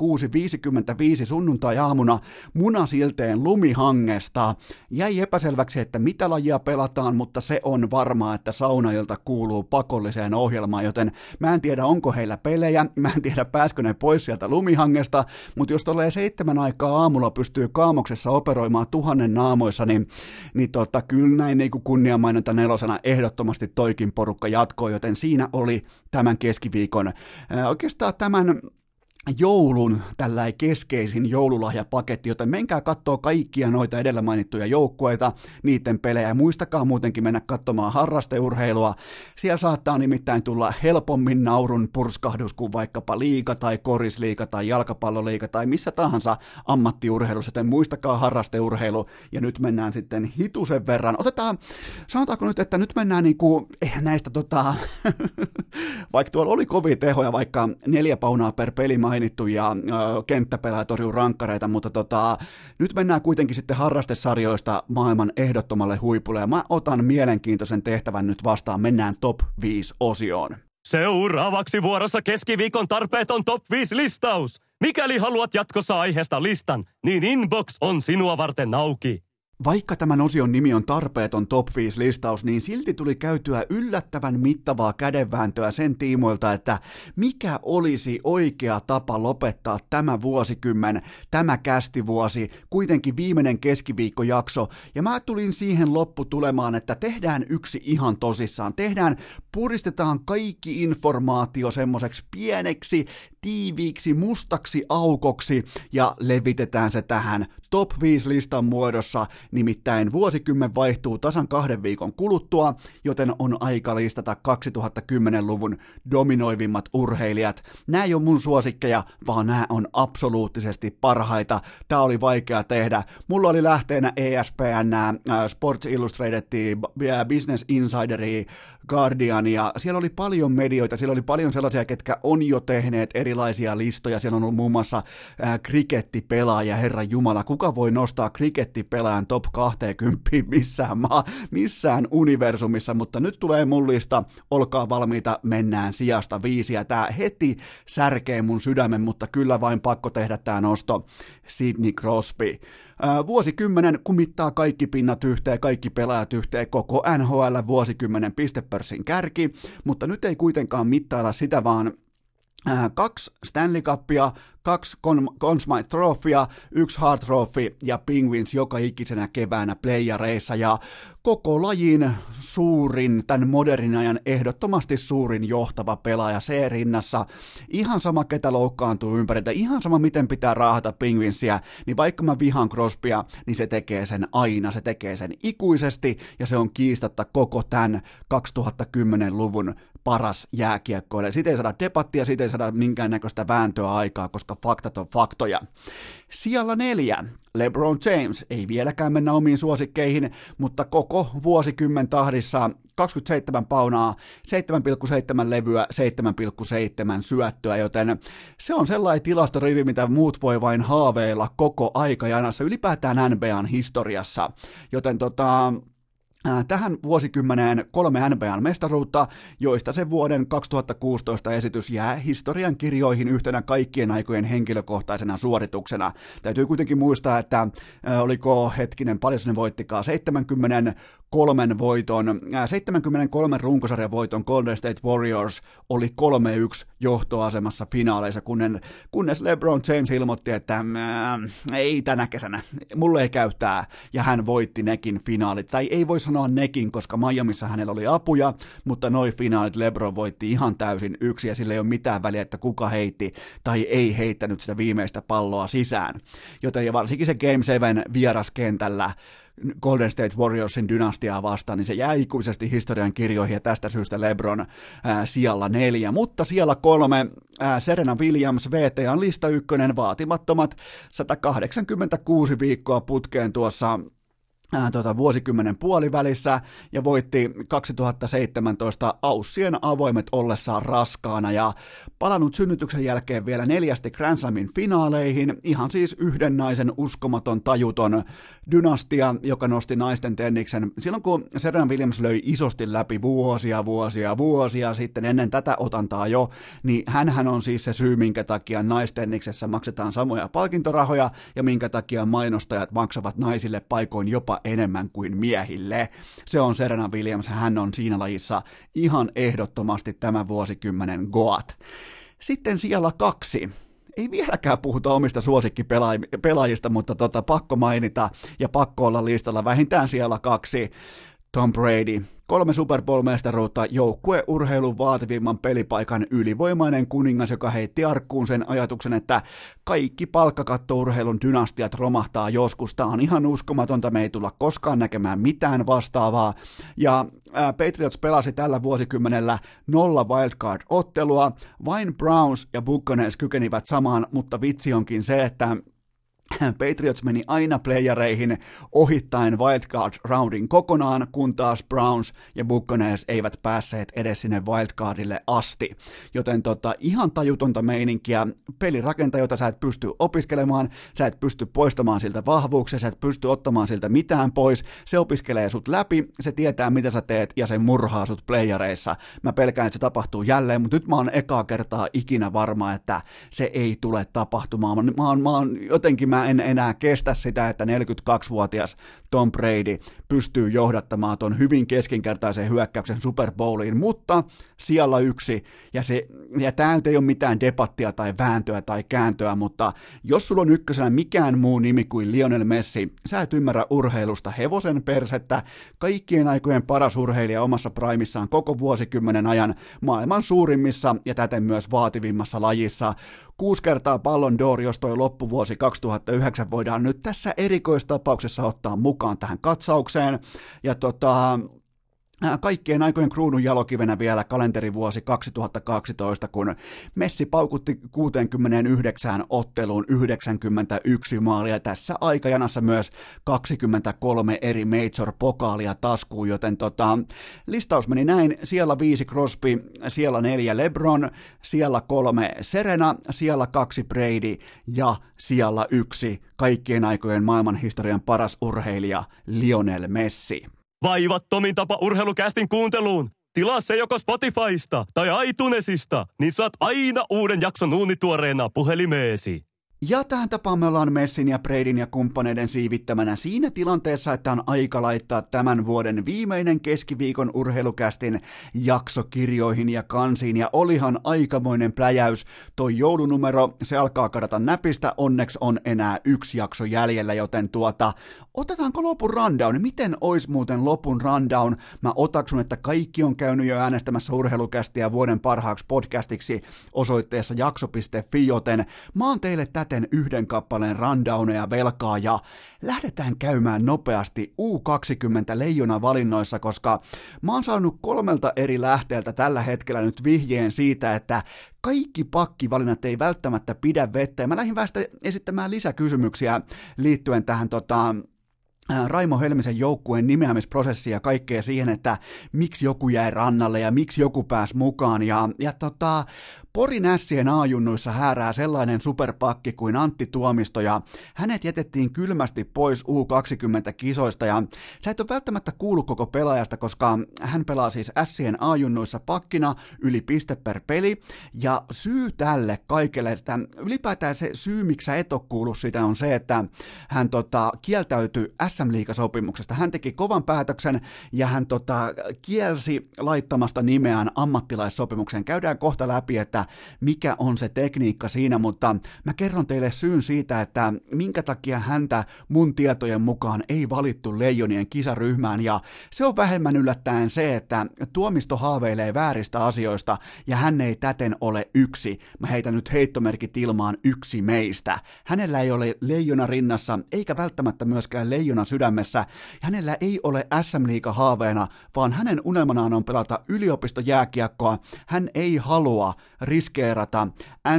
sunnuntai-aamuna Munasilteen Lumihangesta. Jäi epäselväksi, että mitä lajia pelataan, mutta se on varmaa, että saunailta kuuluu pakolliseen ohjelmaan, joten mä en tiedä, onko heillä pelejä, mä en tiedä, pääskö ne pois sieltä Lumihangesta, mutta jos tolleen 7 aikaa aamulla pystyy Kaamoksessa operoimaan 1000 naamoissa, niin kyllä näin niin kuin kunniamaininta 4 ehdottomasti toikin porukka jatkoi, joten siinä oli tämän keskiviikon. Oikeastaan tämän joulun tällainen keskeisin joululahjapaketti, joten menkää kattoo kaikkia noita edellä mainittuja joukkueita, niiden pelejä, ja muistakaa muutenkin mennä katsomaan harrasteurheilua. Siellä saattaa nimittäin tulla helpommin naurun purskahdus kuin vaikkapa liiga tai korisliiga tai jalkapalloliiga tai missä tahansa ammattiurheilussa, joten muistakaa harrasteurheilu, ja nyt mennään sitten hitusen verran. Sanotaanko nyt, että nyt mennään niinku näistä vaikka tuolla oli kovia tehoja, vaikka 4 paunaa per peli mainittu ja kenttäpelaaja torjuu rankkareita, mutta nyt mennään kuitenkin sitten harrastesarjoista maailman ehdottomalle huipulle, ja mä otan mielenkiintoisen tehtävän nyt vastaan, mennään top 5 osioon. Seuraavaksi vuorossa keskiviikon tarpeeton top 5 listaus. Mikäli haluat jatkossa aiheesta listan, niin inbox on sinua varten auki. Vaikka tämän osion nimi on tarpeeton top 5 listaus, niin silti tuli käytyä yllättävän mittavaa kädenvääntöä sen tiimoilta, että mikä olisi oikea tapa lopettaa tämä vuosikymmen, tämä kästivuosi, kuitenkin viimeinen keskiviikkojakso, ja mä tulin siihen lopputulemaan, että tehdään yksi ihan tosissaan, puristetaan kaikki informaatio semmoiseksi pieneksi, tiiviiksi, mustaksi aukoksi, ja levitetään se tähän top 5 listan muodossa. Nimittäin vuosikymmen vaihtuu tasan 2 viikon kuluttua, joten on aika listata 2010-luvun dominoivimmat urheilijat. Nämä ei ole mun suosikkeja, vaan nämä on absoluuttisesti parhaita. Tämä oli vaikea tehdä. Mulla oli lähteenä ESPN, Sports Illustrated, Business Insider, Guardian, ja siellä oli paljon medioita, siellä oli paljon sellaisia, ketkä on jo tehneet erilaisia listoja. Siellä on ollut muun muassa krikettipelaaja, herra jumala, kuka voi nostaa krikettipelaajan top 20 missään universumissa, mutta nyt tulee mun lista, olkaa valmiita, mennään sijasta 5, ja tää heti särkee mun sydämen, mutta kyllä vain pakko tehdä tää nosto, Sidney Crosby. Vuosikymmenen kumittaa kaikki pinnat yhteen, kaikki pelaajat yhteen, koko NHL vuosikymmenen pistepörssin kärki, mutta nyt ei kuitenkaan mittailla sitä, vaan 2 Stanley Cupia, 2 Conn Smythe Trophya, 1 Hart Trophy ja Penguins joka ikisenä keväänä playareissa, ja koko lajin suurin, tämän modernin ajan ehdottomasti suurin johtava pelaaja C-rinnassa. Ihan sama ketä loukkaantuu ympäriltä, ihan sama miten pitää raahata Penguinsia, niin vaikka mä vihaan Crosbya, niin se tekee sen aina, se tekee sen ikuisesti, ja se on kiistatta koko tämän 2010-luvun paras jääkiekkoilija. Siitä ei saada debattia, siitä ei saada minkäännäköistä vääntöä aikaa, koska faktat on faktoja. Sijalla 4. LeBron James, ei vieläkään mennä omiin suosikkeihin, mutta koko vuosikymmen tahdissa 27 paunaa, 7,7 levyä, 7,7 syöttöä, joten se on sellainen tilastorivi, mitä muut voi vain haaveilla koko aikajanassa, ylipäätään NBAn historiassa, joten tähän vuosikymmeneen 3 NBAn mestaruutta, joista se vuoden 2016 esitys jää historian kirjoihin yhtenä kaikkien aikojen henkilökohtaisena suorituksena. Täytyy kuitenkin muistaa, että oliko paljon ne voittikaan, 73 runkosarjan voiton Golden State Warriors oli 3-1 johtoasemassa finaaleissa, kunnes LeBron James ilmoitti, että ei tänä kesänä, mulle ei käy tää, ja hän voitti nekin finaalit, tai ei voi sanoa nekin, koska Miamissa hänellä oli apuja, mutta noi finaalit LeBron voitti ihan täysin yksin, ja sillä ei ole mitään väliä, että kuka heitti tai ei heittänyt sitä viimeistä palloa sisään. Joten ja varsinkin se Game 7 vieraskentällä Golden State Warriorsin dynastiaa vastaan, niin se jää ikuisesti historian kirjoihin, ja tästä syystä LeBron sijalla 4, mutta sijalla 3 Serena Williams, VTA:n lista 1, vaatimattomat 186 viikkoa putkeen tuossa vuosikymmenen puolivälissä ja voitti 2017 Aussien avoimet ollessaan raskaana ja palannut synnytyksen jälkeen vielä 4 Grand Slamin finaaleihin, ihan siis yhden naisen uskomaton tajuton dynastia, joka nosti naisten tenniksen. Silloin kun Serena Williams löi isosti läpi vuosia sitten ennen tätä otantaa jo, niin hänhän on siis se syy, minkä takia naistenniksessä maksetaan samoja palkintorahoja ja minkä takia mainostajat maksavat naisille paikoin jopa enemmän kuin miehille. Se on Serena Williams, hän on siinä lajissa ihan ehdottomasti tämän vuosikymmenen GOAT. Sitten siellä 2. Ei vieläkään puhuta omista suosikkipelaajista, mutta pakko mainita ja pakko olla listalla vähintään siellä 2. Tom Brady. 3 Super Bowl-mestaruutta, joukkueurheilun vaativimman pelipaikan ylivoimainen kuningas, joka heitti arkkuun sen ajatuksen, että kaikki palkkakattourheilun dynastiat romahtaa joskus. Tämä on ihan uskomatonta, me ei tulla koskaan näkemään mitään vastaavaa. Ja Patriots pelasi tällä vuosikymmenellä 0 wildcard-ottelua, vain Browns ja Buccaneers kykenivät samaan, mutta vitsi onkin se, että Patriots meni aina playereihin ohittaen wildcard-roundin kokonaan, kun taas Browns ja Buccaneers eivät päässeet edes sinne wildcardille asti. Joten ihan tajutonta meininkiä, pelirakentaja, jota sä et pysty opiskelemaan, sä et pysty poistamaan siltä vahvuuksia, sä et pysty ottamaan siltä mitään pois, se opiskelee sut läpi, se tietää mitä sä teet ja se murhaa sut playereissa. Mä pelkään, että se tapahtuu jälleen, mutta nyt mä oon ekaa kertaa ikinä varma, että se ei tule tapahtumaan. Mä en enää kestä sitä, että 42-vuotias Tom Brady pystyy johdattamaan ton hyvin keskinkertaisen hyökkäyksen Super Bowliin, mutta siellä 1, ja tämä ei ole mitään debattia tai vääntöä tai kääntöä, mutta jos sulla on ykkösenä mikään muu nimi kuin Lionel Messi, sä et ymmärrä urheilusta hevosen persettä, kaikkien aikojen paras urheilija omassa primissaan koko vuosikymmenen ajan, maailman suurimmissa ja täten myös vaativimmassa lajissa, 6 kertaa Ballon d'Or, jos toi loppuvuosi 2009 voidaan nyt tässä erikoistapauksessa ottaa mukaan tähän katsaukseen, ja kaikkien aikojen kruunun jalokivenä vielä kalenterivuosi 2012, kun Messi paukutti 69 otteluun 91 maalia, tässä aikajanassa myös 23 eri major-pokaalia taskuun, joten listaus meni näin, siellä 5 Crosby, siellä 4 LeBron, siellä 3 Serena, siellä 2 Brady ja siellä 1 kaikkien aikojen maailmanhistorian paras urheilija Lionel Messi. Vaivattomin tapa urheilukästin kuunteluun. Tilaa se joko Spotifysta tai iTunesista, niin saat aina uuden jakson uunituoreena puhelimeesi. Ja tähän tapaan me ollaan Messin ja Bradyn ja kumppaneiden siivittämänä siinä tilanteessa, että on aika laittaa tämän vuoden viimeinen keskiviikon urheilukästin jakso kirjoihin ja kansiin, ja olihan aikamoinen pläjäys. Toi joulunumero, se alkaa kadata näpistä, onneksi on enää 1 jakso jäljellä, joten otetaanko lopun rundown? Miten ois muuten lopun rundown? Mä otaksun, että kaikki on käynyt jo äänestämässä urheilukästiä vuoden parhaaksi podcastiksi osoitteessa jakso.fi, joten mä oon teille täten 1 kappaleen rundowneja velkaa ja lähdetään käymään nopeasti U20 leijona valinnoissa, koska mä oon saanut 3 eri lähteeltä tällä hetkellä nyt vihjeen siitä, että kaikki pakkivalinnat ei välttämättä pidä vettä, ja mä lähdin vasta esittämään lisäkysymyksiä liittyen tähän Raimo Helmisen joukkueen nimeämisprosessia ja kaikkea siihen, että miksi joku jäi rannalle ja miksi joku pääsi mukaan. Ja Porin Ässien A-junnuissa häärää sellainen superpakki kuin Antti Tuomisto, ja hänet jätettiin kylmästi pois U20-kisoista, ja sä et ole välttämättä kuullut koko pelaajasta, koska hän pelaa siis Ässien A-junnuissa pakkina yli piste per peli, ja syy tälle kaikelle, sitä, ylipäätään se syy, miksi sä et ole kuullut sitä, on se, että hän kieltäytyi SM-liigasopimuksesta. Hän teki kovan päätöksen, ja hän kielsi laittamasta nimeään ammattilaissopimukseen. Käydään kohta läpi, että mikä on se tekniikka siinä, mutta mä kerron teille syyn siitä, että minkä takia häntä mun tietojen mukaan ei valittu Leijonien kisaryhmään, ja se on vähemmän yllättäen se, että Tuomisto haaveilee vääristä asioista, ja hän ei täten ole yksi. Mä heitän nyt heittomerkit ilmaan yksi meistä. Hänellä ei ole leijona rinnassa, eikä välttämättä myöskään leijona sydämessä. Hänellä ei ole SM-liiga haaveena, vaan hänen unelmanaan on pelata yliopistojääkiekkoa. Hän ei halua riskeerata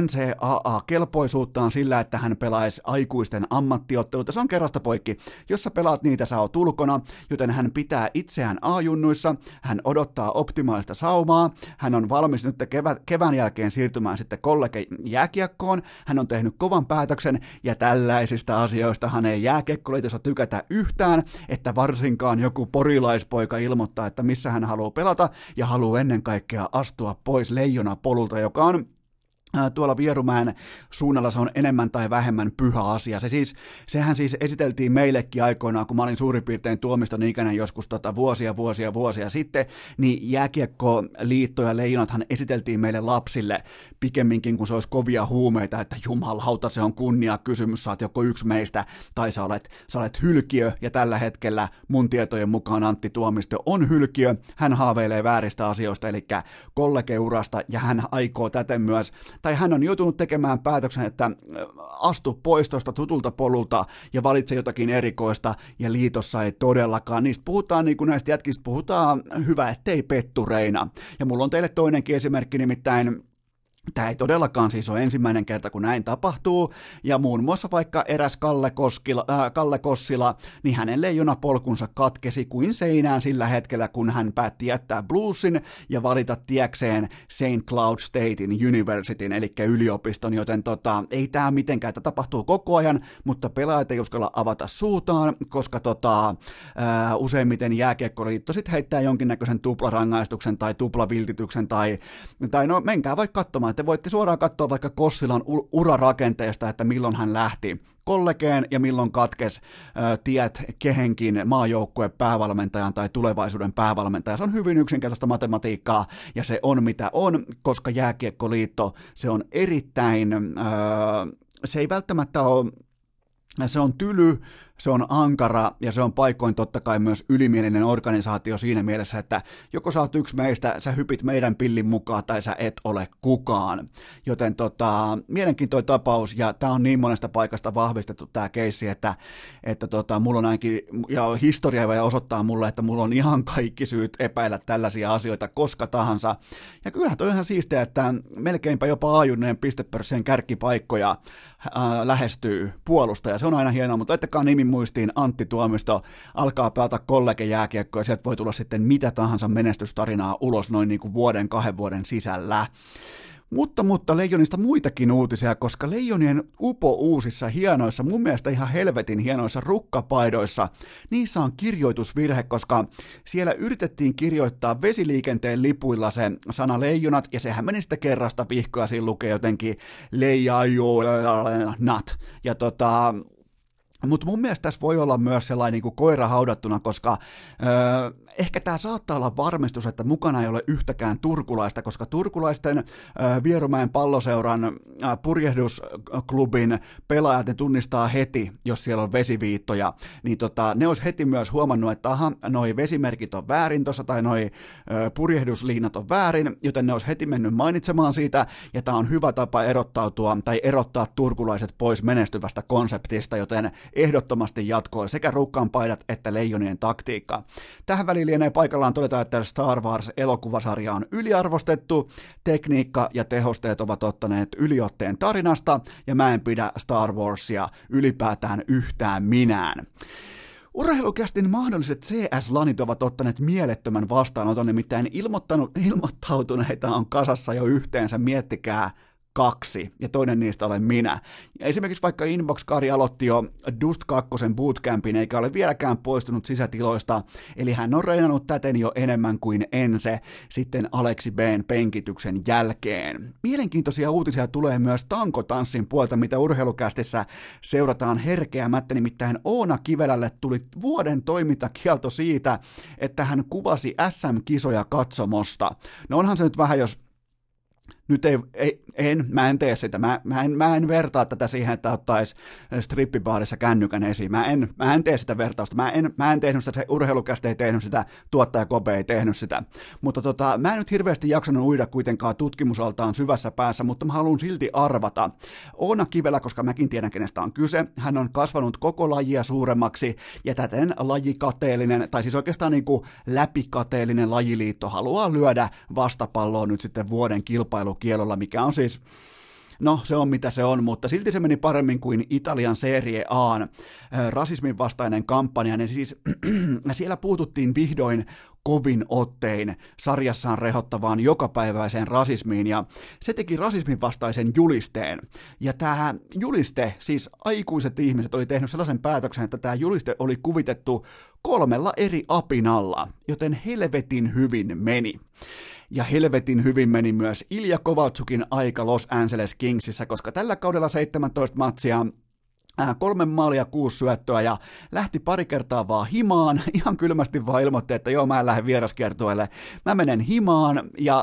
NCAA-kelpoisuuttaan sillä, että hän pelaisi aikuisten ammattiotteluita. Se on kerrasta poikki. Jos sä pelaat niitä, sä oot ulkona, joten hän pitää itseään A-junnuissa, hän odottaa optimaalista saumaa, hän on valmis nyt kevään jälkeen siirtymään sitten kollege-jääkiekkoon, hän on tehnyt kovan päätöksen, ja tällaisista asioista hän ei jääkiekkoliitossa tykätä yhtään, että varsinkaan joku porilaispoika ilmoittaa, että missä hän haluaa pelata, ja haluaa ennen kaikkea astua pois leijonapolulta, joka on tuolla Vierumäen suunnalla se on enemmän tai vähemmän pyhä asia. Sehän siis esiteltiin meillekin aikoinaan, kun mä olin suurin piirtein Tuomiston ikäinen joskus vuosia sitten, niin Jääkiekkoliitto ja Leijonathan esiteltiin meille lapsille pikemminkin, kun se olisi kovia huumeita, että jumalauta, se on kunniakysymys, sä oot joko yksi meistä, tai sä olet hylkiö, ja tällä hetkellä mun tietojen mukaan Antti Tuomisto on hylkiö, hän haaveilee vääristä asioista, eli kollegeurasta, ja hän aikoo täten myös tai hän on joutunut tekemään päätöksen, että astu pois tuosta tutulta polulta ja valitse jotakin erikoista, ja liitossa ei todellakaan. Niistä puhutaan, niin kuin näistä jätkistä puhutaan, hyvä ettei pettureina. Ja mulla on teille toinenkin esimerkki, nimittäin tämä ei todellakaan siis ole ensimmäinen kerta, kun näin tapahtuu, ja muun muassa vaikka eräs Kalle Kossila, niin hänen leijonapolkunsa katkesi kuin seinään sillä hetkellä, kun hän päätti jättää bluesin ja valita tiekseen St. Cloud Statein Universityn, eli yliopiston, joten ei tämä mitenkään, tämä tapahtuu koko ajan, mutta pelaajat ei uskalla avata suutaan, koska useimmiten Jääkiekkoliitto sitten heittää jonkinnäköisen tuplarangaistuksen tai tuplaviltityksen, tai no menkää vaikka katsomaan. Te voitte suoraan katsoa vaikka Kossilan urarakenteesta, että milloin hän lähti kollegeen ja milloin katkes tiet kehenkin maajoukkueen päävalmentajan tai tulevaisuuden päävalmentajan. Se on hyvin yksinkertaista matematiikkaa, ja se on mitä on, koska Jääkiekkoliitto, se on erittäin, se ei välttämättä ole, se on tyly, se on ankara, ja se on paikoin totta kai myös ylimielinen organisaatio siinä mielessä, että joko sä oot yksi meistä, sä hypit meidän pillin mukaan, tai sä et ole kukaan. Joten mielenkiintoinen tapaus, ja tää on niin monesta paikasta vahvistettu tää keissi, että mulla on ainakin, ja historia vielä osoittaa mulle, että mulla on ihan kaikki syyt epäillä tällaisia asioita koska tahansa. Ja kyllähän toi ihan siistiä, että melkeinpä jopa A-junneen pistepörssien kärkipaikkoja lähestyy puolustaja. Se on aina hienoa, mutta laittakaa nimi muistiin, Antti Tuomisto alkaa pelata kollegejääkiekkoa, ja sieltä voi tulla sitten mitä tahansa menestystarinaa ulos noin niin kuin 1-2 vuoden sisällä. Mutta Leijonista muitakin uutisia, koska Leijonien uusissa hienoissa, mun mielestä ihan helvetin hienoissa rukkapaidoissa, niissä on kirjoitusvirhe, koska siellä yritettiin kirjoittaa vesiliikenteen lipuilla se sana Leijonat, ja sehän meni sitten kerrasta vihkoa, siinä lukee jotenkin Leijonat, ja mutta mun mielestä tässä voi olla myös sellainen niin kuin koira haudattuna, koska ehkä tämä saattaa olla varmistus, että mukana ei ole yhtäkään turkulaista, koska turkulaisten Vierumäen palloseuran purjehdusklubin pelaajat ne tunnistaa heti, jos siellä on vesiviittoja, niin ne olisi heti myös huomannut, että aha, noi vesimerkit on väärin tuossa, tai noi purjehdusliinat on väärin, joten ne olisi heti mennyt mainitsemaan siitä, ja tämä on hyvä tapa erottautua tai erottaa turkulaiset pois menestyvästä konseptista, joten ehdottomasti jatkoi sekä rukkaan paidat että Leijonien taktiikka. Tähän väliin lienee paikallaan todeta, että Star Wars-elokuvasarja on yliarvostettu, tekniikka ja tehosteet ovat ottaneet yliotteen tarinasta, ja mä en pidä Star Warsia ylipäätään yhtään minään. Urheilukästin mahdolliset CS-lanit ovat ottaneet mielettömän vastaanoton, nimittäin ilmoittautuneita on kasassa jo yhteensä, miettikää, 2, ja toinen niistä olen minä. Ja esimerkiksi vaikka Inbox-Kari aloitti jo Dust 2 bootcampin, eikä ole vieläkään poistunut sisätiloista, eli hän on reinannut täten jo enemmän kuin Ense sitten Aleksi B:n penkityksen jälkeen. Mielenkiintoisia uutisia tulee myös tankotanssin puolta, mitä urheilukästissä seurataan herkeämättä, nimittäin Oona Kivelälle tuli vuoden toimintakielto siitä, että hän kuvasi SM-kisoja katsomosta. No onhan se nyt vähän, jos nyt mä en tee sitä. Mä en vertaa tätä siihen, että ottaisi strippibaarissa kännykän esiin. Mä en tee sitä vertausta. Mä en tehnyt sitä, se urheilukästä ei tehnyt sitä, tuottaja Kobe ei tehnyt sitä. Mutta mä en nyt hirveästi jaksanut uida kuitenkaan tutkimusaltaan syvässä päässä, mutta mä haluan silti arvata. Oona Kivelä, koska mäkin tiedän, kenestä on kyse, hän on kasvanut koko lajia suuremmaksi ja täten lajikateellinen, tai siis oikeastaan niin kuin läpikateellinen lajiliitto haluaa lyödä vastapalloa nyt sitten vuoden kilpailukielolla, mikä on siis, no se on mitä se on, mutta silti se meni paremmin kuin Italian Serie A:n rasismin vastainen kampanja, ja siis siellä puututtiin vihdoin kovin ottein sarjassaan rehottavaan jokapäiväiseen rasismiin, ja se teki rasismin vastaisen julisteen. Ja tämä juliste, siis aikuiset ihmiset oli tehnyt sellaisen päätöksen, että tämä juliste oli kuvitettu 3 eri apinalla, joten helvetin hyvin meni. Ja helvetin hyvin meni myös Ilja Kovaltsukin aika Los Angeles Kingsissä, koska tällä kaudella 17 matsia, 3 maalia 6 syöttöä ja lähti pari kertaa vaan himaan, ihan kylmästi vaan ilmoitti, että joo, mä en lähde vieraskiertueelle, mä menen himaan, ja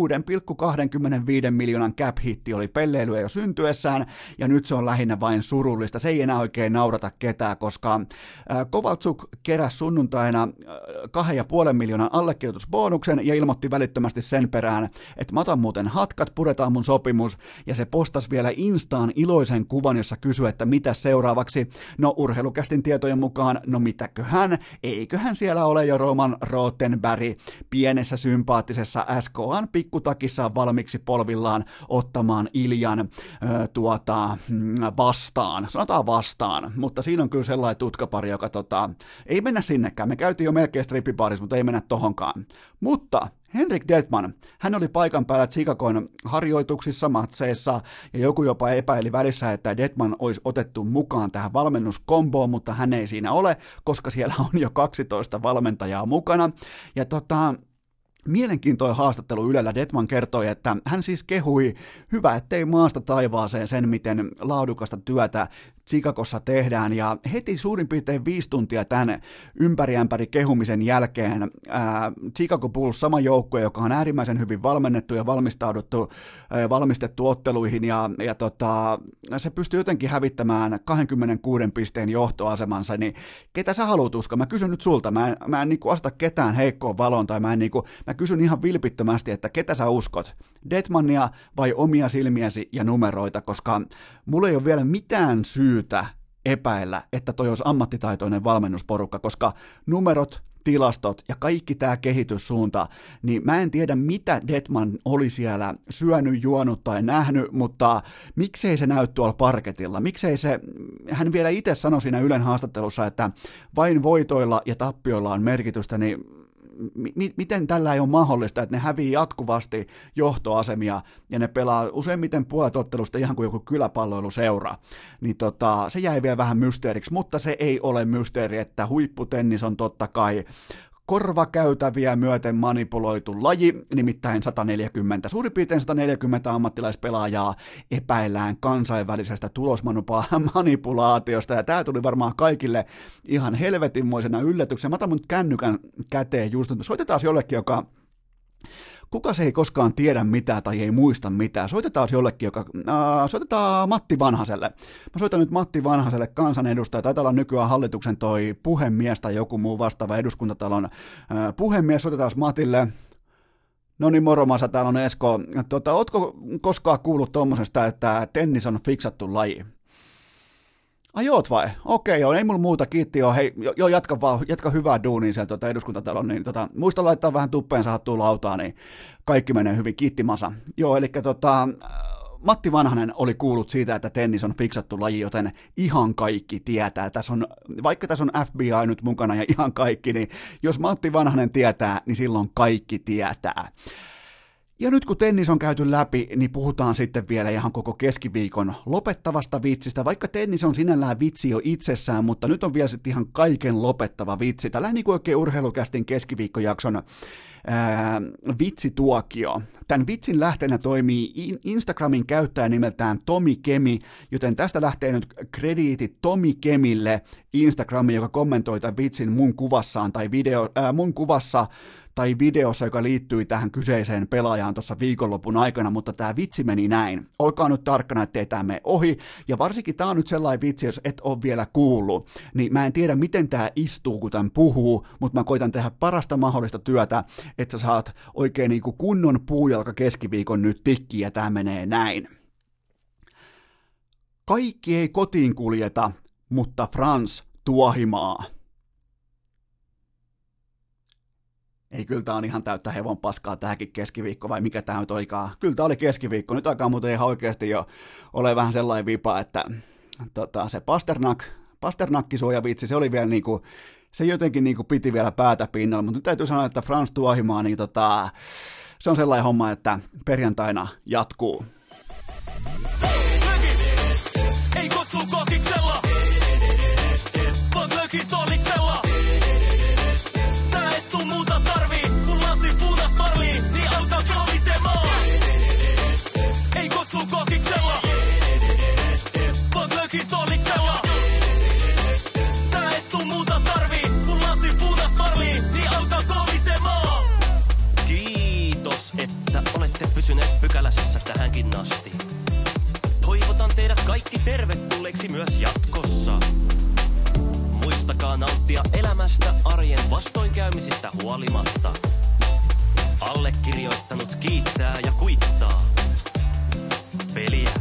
6,25 miljoonan cap-hitti oli pelleilyä jo syntyessään, ja nyt se on lähinnä vain surullista, se ei enää oikein naurata ketään, koska Kovaltsuk keräsi sunnuntaina 2,5 miljoonan allekirjoitusbonuksen ja ilmoitti välittömästi sen perään, että mä otan muuten hatkat, puretaan mun sopimus, ja se postasi vielä Instaan iloisen kuvan, jossa kysyi, että mitä seuraavaksi. No urheilukästin tietojen mukaan, no mitäköhän, eiköhän siellä ole jo Roman Rothenberg pienessä sympaattisessa SKA:n pikkutakissa valmiiksi polvillaan ottamaan Iljan vastaan, sanotaan vastaan, mutta siinä on kyllä sellainen tutkapari, joka ei mennä sinnekään, me käytiin jo melkein strippibaarissa, mutta ei mennä tohonkaan, mutta Henrik Detman, hän oli paikan päällä Chicagon harjoituksissa, matseissa, ja joku jopa epäili välissä, että Detman olisi otettu mukaan tähän valmennuskomboon, mutta hän ei siinä ole, koska siellä on jo 12 valmentajaa mukana, ja mielenkiintoinen haastattelu Ylellä. Detman kertoi, että hän siis kehui, hyvä ettei maasta taivaaseen sen, miten laadukasta työtä Chicagossa tehdään, ja heti suurin piirtein 5 tuntia tämän ympäri kehumisen jälkeen Chicago Bulls, sama joukkue, joka on äärimmäisen hyvin valmennettu ja valmistettu otteluihin, ja se pystyy jotenkin hävittämään 26 pisteen johtoasemansa, niin ketä sä haluat uskoa? Mä kysyn nyt sulta, mä en niinku aseta ketään heikkoon valoon, tai mä kysyn ihan vilpittömästi, että ketä sä uskot? Detmania vai omia silmiäsi ja numeroita, koska mulla ei ole vielä mitään syytä epäillä, että toi olisi ammattitaitoinen valmennusporukka, koska numerot, tilastot ja kaikki tämä kehityssuunta, niin mä en tiedä, mitä Detman oli siellä syönyt, juonut tai nähnyt, mutta miksei se näy tuolla parketilla, hän vielä itse sanoi siinä Ylen haastattelussa, että vain voitoilla ja tappioilla on merkitystä, niin miten tällä ei ole mahdollista, että ne hävii jatkuvasti johtoasemia ja ne pelaa useimmiten puolet ottelusta ihan kuin joku kyläpalloiluseura, niin se jäi vielä vähän mysteeriksi, mutta se ei ole mysteeri, että huipputennis on totta kai korvakäytäviä myöten manipuloitu laji, nimittäin suurin piirtein 140 ammattilaispelaajaa epäillään kansainvälisestä tulosmanipulaatiosta, ja tämä tuli varmaan kaikille ihan helvetinmoisena yllätyksenä. Mä otan mun kännykän käteen just, soitetaan jollekin, kuka se ei koskaan tiedä mitään tai ei muista mitään. Soitetaan jollekin, soitetaan Matti Vanhaselle. Mä soitan nyt Matti Vanhaselle, kansanedustaja. Taitaa olla nykyään hallituksen toi puhemies tai joku muu vastaava eduskuntatalon puhemies. Soitetaan Matille. No niin, moro Masa, täällä on Esko. Ootko koskaan kuullut tommosesta, että tennis on fiksattu laji? Ai oot vai? Okei, joo, ei mulla muuta, kiitti joo, hei, joo, jatka hyvää duunia sieltä eduskuntatalon, niin muista laittaa vähän tuppeen sahattua lautaa, niin kaikki menee hyvin, kiitti Masa. Joo, eli Matti Vanhanen oli kuullut siitä, että tennis on fiksattu laji, joten ihan kaikki tietää. Vaikka tässä on FBI nyt mukana ja ihan kaikki, niin jos Matti Vanhanen tietää, niin silloin kaikki tietää. Ja nyt kun tennis on käyty läpi, niin puhutaan sitten vielä ihan koko keskiviikon lopettavasta vitsistä, vaikka tennis on sinällään vitsi jo itsessään, mutta nyt on vielä sitten ihan kaiken lopettava vitsi. Tällainen niin kuin oikein urheilukästin keskiviikkojakson vitsituokio. Tämän vitsin lähteenä toimii Instagramin käyttäjä nimeltään Tomi Kemi, joten tästä lähtee nyt krediitit Tomi Kemille Instagramiin, joka kommentoi tämän vitsin mun kuvassaan tai videossa, joka liittyy tähän kyseiseen pelaajaan tuossa viikonlopun aikana, mutta tämä vitsi meni näin. Olkaa nyt tarkkana, ettei tämä mene ohi, ja varsinkin tämä on nyt sellainen vitsi, jos et ole vielä kuullut, niin mä en tiedä, miten tämä istuu, kun tämän puhuu, mutta mä koitan tehdä parasta mahdollista työtä, että sä saat oikein niin kuin kunnon puujalka keskiviikon nyt tikkiin, ja tämä menee näin. Kaikki ei kotiin kuljeta, mutta Frans tuohimaa. Ei, kyllä tämä on ihan täyttä hevon paskaa tähänkin keskiviikko, vai mikä tämä nyt olikaan. Kyllä tämä oli keskiviikko. Nyt alkaa muuten ihan oikeasti jo ole vähän sellainen vipa, että se Pasternakki-suojavitsi, se oli vielä niinku, se jotenkin niinku piti vielä päätä pinnalla, mutta nyt täytyy sanoa, että Frans tuohimaa, niin se on sellainen homma, että perjantaina jatkuu. Ei kutsu kokiksella, vaan lökistoliksella. Kokiksella, vaan lökistoliksella. Tää et tuu muuta tarvii, kun lasi punas parlii, niin auta kolisemaan. Kiitos, että olette pysyneet pykälässä tähänkin asti. Toivotan teidät kaikki tervetulleeksi myös jatkossa. Muistakaa nauttia elämästä arjen vastoinkäymisistä huolimatta. Allekirjoittanut kiittää ja kuittaa. Peliä